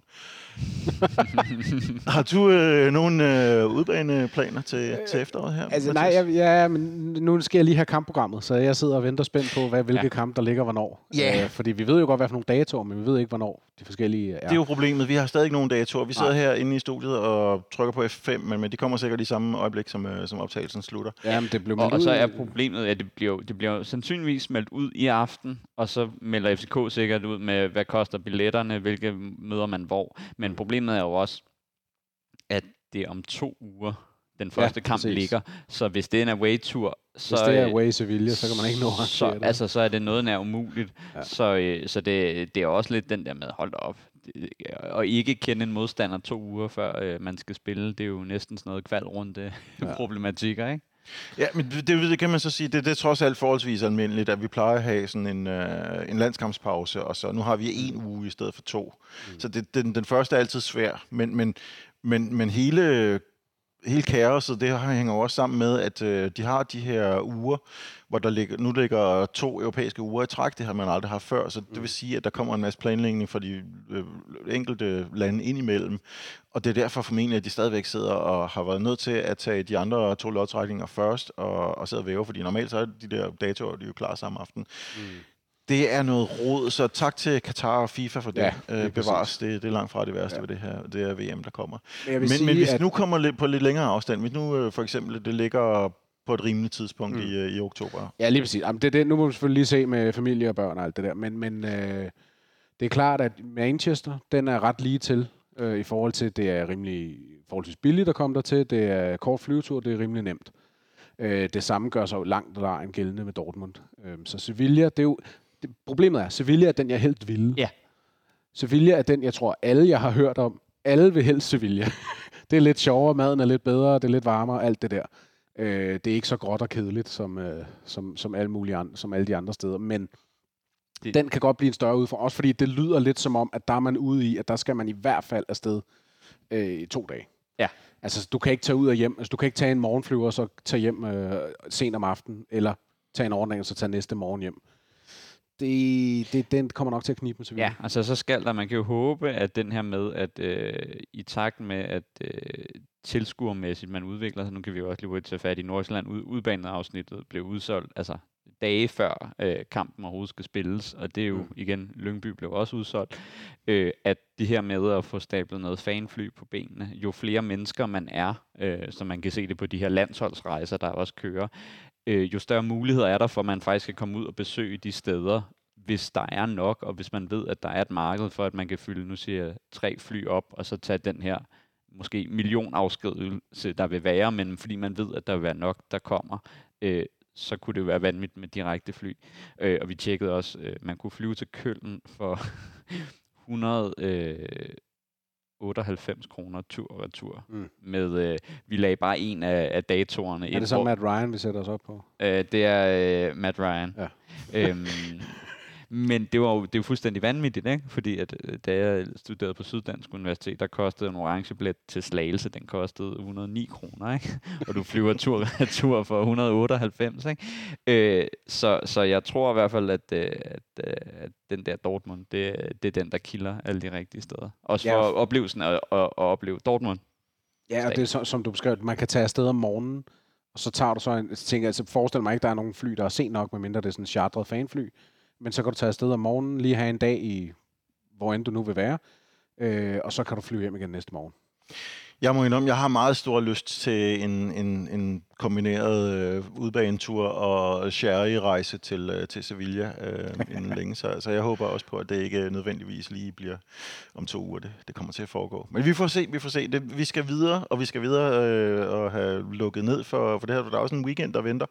Har du øh, nogle øh, udbaneplaner til, til efteråret her? Altså nej, Mathias? jeg, ja, men nu skal jeg lige have kampprogrammet, så jeg sidder og venter spændt på, hvad, hvilke Ja. kamp, der ligger hvornår. Ja. Øh, fordi vi ved jo godt, hvad for nogle datoer, men vi ved ikke, hvornår de forskellige er. Det er jo problemet. Vi har stadig ikke nogen datoer. Vi sidder Nej. her inde i studiet og trykker på F fem, men, men de kommer sikkert i samme øjeblik, som, øh, som optagelsen slutter. Ja, men det blev Og, og så ud- er problemet, at det bliver, det bliver sandsynligvis meldt ud i aften, og så melder F C K sikkert ud med, hvad koster billetterne, hvilke møder man hvor. Men problemet er jo også, at det er om to uger, den første Ja, kamp præcis. ligger. Så hvis det er en away-tur, så, Hvis det er away i Sevilla, så kan man ikke nå at så, se det. altså, så er det noget nær umuligt. Ja. Så, øh, så det, det er også lidt den der med, hold da op, det, og ikke kende en modstander to uger før øh, man skal spille, det er jo næsten sådan noget kvalrunde Ja. problematikker, ikke? Ja, men det, det kan man så sige, det, det er trods alt forholdsvis almindeligt, at vi plejer at have sådan en, øh, en landskampspause, og så nu har vi en uge i stedet for to. Mm. Så det, den, den første er altid svær, men, men, men, men hele, hele kaoset, det hænger også sammen med, at øh, de har de her uger, hvor der ligger, nu ligger to europæiske uger i træk, det har man aldrig haft før, så det vil sige, at der kommer en masse planlægning for de øh, enkelte lande ind imellem, og det er derfor formentlig, at de stadigvæk sidder og har været nødt til at tage de andre to lodtrækninger først, og, og sidde og væve, fordi normalt så er de der datoer, de er jo klar samme aften. Mm. Det er noget rod, så tak til Katar og FIFA for det. Ja, Ja, øh, bevares, det, det er langt fra det værste ja. ved det her, det er V M, der kommer. Men, jeg vil Men, sige, men hvis at nu kommer lidt på lidt længere afstand, hvis nu øh, for eksempel det ligger på et rimeligt tidspunkt mm. i, øh, i oktober. Ja, lige præcis. Jamen, det, er det, nu må vi selvfølgelig lige se med familie og børn og alt det der, men, men øh, det er klart, at Manchester, den er ret lige til, øh, i forhold til, det er rimelig forholdsvis billigt at komme der til, det er kort flyvetur, det er rimelig nemt. Øh, det samme gør sig jo langt end gældende med Dortmund. Øh, så Sevilla, det er jo, det, problemet er, Sevilla er den, jeg helt vil. Ja. Sevilla er den, jeg tror, alle, jeg har hørt om, alle vil helst Sevilla. Det er lidt sjovere, maden er lidt bedre, det er lidt varmere, alt det der. Øh, det er ikke så gråt og kedeligt, som, øh, som, som, alle mulige andre, som alle de andre steder, men det. Den kan godt blive en større udfordring, også fordi det lyder lidt som om, at der er man ude i, at der skal man i hvert fald afsted øh, i to dage. Ja. Altså, du kan ikke tage ud og hjem, altså, du kan ikke tage en morgenflyver og så tage hjem øh, sent om aftenen, eller tage en overnatning og så tage næste morgen hjem. Det, det, den kommer nok til at knibe med Sevilla. Ja, altså så skal der, man kan jo håbe, at den her med, at øh, i takt med, at øh, tilskuermæssigt man udvikler sig, nu kan vi jo også lige tage fat i Nordsjælland, ud, udbaneafsnittet blev udsolgt, altså dage før øh, kampen overhovedet skal spilles, og det er jo mm. igen, Lyngby blev også udsolgt, øh, at det her med at få stablet noget fanfly på benene, jo flere mennesker man er, øh, så man kan se det på de her landsholdsrejser, der også kører, øh, jo større muligheder er der for, at man faktisk kan komme ud og besøge de steder, hvis der er nok, og hvis man ved, at der er et marked for, at man kan fylde, nu siger jeg, tre fly op, og så tage den her måske millionafskedelse, der vil være, men fordi man ved, at der vil være nok, der kommer, øh, så kunne det jo være vanvittigt med direkte fly. Øh, og vi tjekkede også, øh, man kunne flyve til Køln for et hundrede otteoghalvfems kroner tur og retur. Mm. Med, øh, vi lagde bare en af, af datorerne. Er det så Matt Ryan, vi sætter os op på? Øh, det er øh, Matt Ryan. Ja. Øhm, men det var jo det er jo fuldstændig vanvittigt, ikke? Fordi at, da jeg studerede på Syddansk Universitet, der kostede en orange billet til Slagelse, den kostede et hundrede og ni kroner, ikke? Og du flyver tur tur for et hundrede og otteoghalvfems, ikke? Øh, så, så jeg tror i hvert fald, at, at, at den der Dortmund, det, det er den, der kilder alle de rigtige steder. Også for ja. oplevelsen at, at, at opleve Dortmund. Ja, og det er så, som du beskrev, man kan tage afsted om morgenen, og så tager du så en, tænker, altså forestil mig ikke, der er nogen fly, der er sent nok, medmindre det er sådan en chartret fanfly, men så kan du tage afsted om morgenen, lige have en dag i, hvor end du nu vil være, øh, og så kan du flyve hjem igen næste morgen. Jeg må indrømme, jeg har meget stor lyst til en, en, en kombineret øh, udbanetur og sherry-rejse til, øh, til Sevilla øh, inden længe, så, så jeg håber også på, at det ikke nødvendigvis lige bliver om to uger, det, det kommer til at foregå. Men vi får se, vi får se. Det, vi skal videre, og vi skal videre øh, og have lukket ned for, for det her. Der er også en weekend, der venter.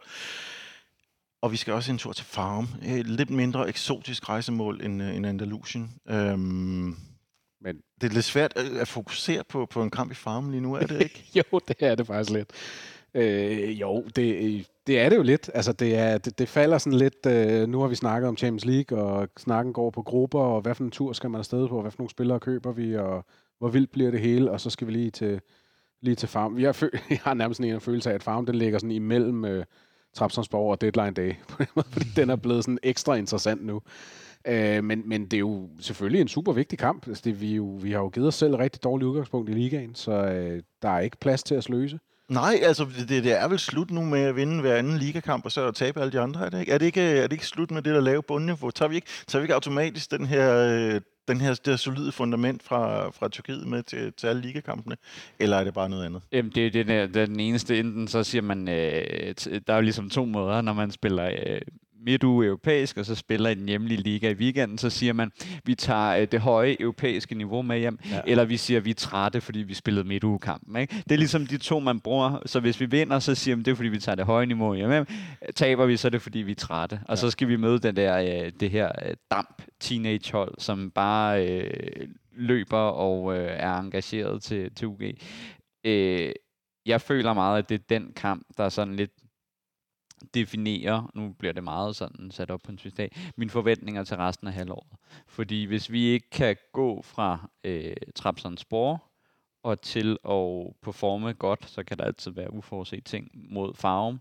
Og vi skal også en tur til Farum. Et lidt mindre eksotisk rejsemål end, end Andalusien. Øhm, Men det er lidt svært at, at fokusere på, på en kamp i Farum lige nu, er det ikke? Jo, det er det faktisk lidt. Øh, jo, det, det er det jo lidt. Altså, det, er, det, det falder sådan lidt... Øh, nu har vi snakket om Champions League, og snakken går på grupper, og hvad for en tur skal man afsted på, og hvad for nogle spillere køber vi, og hvor vildt bliver det hele, og så skal vi lige til, lige til Farum. Jeg, føl- jeg har nærmest sådan en følelse af, at Farum den ligger sådan imellem... Øh, Trabzonspor og Deadline Day, fordi den er blevet sådan ekstra interessant nu. Øh, men, men det er jo selvfølgelig en super vigtig kamp. Altså det, vi, jo, vi har jo givet os selv et rigtig dårligt udgangspunkt i ligaen, så øh, der er ikke plads til at sløse. Nej, altså det, det er vel slut nu med at vinde hver anden ligakamp, og så at tabe alle de andre, er det ikke? Er det ikke, er det ikke slut med det der lave bundniveau? Tager vi ikke, tager vi ikke automatisk den her øh, den her, det her solide fundament fra, fra Tyrkiet med til, til alle ligakampene, eller er det bare noget andet? Jamen, det, det, det, det er den eneste. Enten så siger man, øh, t- der er jo ligesom to måder, når man spiller øh, midtuge europæisk, og så spiller i den hjemlige liga i weekenden, så siger man, vi tager øh, det høje europæiske niveau med hjem, ja. Eller vi siger, vi er trætte, fordi vi spillede midtugekampen. Ikke? Det er ligesom de to, man bruger. Så hvis vi vinder, så siger man, det er, fordi vi tager det høje niveau hjem. Taber vi, så er det, fordi vi er trætte. Og ja. Så skal vi møde den der, øh, det her øh, damp teenagehold, som bare øh, løber og øh, er engageret til, til U G. Øh, jeg føler meget, at det er den kamp, der sådan lidt definerer, nu bliver det meget sådan sat op på en dag, mine forventninger til resten af halvåret. Fordi hvis vi ikke kan gå fra øh, Trabzonspor og til at performe godt, så kan der altid være uforudset ting mod Farum,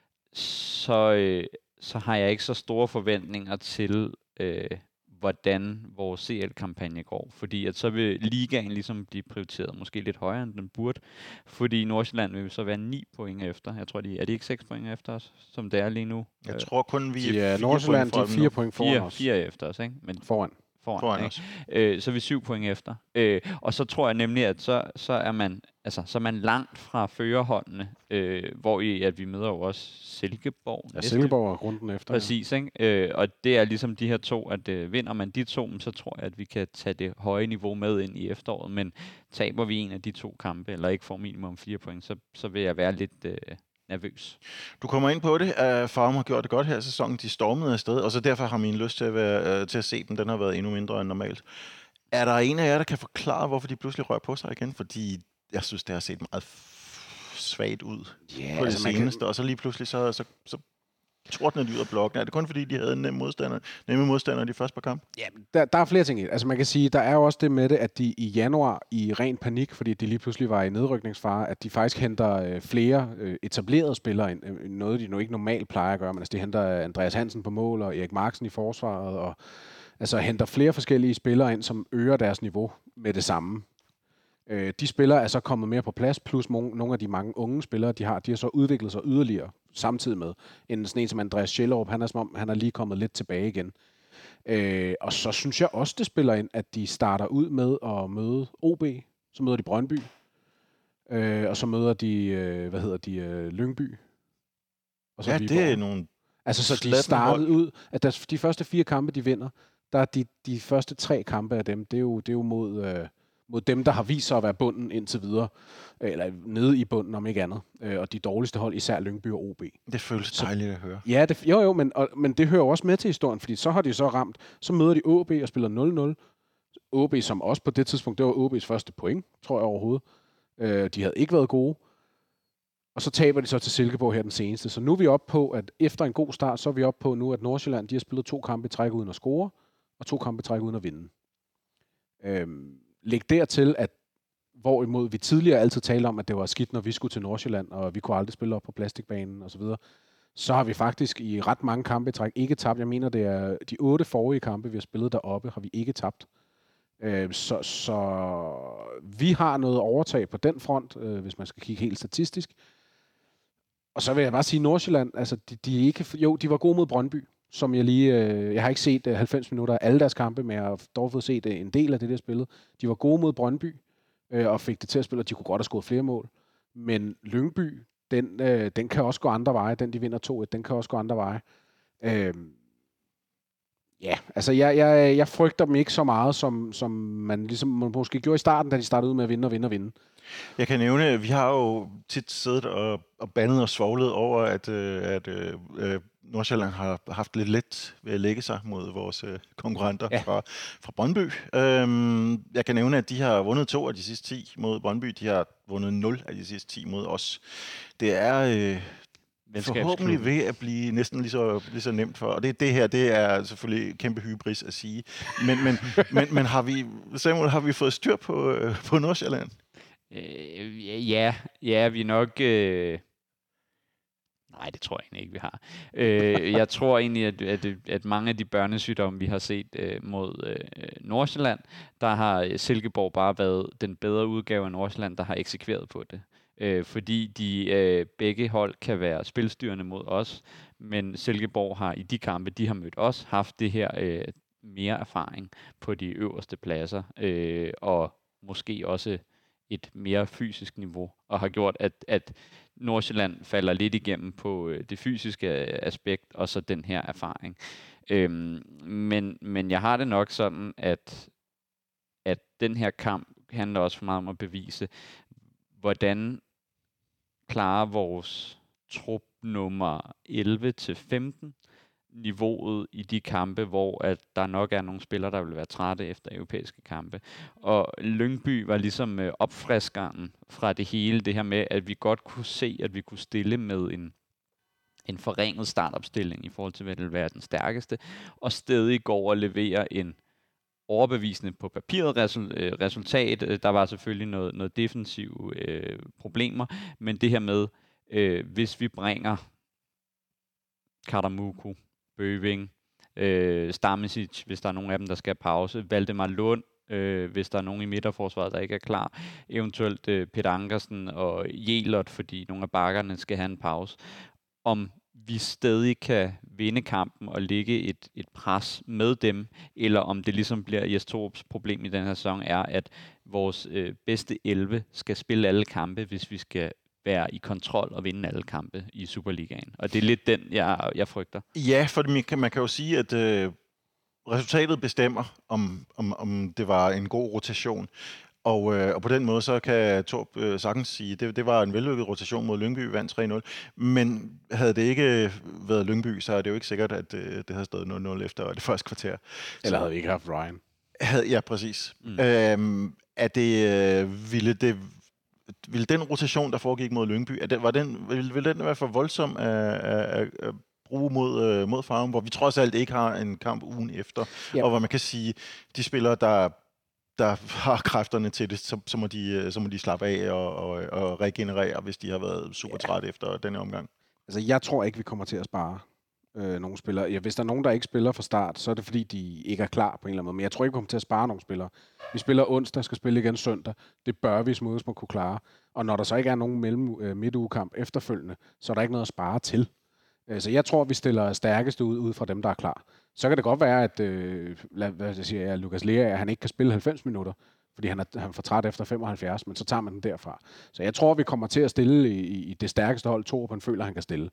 så, øh, så har jeg ikke så store forventninger til, øh, hvordan vores C L-kampagne går. Fordi at så vil ligaen ligesom blive prioriteret måske lidt højere, end den burde. Fordi Nordsjælland vil så være ni point efter. Jeg tror, de er de ikke seks point efter os, som det er lige nu? Jeg tror kun, vi er fire Nordsjælland, point de er fire point foran fire, os. Fire efter os, ikke? Men foran. Foran, foran os. Øh, så er vi syv point efter. Øh, og så tror jeg nemlig, at så, så er man altså så er man langt fra førerholdene, øh, hvor i, at vi møder jo også Silkeborg. Ja, Silkeborg er runden efter. Præcis, ikke? Øh, og det er ligesom de her to, at øh, vinder man de to, så tror jeg, at vi kan tage det høje niveau med ind i efteråret. Men taber vi en af de to kampe, eller ikke får minimum fire point, så, så vil jeg være lidt øh, nervøs. Du kommer ind på det, at Farum har gjort det godt her i sæsonen. De stormede afsted, og så derfor har min lyst til at, være, øh, til at se dem. Den har været endnu mindre end normalt. Er der en af jer, der kan forklare, hvorfor de pludselig rører på sig igen? Fordi jeg synes, det har set meget f- svagt ud yeah, på det altså seneste. kan... Og så lige pludselig, så, så, så tordner de ud af blokken. Er det kun fordi, de havde en nem modstander, nemme modstander de første par kampe? Ja, der, der er flere ting i. Altså man kan sige, der er jo også det med det, at de i januar i ren panik, fordi de lige pludselig var i nedrykningsfare, at de faktisk henter øh, flere øh, etablerede spillere ind. Øh, noget, de nu ikke normalt plejer at gøre, men altså de henter Andreas Hansen på mål og Erik Marksen i forsvaret, og altså henter flere forskellige spillere ind, som øger deres niveau med det samme. Øh, de spillere er så kommet mere på plads, plus mo- nogle af de mange unge spillere, de har, de har så udviklet sig yderligere samtidig med. En sådan en som Andreas Schellerup, han er som om, han er lige kommet lidt tilbage igen. Øh, og så synes jeg også, det spiller ind, at de starter ud med at møde O B, så møder de Brøndby, øh, og så møder de, øh, hvad hedder de, øh, Lyngby. Og så ja, Viborg. det er nogle Altså, så de startede ud, at der, de første fire kampe, de vinder, der er de, de første tre kampe af dem, det er jo, det er jo mod, øh, mod dem, der har vist sig at være bunden indtil videre, eller nede i bunden, om ikke andet. Øh, og de dårligste hold, især Lyngby og O B. Det føles dejligt at høre. Ja, det, jo jo, men, og, men det hører jo også med til historien, fordi så har de så ramt, så møder de O B og spiller nul nul. O B, som også på det tidspunkt, det var O B's første point, tror jeg overhovedet. Øh, de havde ikke været gode. Og så taber de så til Silkeborg her den seneste. Så nu er vi oppe på, at efter en god start, så er vi oppe på nu, at Nordsjælland, de har spillet to kampe i træk uden at score, og to kampe i træk uden at vinde. Øhm, læg dertil, at hvorimod vi tidligere altid talte om, at det var skidt, når vi skulle til Nordsjælland, og vi kunne aldrig spille op på plastikbanen osv., så, så har vi faktisk i ret mange kampe i træk ikke tabt. Jeg mener, det er de otte forrige kampe, vi har spillet deroppe, har vi ikke tabt. Øh, så, så vi har noget overtag på den front, øh, hvis man skal kigge helt statistisk. Og så vil jeg bare sige, Nordsjælland, altså de, de ikke, jo, de var gode mod Brøndby, som jeg lige, øh, jeg har ikke set øh, halvfems minutter af alle deres kampe, men jeg har dog fået set øh, en del af det der spillet. De var gode mod Brøndby, øh, og fik det til at spille, og de kunne godt have scoret flere mål. Men Lyngby, den, øh, den kan også gå andre veje, den de vinder to et, den kan også gå andre veje. Øh, ja, altså jeg, jeg, jeg frygter dem ikke så meget, som, som man ligesom måske gjorde i starten, da de startede ud med at vinde og vinde og vinde. Jeg kan nævne, at vi har jo tit siddet og, og bandet og svoglet over, at, øh, at øh, Nordsjælland har haft lidt let ved at lægge sig mod vores øh, konkurrenter ja. fra, fra Brøndby. Øhm, jeg kan nævne, at de har vundet to af de sidste ti mod Brøndby. De har vundet nul af de sidste ti mod os. Det er øh, forhåbentlig ved at blive næsten lige så, lige så nemt for. Og det, det her, det er selvfølgelig kæmpe hybris at sige. Men, men, men, men har vi, Samuel, har vi fået styr på, øh, på Nordsjælland? Øh, ja, ja, vi nok... Øh... Nej, det tror jeg egentlig ikke, vi har. Øh, jeg tror egentlig, at, at, at mange af de børnesygdomme, vi har set øh, mod øh, Nordsjælland, der har Silkeborg bare været den bedre udgave af Nordsjælland, der har eksekveret på det. Øh, fordi de øh, begge hold kan være spilstyrende mod os, men Silkeborg har i de kampe, de har mødt os, haft det her... Øh, mere erfaring på de øverste pladser, øh, og måske også et mere fysisk niveau, og har gjort, at, at Nordsjælland falder lidt igennem på øh, det fysiske aspekt, og så den her erfaring. Øhm, men, men jeg har det nok sådan, at, at den her kamp handler også for meget om at bevise, hvordan klarer vores trup nummer elleve til femten niveauet i de kampe, hvor at der nok er nogle spillere, der vil være trætte efter europæiske kampe. Og Lyngby var ligesom øh, opfriskeren fra det hele, det her med, at vi godt kunne se, at vi kunne stille med en, en forringet startopstilling i forhold til, hvad det vil være den stærkeste, og stadig går og leverer en overbevisende på papiret resultat. Der var selvfølgelig noget, noget defensive øh, problemer, men det her med, øh, hvis vi bringer Karamuku, Bøving, øh, Stamisic, hvis der er nogen af dem, der skal have pause, Valdemar Lund, øh, hvis der er nogen i midterforsvaret, der ikke er klar, eventuelt øh, Peter Ankersen og Jelert, fordi nogle af bakkerne skal have en pause, om vi stadig kan vinde kampen og ligge et, et pres med dem, eller om det ligesom bliver Jes Torups problem i den her sæson, er, at vores øh, bedste elleve skal spille alle kampe, hvis vi skal være i kontrol og vinde alle kampe i Superligaen. Og det er lidt den, jeg, jeg frygter. Ja, for man kan, man kan jo sige, at øh, resultatet bestemmer, om, om, om det var en god rotation. Og, øh, og på den måde, så kan Torp øh, sagtens sige, at det, det var en vellykket rotation mod Lyngby, vandt tre nul. Men havde det ikke været Lyngby, så er det jo ikke sikkert, at øh, det havde stået nul nul efter det første kvarter. Eller havde vi ikke haft Ryan? Havde, ja, præcis. Mm. Øhm, er det, øh, ville det... Ville den rotation, der foregik mod Lyngby, er det, var den, ville, ville den være for voldsom at, at, at bruge mod, øh, mod Farum, hvor vi trods alt ikke har en kamp ugen efter, ja. Og hvor man kan sige, de spillere, der, der har kræfterne til det, så, så, må, de, så må de slappe af og, og, og regenerere, hvis de har været super trætte ja. efter denne omgang. Altså, jeg tror ikke, vi kommer til at spare øh, nogle spillere. Ja, hvis der er nogen, der ikke spiller fra start, så er det fordi, de ikke er klar på en eller anden måde. Men jeg tror ikke, vi kommer til at spare nogle spillere. Vi spiller onsdag, skal spille igen søndag. Det bør vi som udgangspunkt kunne klare. Og når der så ikke er nogen mellem, øh, midtugekamp efterfølgende, så er der ikke noget at spare til. Øh, så jeg tror, vi stiller stærkeste ud, ud fra dem, der er klar. Så kan det godt være, at øh, lad, hvad jeg siger, Lukas Lea, at han ikke kan spille halvfems minutter, fordi han er, han er for træt efter femoghalvfjerds, men så tager man den derfra. Så jeg tror, vi kommer til at stille i, i det stærkeste hold, Torup, han føler, han kan stille.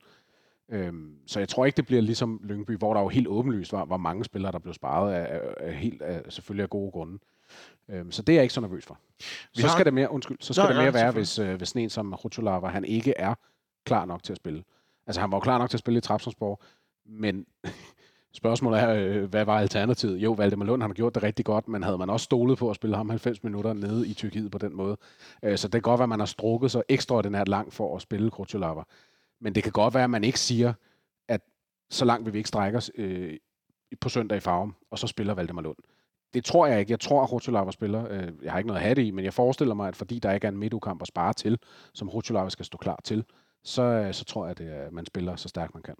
Øhm, så jeg tror ikke, det bliver ligesom Lyngby, hvor der jo helt åbenlyst var, var mange spillere, der blev sparet af, af, helt af, selvfølgelig af gode grunde. Øhm, så det er jeg ikke så nervøs for. Vi så har... skal det mere, undskyld, så skal Nå, det mere ja, være, hvis, øh, hvis sådan en som Rucholava, han ikke er klar nok til at spille. Altså, han var jo klar nok til at spille i Trabzonspor, men spørgsmålet er, øh, hvad var alternativet? Jo, Valdemar Lund, han har gjort det rigtig godt, men havde man også stolet på at spille ham halvfems minutter nede i Tyrkiet på den måde? Øh, så det kan godt være, at man har strukket sig ekstraordinært langt for at spille Rucholava. Men det kan godt være, at man ikke siger, at så langt vil vi ikke strække os øh, på søndag i Farum, og så spiller Valdemar Lund. Det tror jeg ikke. Jeg tror, at Rucholava spiller. Øh, jeg har ikke noget at have det i, men jeg forestiller mig, at fordi der ikke er en midtugekamp at spare til, som Rucholava skal stå klar til, så, så tror jeg, at man spiller så stærkt man kan.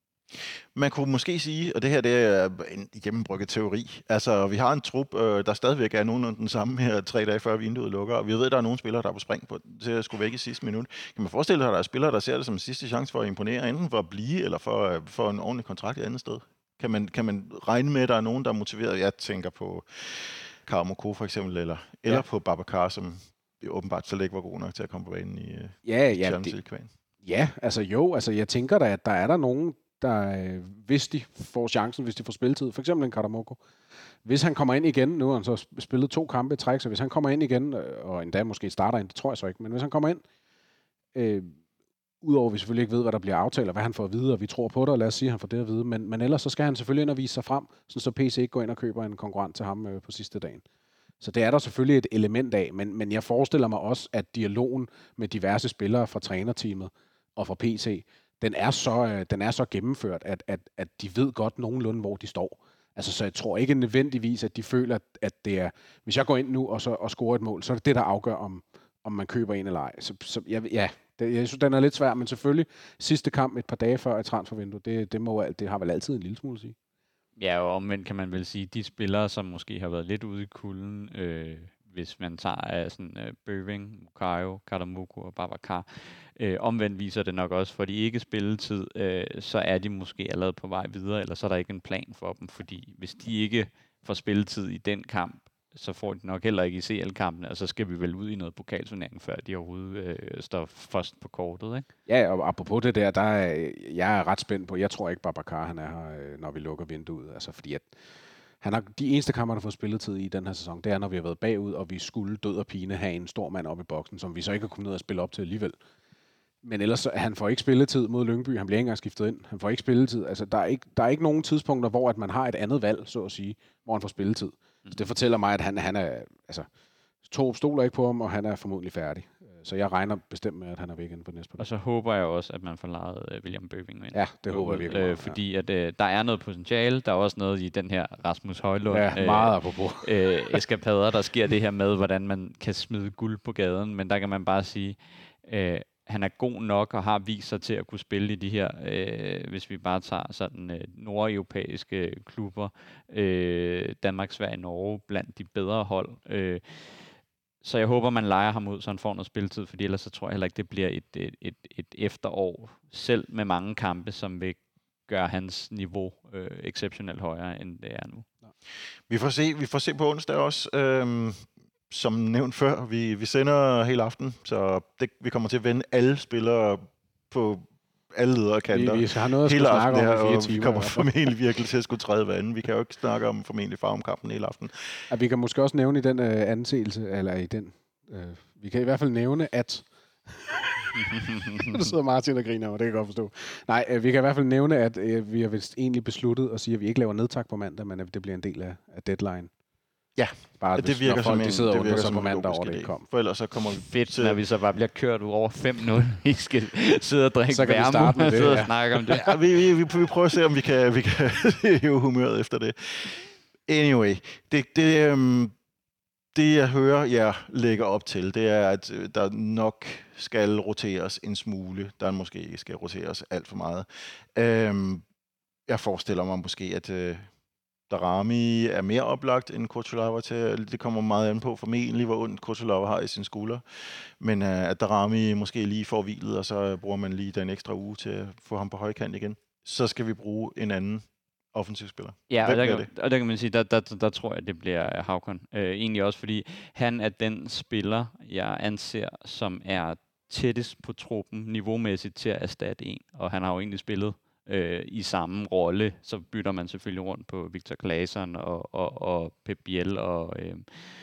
Man kunne måske sige, og det her det er en gennembrygget teori, altså vi har en trup, øh, der stadigvæk er nogenlunde den samme her tre dage før vinduet lukker, og vi ved, at der er nogle spillere, der er på spring på, til at skulle væk i sidste minut. Kan man forestille sig, at der er spillere, der ser det som en sidste chance for at imponere, enten for at blive, eller for, for en ordentlig kontrakt et andet sted? Kan man, kan man regne med, at der er nogen, der er motiveret? Jeg tænker på Karamoko for eksempel, eller, eller ja. på Babacar, som åbenbart slet ikke var god nok til at komme på banen i ja, ja, det, ja, altså jo, altså jeg tænker da, at der er der nogen, der, hvis de får chancen, hvis de får spilletid, for eksempel en Karamoko, hvis han kommer ind igen, nu har han så spillet to kampe i træk, så hvis han kommer ind igen, og endda måske starter ind, det tror jeg så ikke, men hvis han kommer ind, øh, udover at vi selvfølgelig ikke ved, hvad der bliver aftalt, og hvad han får at vide, og vi tror på det, og lad os sige, at han får det at vide, men, men ellers så skal han selvfølgelig ind og vise sig frem, så P C ikke går ind og køber en konkurrent til ham øh, på sidste dagen. Så det er der selvfølgelig et element af, men, men jeg forestiller mig også, at dialogen med diverse spillere fra trænerteamet og fra P C, den er så, øh, den er så gennemført, at, at, at de ved godt nogenlunde, hvor de står. Altså, så jeg tror ikke nødvendigvis, at de føler, at, at det er, hvis jeg går ind nu og, så, og scorer et mål, så er det det, der afgør, om, om man køber en eller ej. Så, så jeg, ja, det, jeg synes, den er lidt svær, men selvfølgelig sidste kamp et par dage før i transfervinduet, det, det, må, det har vel altid en lille smule at sige. Ja, og omvendt kan man vel sige, de spillere, som måske har været lidt ude i kulden, øh, hvis man tager af sådan øh, Bøving, Mukayo, Karamuku og Babacar. Øh, omvendt viser det nok også, for de ikke spilletid, øh, så er de måske allerede på vej videre, eller så er der ikke en plan for dem, fordi hvis de ikke får spilletid i den kamp, så får de nok heller ikke i C L-kampene, og så skal vi vel ud i noget pokalturnering, før de overhovedet øh, står først på kortet, ikke? Ja, og apropos det der, der er, jeg er ret spændt på, jeg tror ikke Babacar, han er her, når vi lukker vinduet, altså fordi at han har, de eneste kampe, der får spilletid i den her sæson, det er, når vi har været bagud, og vi skulle død og pine have en stor mand op i boksen, som vi så ikke har kommet ned og spille op til alligevel. Men ellers, han får ikke spilletid mod Lyngby, han bliver ikke engang skiftet ind, han får ikke spilletid, altså der er ikke, der er ikke nogen tidspunkter, hvor at man har et andet valg, så at sige, hvor han får spilletid. Så det fortæller mig, at han, han er, altså, Torup stoler ikke på ham, og han er formodentlig færdig. Så jeg regner bestemt med, at han er væk inden på næste. Og så håber jeg også, at man får lejet uh, William Bøving ind. Ja, det håber jeg virkelig. Øh, fordi at, øh, der er noget potentiale, der er også noget i den her Rasmus Højlund. Ja, meget apropos. øh, eskapader, der sker det her med, hvordan man kan smide guld på gaden, men der kan man bare sige, øh, han er god nok og har vist sig til at kunne spille i de her, øh, hvis vi bare tager sådan øh, nordeuropæiske klubber, øh, Danmark, Sverige, Norge, blandt de bedre hold. Øh, så jeg håber, man leger ham ud, så han får noget spilletid, fordi ellers så tror jeg heller ikke, det bliver et, et, et, et efterår, selv med mange kampe, som vil gøre hans niveau øh, exceptionelt højere, end det er nu. Vi får se, vi får se på onsdag også. Øhm Som nævnt før, vi, vi sender hele aften, så det, vi kommer til at vende alle spillere på alle ledere kanter. Vi, vi skal have noget at hele snakke om her, i fire og timer. Vi kommer formentlig virkelig til at skulle træde vandet. Vi kan jo ikke snakke om formentlig farmkampen hele aften. Ja, vi kan måske også nævne i den øh, anseelse, eller i den... Øh, vi kan i hvert fald nævne, at... Nu sidder Martin og griner over, det kan jeg godt forstå. Nej, øh, vi kan i hvert fald nævne, at øh, vi har vist egentlig besluttet at sige, at vi ikke laver nedtak på mandag, men at det bliver en del af, af deadline. Ja, bare ja, det virker hvis, som folk, en, de sidder det under virker sig som på mandag en over det idé. ikke kom. For ellers så kommer vi fedt, til... når vi så bare bliver kørt over fem nul. Vi skal sidde og drikke så kan vi værme starte med og det, sidde ja. og snakke om det. Ja, vi, vi, vi, vi prøver at se, om vi kan, vi kan hive humøret efter det. Anyway, det, det, øhm, det jeg hører jer lægger op til, det er, at der nok skal roteres en smule. Der måske ikke skal roteres alt for meget. Øhm, jeg forestiller mig måske, at øh, Darami er mere oplagt end Kurtulava til. Det kommer meget an på formentlig, hvor ondt Kurtulava har i sin skulder. Men øh, at Darami måske lige får hvilet, og så bruger man lige den ekstra uge til at få ham på højkant igen. Så skal vi bruge en anden offensiv spiller. Ja, og der, Hvem kan, er det? og der kan man sige, der, der, der tror jeg, det bliver Havkon. Øh, egentlig også, fordi han er den spiller, jeg anser, som er tættest på truppen niveaumæssigt til at erstatte en. Og han har jo egentlig spillet øh, i samme rolle. Så bytter man selvfølgelig rundt på Victor Claesson og, og, og Pep Biel og... Øh,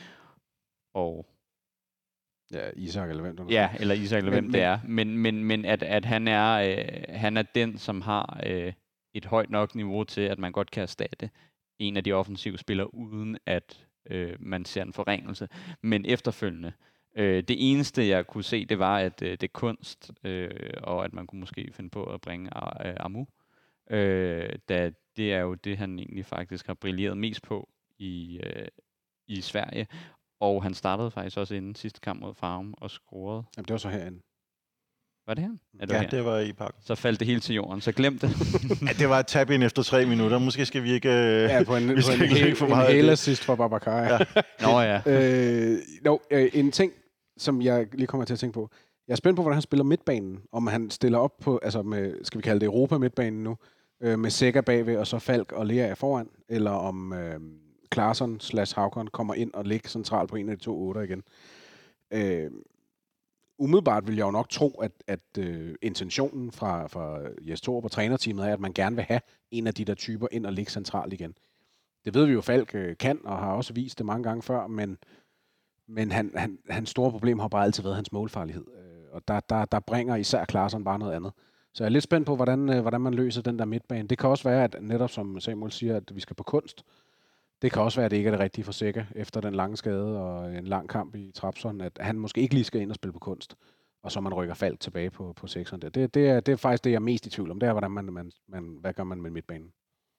og Ja, Isak eller hvem du Ja, eller Isak eller Men- hvem men- det er. Men, men, men at, at han, er, øh, han er den, som har øh, et højt nok niveau til, at man godt kan erstatte en af de offensive spillere, uden at øh, man ser en forringelse. Men efterfølgende, øh, det eneste jeg kunne se, det var, at øh, det er kunst, øh, og at man kunne måske finde på at bringe øh, Amu. Øh, da det er jo det, han egentlig faktisk har brilleret mest på i, øh, i Sverige. Og han startede faktisk også inden sidste kamp mod Farum og scorede. Jamen, det var så herinde. Var det han? Er det Ja, her? det var i pakken. Så faldt det hele til jorden, så glem det. Ja, det var et tab ind efter tre minutter. Måske skal vi ikke... Øh, Ja, på en, vi på skal en, ikke hel, lægge for en meget af hel det. assist fra Babacar. Ja. Nå ja. øh, no, øh, en ting, som jeg lige kommer til at tænke på. Jeg er spændt på, hvordan han spiller midtbanen. Om han stiller op på, altså med, skal vi kalde det Europa-midtbanen nu, øh, med Sækker bagved, og så Falk og Lea er foran, eller om øh, Klaarsson slash Havkon kommer ind og ligger centralt på en af de to otter igen. Øh, umiddelbart vil jeg jo nok tro, at, at øh, intentionen fra, fra Jes Torup og trænerteamet er, at man gerne vil have en af de der typer ind og ligge centralt igen. Det ved vi jo, Falk øh, kan, og har også vist det mange gange før, men, men han, han, hans store problem har bare altid været hans målfarlighed. Øh, og der, der, der bringer især Klaarsson bare noget andet. Så jeg er lidt spændt på, hvordan, øh, hvordan man løser den der midtbane. Det kan også være, at netop som Samuel siger, at vi skal på kunst. Det kan også være, at det ikke er det rigtige for Sækker efter den lange skade og en lang kamp i Trabzon, at han måske ikke lige skal ind og spille på kunst, og så man rykker Falk tilbage på, på sekseren der. Det, det, er, det er faktisk det, jeg er mest i tvivl om. Det er, hvordan man, man, man, hvad gør man med midtbanen?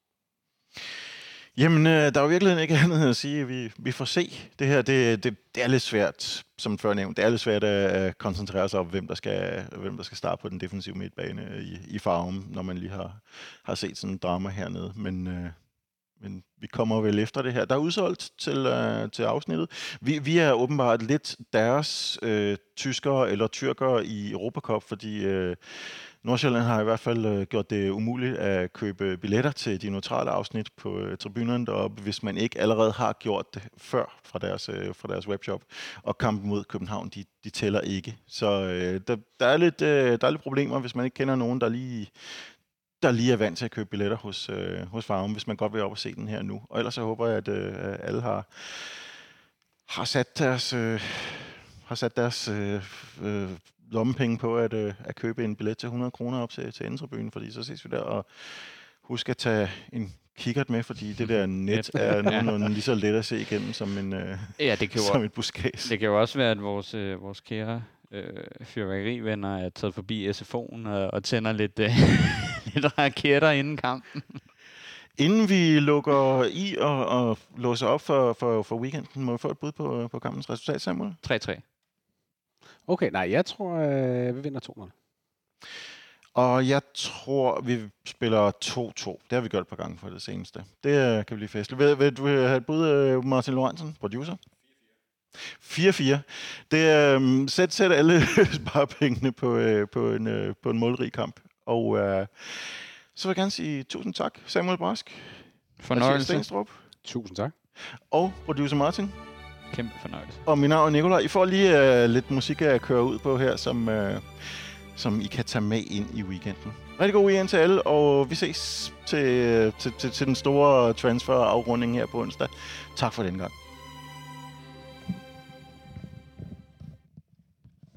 Jamen, øh, der er jo virkelig ikke andet at sige. Vi, vi får se. Det her, det, det, det er lidt svært, som før nævnt. Det er lidt svært at koncentrere sig om, hvem der skal, hvem der skal starte på den defensive midtbane i, i Farum, når man lige har, har set sådan en drama hernede. Men, øh, men vi kommer vel efter det her. Der er udsolgt til, øh, til afsnittet. Vi, vi er åbenbart lidt deres øh, tyskere eller tyrkere i Europacup, fordi øh, Nordsjælland har i hvert fald øh, gjort det umuligt at købe billetter til de neutrale afsnit på øh, tribunerne deroppe, hvis man ikke allerede har gjort det før fra deres, øh, fra deres webshop. Og kampen mod København, de, de tæller ikke. Så øh, der, der, er lidt, øh, der er lidt problemer, hvis man ikke kender nogen, der lige... der lige er vant til at købe billetter hos, øh, hos Farum, hvis man godt vil op og se den her nu. Og ellers så håber jeg, at øh, alle har, har sat deres, øh, har sat deres øh, øh, lommepenge på at, øh, at købe en billet til hundrede kroner op til, til Endetribunen, fordi så ses vi der, og husk at tage en kikkert med, fordi det der net er nogenlunde lige så let at se igennem som en øh, Ja, det kan jo, som et buskæs. det kan jo også være, at vores, øh, vores kære øh, fyrværkerivenner er taget forbi S F O'en og, og tænder lidt, øh, lidt raketter inden kampen. Inden vi lukker i og, og låser op for, for, for weekenden, må vi få et bud på, på kampens resultat, Samuel? tre tre. Okay, nej, jeg tror, øh, vi vinder to nul. Og jeg tror, vi spiller to to. Det har vi gjort et par gange for det seneste. Det uh, kan blive festligt. Vil, vil du have et bud, uh, Martin Lorentzen, producer? fire fire. Det um, sæt, sæt alle sparepengene på, uh, på, en, uh, på en målrig kamp. Og uh, så vil jeg gerne sige tusind tak, Samuel Brask. Fornøjelse. Tusind tak. Og producer Martin. Kæmpe fornøjelse. Og min navn er Nikolaj. I får lige uh, lidt musik at køre ud på her, som... Uh, som I kan tage med ind i weekenden. Rigtig god weekend til alle, og vi ses til, til, til, til den store transfer-afrunding her på onsdag. Tak for den gang.